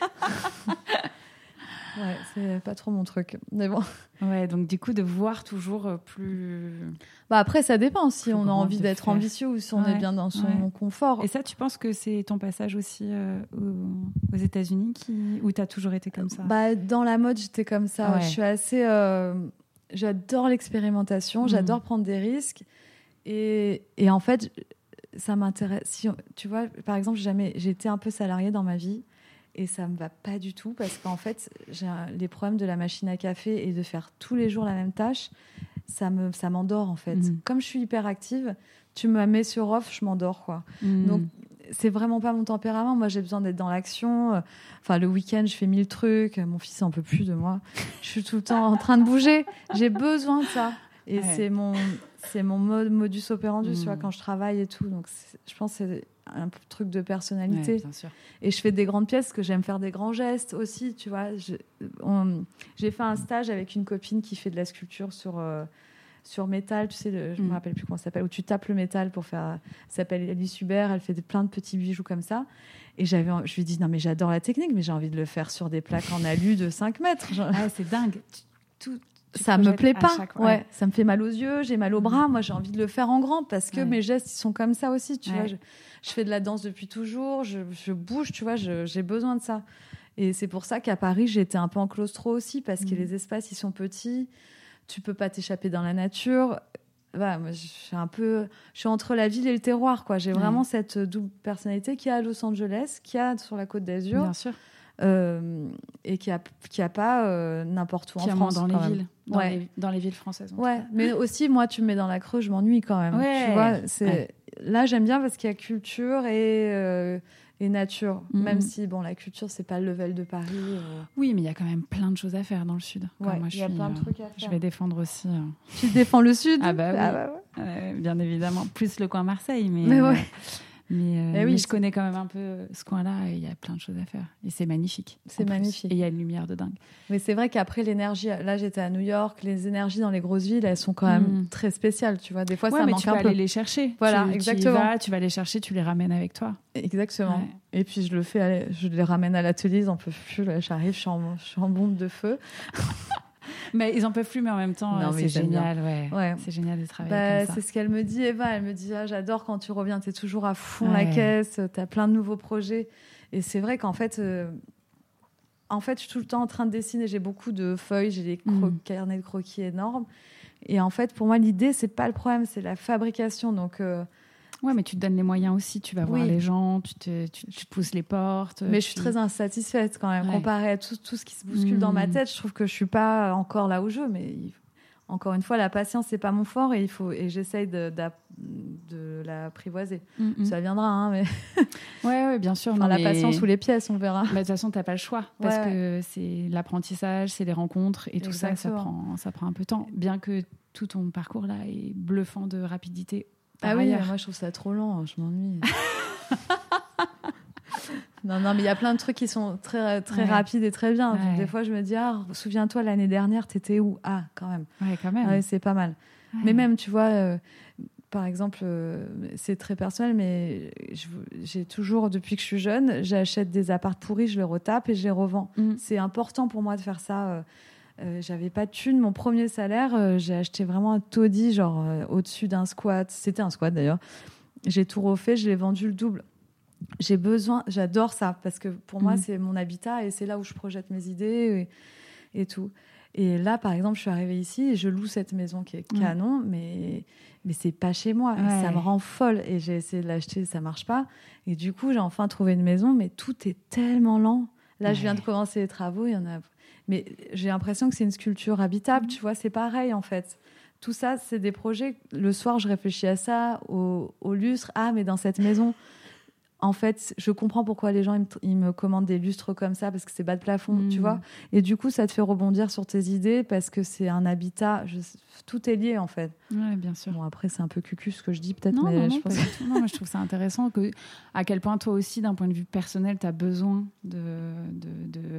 Ouais, c'est pas trop mon truc. Mais bon. Ouais, donc du coup de voir toujours plus. Bah après, ça dépend si on a envie d'être faire. ambitieux ou si on ouais. est bien dans son ouais. confort. Et ça, tu penses que c'est ton passage aussi euh, aux, aux États-Unis qui... où t'as toujours été comme ça? Bah dans la mode, j'étais comme ça. Ouais. Je suis assez. Euh... J'adore l'expérimentation. Mmh. J'adore prendre des risques. Et, et en fait, ça m'intéresse. Si tu vois, par exemple, jamais j'ai été un peu salariée dans ma vie. Et ça me va pas du tout parce qu'en fait, j'ai un, les problèmes de la machine à café et de faire tous les jours la même tâche, ça me, ça m'endort en fait. Mmh. Comme je suis hyper active, tu me mets sur off, je m'endors quoi. Mmh. Donc c'est vraiment pas mon tempérament. Moi, j'ai besoin d'être dans l'action. Enfin, le week-end, je fais mille trucs. Mon fils en peut plus de moi. Je suis tout le temps en train de bouger. J'ai besoin de ça. Et ouais. c'est mon, c'est mon mode, modus operandi, mmh. tu vois, quand je travaille et tout. Donc, je pense que c'est un truc de personnalité. Ouais, bien sûr. Et je fais des grandes pièces parce que j'aime faire des grands gestes aussi, tu vois. Je, on, j'ai fait un stage avec une copine qui fait de la sculpture sur... Euh, sur métal, tu sais, le, je ne mm. me rappelle plus comment ça s'appelle, où tu tapes le métal pour faire... Ça s'appelle Alice Hubert, elle fait des, plein de petits bijoux comme ça. Et j'avais, je lui ai dit, non mais j'adore la technique, mais j'ai envie de le faire sur des plaques en alu de cinq mètres. Genre... Ah, c'est dingue. Tu, tout, tu ça me plaît pas. Chaque... Ouais. ouais. Ça me fait mal aux yeux, j'ai mal aux bras. Moi, j'ai envie de le faire en grand parce que ouais. mes gestes, ils sont comme ça aussi, tu ouais. vois. Je, je fais de la danse depuis toujours, je, je bouge, tu vois, je, j'ai besoin de ça. Et c'est pour ça qu'à Paris, j'étais un peu en claustro aussi parce mm. que les espaces, ils sont petits. Tu peux pas t'échapper dans la nature. Voilà, moi, je suis un peu, je suis entre la ville et le terroir, quoi. J'ai ouais. vraiment cette double personnalité qu'il y a à Los Angeles, qu'il y a sur la Côte d'Azur, bien sûr, euh, et qui a, qui a pas euh, n'importe où qui en France, dans les même. villes, dans, ouais. les, dans les villes françaises. Ouais, mais aussi moi, tu me mets dans la Creuse, je m'ennuie quand même. Ouais. Tu vois, c'est ouais. là j'aime bien parce qu'il y a culture et euh, et nature, mm-hmm. même si bon la culture c'est pas le level de Paris. Euh... Oui, mais il y a quand même plein de choses à faire dans le sud. Ouais, moi, il y a suis, plein de euh, trucs à faire. Je vais défendre aussi. Euh... Tu défends le sud? Ah bah oui, ah bah ouais. euh, bien évidemment. Plus le coin Marseille, mais. Mais ouais. Euh... Mais, euh, mais, oui, mais je connais quand même un peu ce coin-là et il y a plein de choses à faire. Et c'est magnifique. C'est magnifique. Et il y a une lumière de dingue. Mais c'est vrai qu'après, l'énergie... Là, j'étais à New York. Les énergies dans les grosses villes, elles sont quand même mmh. très spéciales, tu vois. Des fois, ouais, ça mais manque tu un peux peu. aller les chercher. Voilà, tu, exactement. Tu y vas, tu vas les chercher, tu les ramènes avec toi. Exactement. Ouais. Et puis, je le fais... Je les ramène à l'atelier, ils en peuvent plus. Là, j'arrive, je suis en, je suis en bombe de feu. Mais ils en peuvent plus, mais en même temps, non, c'est génial. Ouais. Ouais. C'est génial de travailler bah, comme ça. C'est ce qu'elle me dit, Eva. Elle me dit, ah, j'adore quand tu reviens, t'es toujours à fond ouais. la caisse, t'as plein de nouveaux projets. Et c'est vrai qu'en fait, euh, en fait, je suis tout le temps en train de dessiner. J'ai beaucoup de feuilles, j'ai des cro- mm. carnets de croquis énormes. Et en fait, pour moi, l'idée, c'est pas le problème, c'est la fabrication. Donc euh, ouais, mais tu te donnes les moyens aussi. Tu vas oui. voir les gens, tu, te, tu, tu pousses les portes. Mais tu... je suis très insatisfaite quand même. Ouais. Comparé à tout, tout ce qui se bouscule mmh. dans ma tête, je trouve que je suis pas encore là où je veux. Mais il... encore une fois, la patience, c'est pas mon fort et, il faut... et j'essaye de, de, de l'apprivoiser. Mmh. Ça viendra, hein, mais... ouais, ouais, bien sûr. Enfin, non, la mais... patience ou les pièces, on verra. Bah, de toute façon, t'as pas le choix. Parce ouais. que c'est l'apprentissage, c'est les rencontres et tout Exactement. ça, ça prend, ça prend un peu de temps. Bien que tout ton parcours là est bluffant de rapidité. Ah oui, moi je trouve ça trop lent, je m'ennuie. non, non, mais il y a plein de trucs qui sont très, très ouais. rapides et très bien. Ouais. Donc, des fois, je me dis, ah, souviens-toi, l'année dernière, t'étais où? Ah, quand même. Ouais, quand même. Ouais, c'est pas mal. Ouais. Mais même, tu vois, euh, par exemple, euh, c'est très personnel, mais je, j'ai toujours, depuis que je suis jeune, j'achète des apparts pourris, je les retape et je les revends. Mm. C'est important pour moi de faire ça. Euh, Euh, j'avais pas de thunes. Mon premier salaire, euh, j'ai acheté vraiment un taudis, genre euh, au-dessus d'un squat. C'était un squat d'ailleurs. J'ai tout refait, je l'ai vendu le double. J'ai besoin, j'adore ça parce que pour mmh. moi, c'est mon habitat et c'est là où je projette mes idées et, et tout. Et là, par exemple, je suis arrivée ici et je loue cette maison qui est canon, mmh. mais, mais c'est pas chez moi. Ouais. Ça me rend folle et j'ai essayé de l'acheter, ça marche pas. Et du coup, j'ai enfin trouvé une maison, mais tout est tellement lent. Là, ouais. je viens de commencer les travaux, il y en a. Mais j'ai l'impression que c'est une sculpture habitable, mmh. tu vois, c'est pareil en fait. Tout ça, c'est des projets. Le soir, je réfléchis à ça, au, au lustre. Ah, mais dans cette maison, en fait, je comprends pourquoi les gens ils me, ils me commandent des lustres comme ça, parce que c'est bas de plafond, mmh. tu vois. Et du coup, ça te fait rebondir sur tes idées, parce que c'est un habitat. Je, tout est lié, en fait. Oui, bien sûr. Bon, après, c'est un peu cucu ce que je dis, peut-être. Non, mais non, je non, pense... pas du tout. Non, moi, je trouve ça intéressant que, à quel point, toi aussi, d'un point de vue personnel, tu as besoin de... de, de...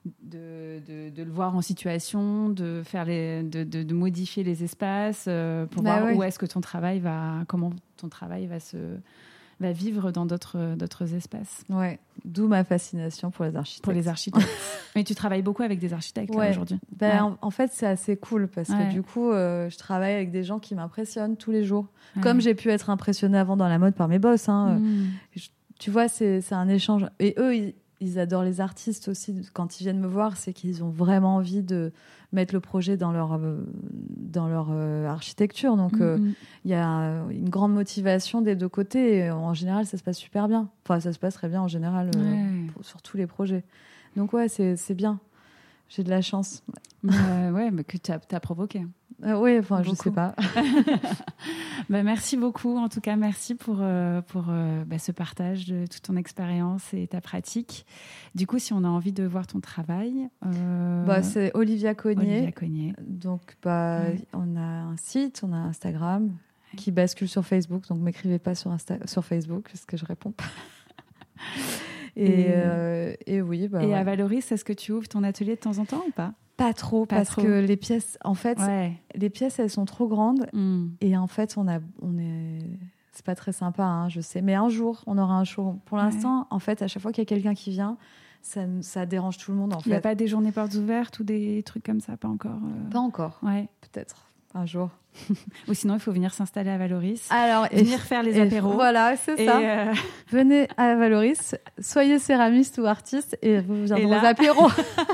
De, de, de le voir en situation, de, faire les, de, de, de modifier les espaces euh, pour bah voir ouais. où est-ce que ton travail va, comment ton travail va, se, va vivre dans d'autres, d'autres espaces. Ouais, d'où ma fascination pour les architectes. Pour les architectes. Mais tu travailles beaucoup avec des architectes ouais. là, aujourd'hui. Ben, ouais. en, en fait, c'est assez cool parce ouais. que du coup, euh, je travaille avec des gens qui m'impressionnent tous les jours. Ouais. Comme j'ai pu être impressionnée avant dans la mode par mes boss. Hein. Mmh. Je, tu vois, c'est, c'est un échange. Et eux, ils Ils adorent les artistes aussi. Quand ils viennent me voir, c'est qu'ils ont vraiment envie de mettre le projet dans leur, euh, dans leur euh, architecture. Donc, il mm-hmm. euh, y a une grande motivation des deux côtés. Et en général, ça se passe super bien. Enfin, ça se passe très bien en général euh, ouais. pour, sur tous les projets. Donc, ouais, c'est, c'est bien. J'ai de la chance. Euh, ouais, mais que tu as provoqué. Euh, oui, enfin, beaucoup. Je sais pas. bah, merci beaucoup. En tout cas, merci pour, euh, pour euh, bah, ce partage de toute ton expérience et ta pratique. Du coup, si on a envie de voir ton travail... Euh... Bah, c'est Olivia Cognier. Olivia Cognier. Donc, bah, ouais. on a un site, on a Instagram ouais. qui bascule sur Facebook. Donc, m'écrivez pas sur, Insta- sur Facebook parce que je réponds pas. et, et, euh, et oui. Bah, et ouais. à Valoris, est-ce que tu ouvres ton atelier de temps en temps ou pas ? Pas trop, pas parce trop. que les pièces, en fait, ouais. les pièces, elles sont trop grandes. Mm. Et en fait, on a, on est, c'est pas très sympa, hein, je sais. Mais un jour, on aura un show. Pour l'instant, ouais. en fait, à chaque fois qu'il y a quelqu'un qui vient, ça, ça dérange tout le monde. En fait. Il n'y a pas des journées portes ouvertes ou des trucs comme ça, pas encore. Euh... Pas encore. Ouais. Peut-être un jour. Ou sinon, il faut venir s'installer à Valoris. Alors, venir et, faire les apéros. Voilà, c'est et ça. Euh... Venez à Valoris, soyez céramiste ou artiste et vous viendrez aux apéros.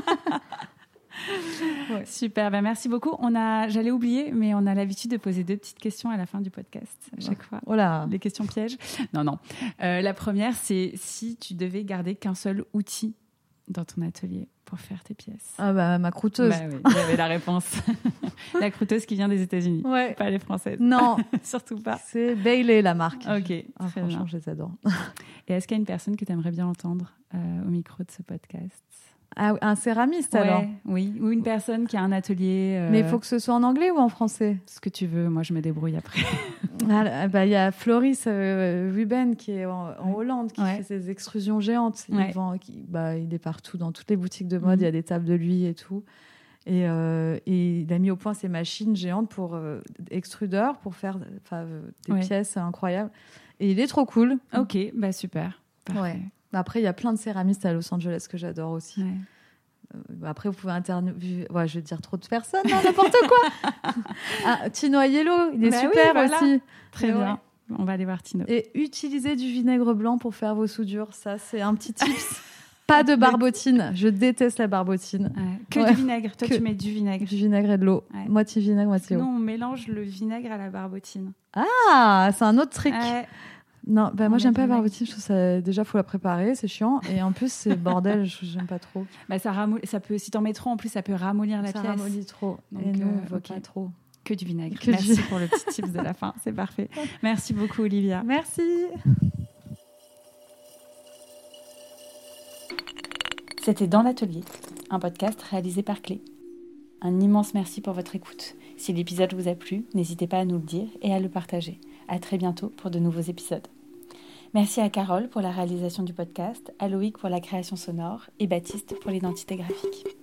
Ouais. Super, ben merci beaucoup. On a, j'allais oublier, mais on a l'habitude de poser deux petites questions à la fin du podcast à chaque fois. Oh là. Les questions pièges. Non, non. Euh, la première, c'est si tu devais garder qu'un seul outil dans ton atelier pour faire tes pièces. Ah bah ma croûteuse. Bah oui, j'avais la réponse. La croûteuse qui vient des États-Unis, ouais. pas les françaises. Non, surtout pas. C'est Bailey la marque. Ok, ah, très franchement, bien. Je les adore. Et est-ce qu'il y a une personne que tu aimerais bien entendre euh, au micro de ce podcast? Ah, un céramiste ouais, alors. Oui, ou une personne qui a un atelier. Euh... Mais il faut que ce soit en anglais ou en français? Ce que tu veux, moi je me débrouille après. Ah, bah, y a Floris euh, Ruben qui est en, en Hollande, qui ouais. fait ses extrusions géantes. Il, ouais. vend, qui, bah, il est partout, dans toutes les boutiques de mode, il mmh. y a des tables de lui et tout. Et, euh, et il a mis au point ces machines géantes pour euh, extrudeurs, pour faire euh, des ouais. pièces incroyables. Et il est trop cool. Ok, bah super. Parfait. Ouais. Après, il y a plein de céramistes à Los Angeles que j'adore aussi. Ouais. Euh, après, vous pouvez interviewer... Ouais, je vais dire trop de personnes, non, n'importe quoi. ah, Tino Aiello, il est bah super oui, voilà. aussi. Très et bien. Ouais. On va aller voir Tino. Et utilisez du vinaigre blanc pour faire vos soudures. Ça, c'est un petit tips. Pas de barbotine. Je déteste la barbotine. Ouais. Que ouais. du vinaigre. Toi, que tu mets du vinaigre. Du vinaigre et de l'eau. Ouais. Moitié vinaigre, moitié eau. Non, on mélange le vinaigre à la barbotine. Ah, c'est un autre trick. Ouais. Non, bah moi j'aime pas la barbotine, je trouve ça déjà faut la préparer, c'est chiant et en plus c'est bordel, j'aime pas trop. Bah ça ramollit, ça peut si t'en mets trop en plus ça peut ramollir la ça pièce. Ça ramollit trop. Donc et nous euh, on veut okay. pas trop. Que du vinaigre. Que Merci du... pour le petit tips de la fin, c'est parfait. Merci beaucoup Olivia. Merci. C'était Dans l'atelier, un podcast réalisé par Clé. Un immense merci pour votre écoute. Si l'épisode vous a plu, n'hésitez pas à nous le dire et à le partager. À très bientôt pour de nouveaux épisodes. Merci à Carole pour la réalisation du podcast, à Loïc pour la création sonore et Baptiste pour l'identité graphique.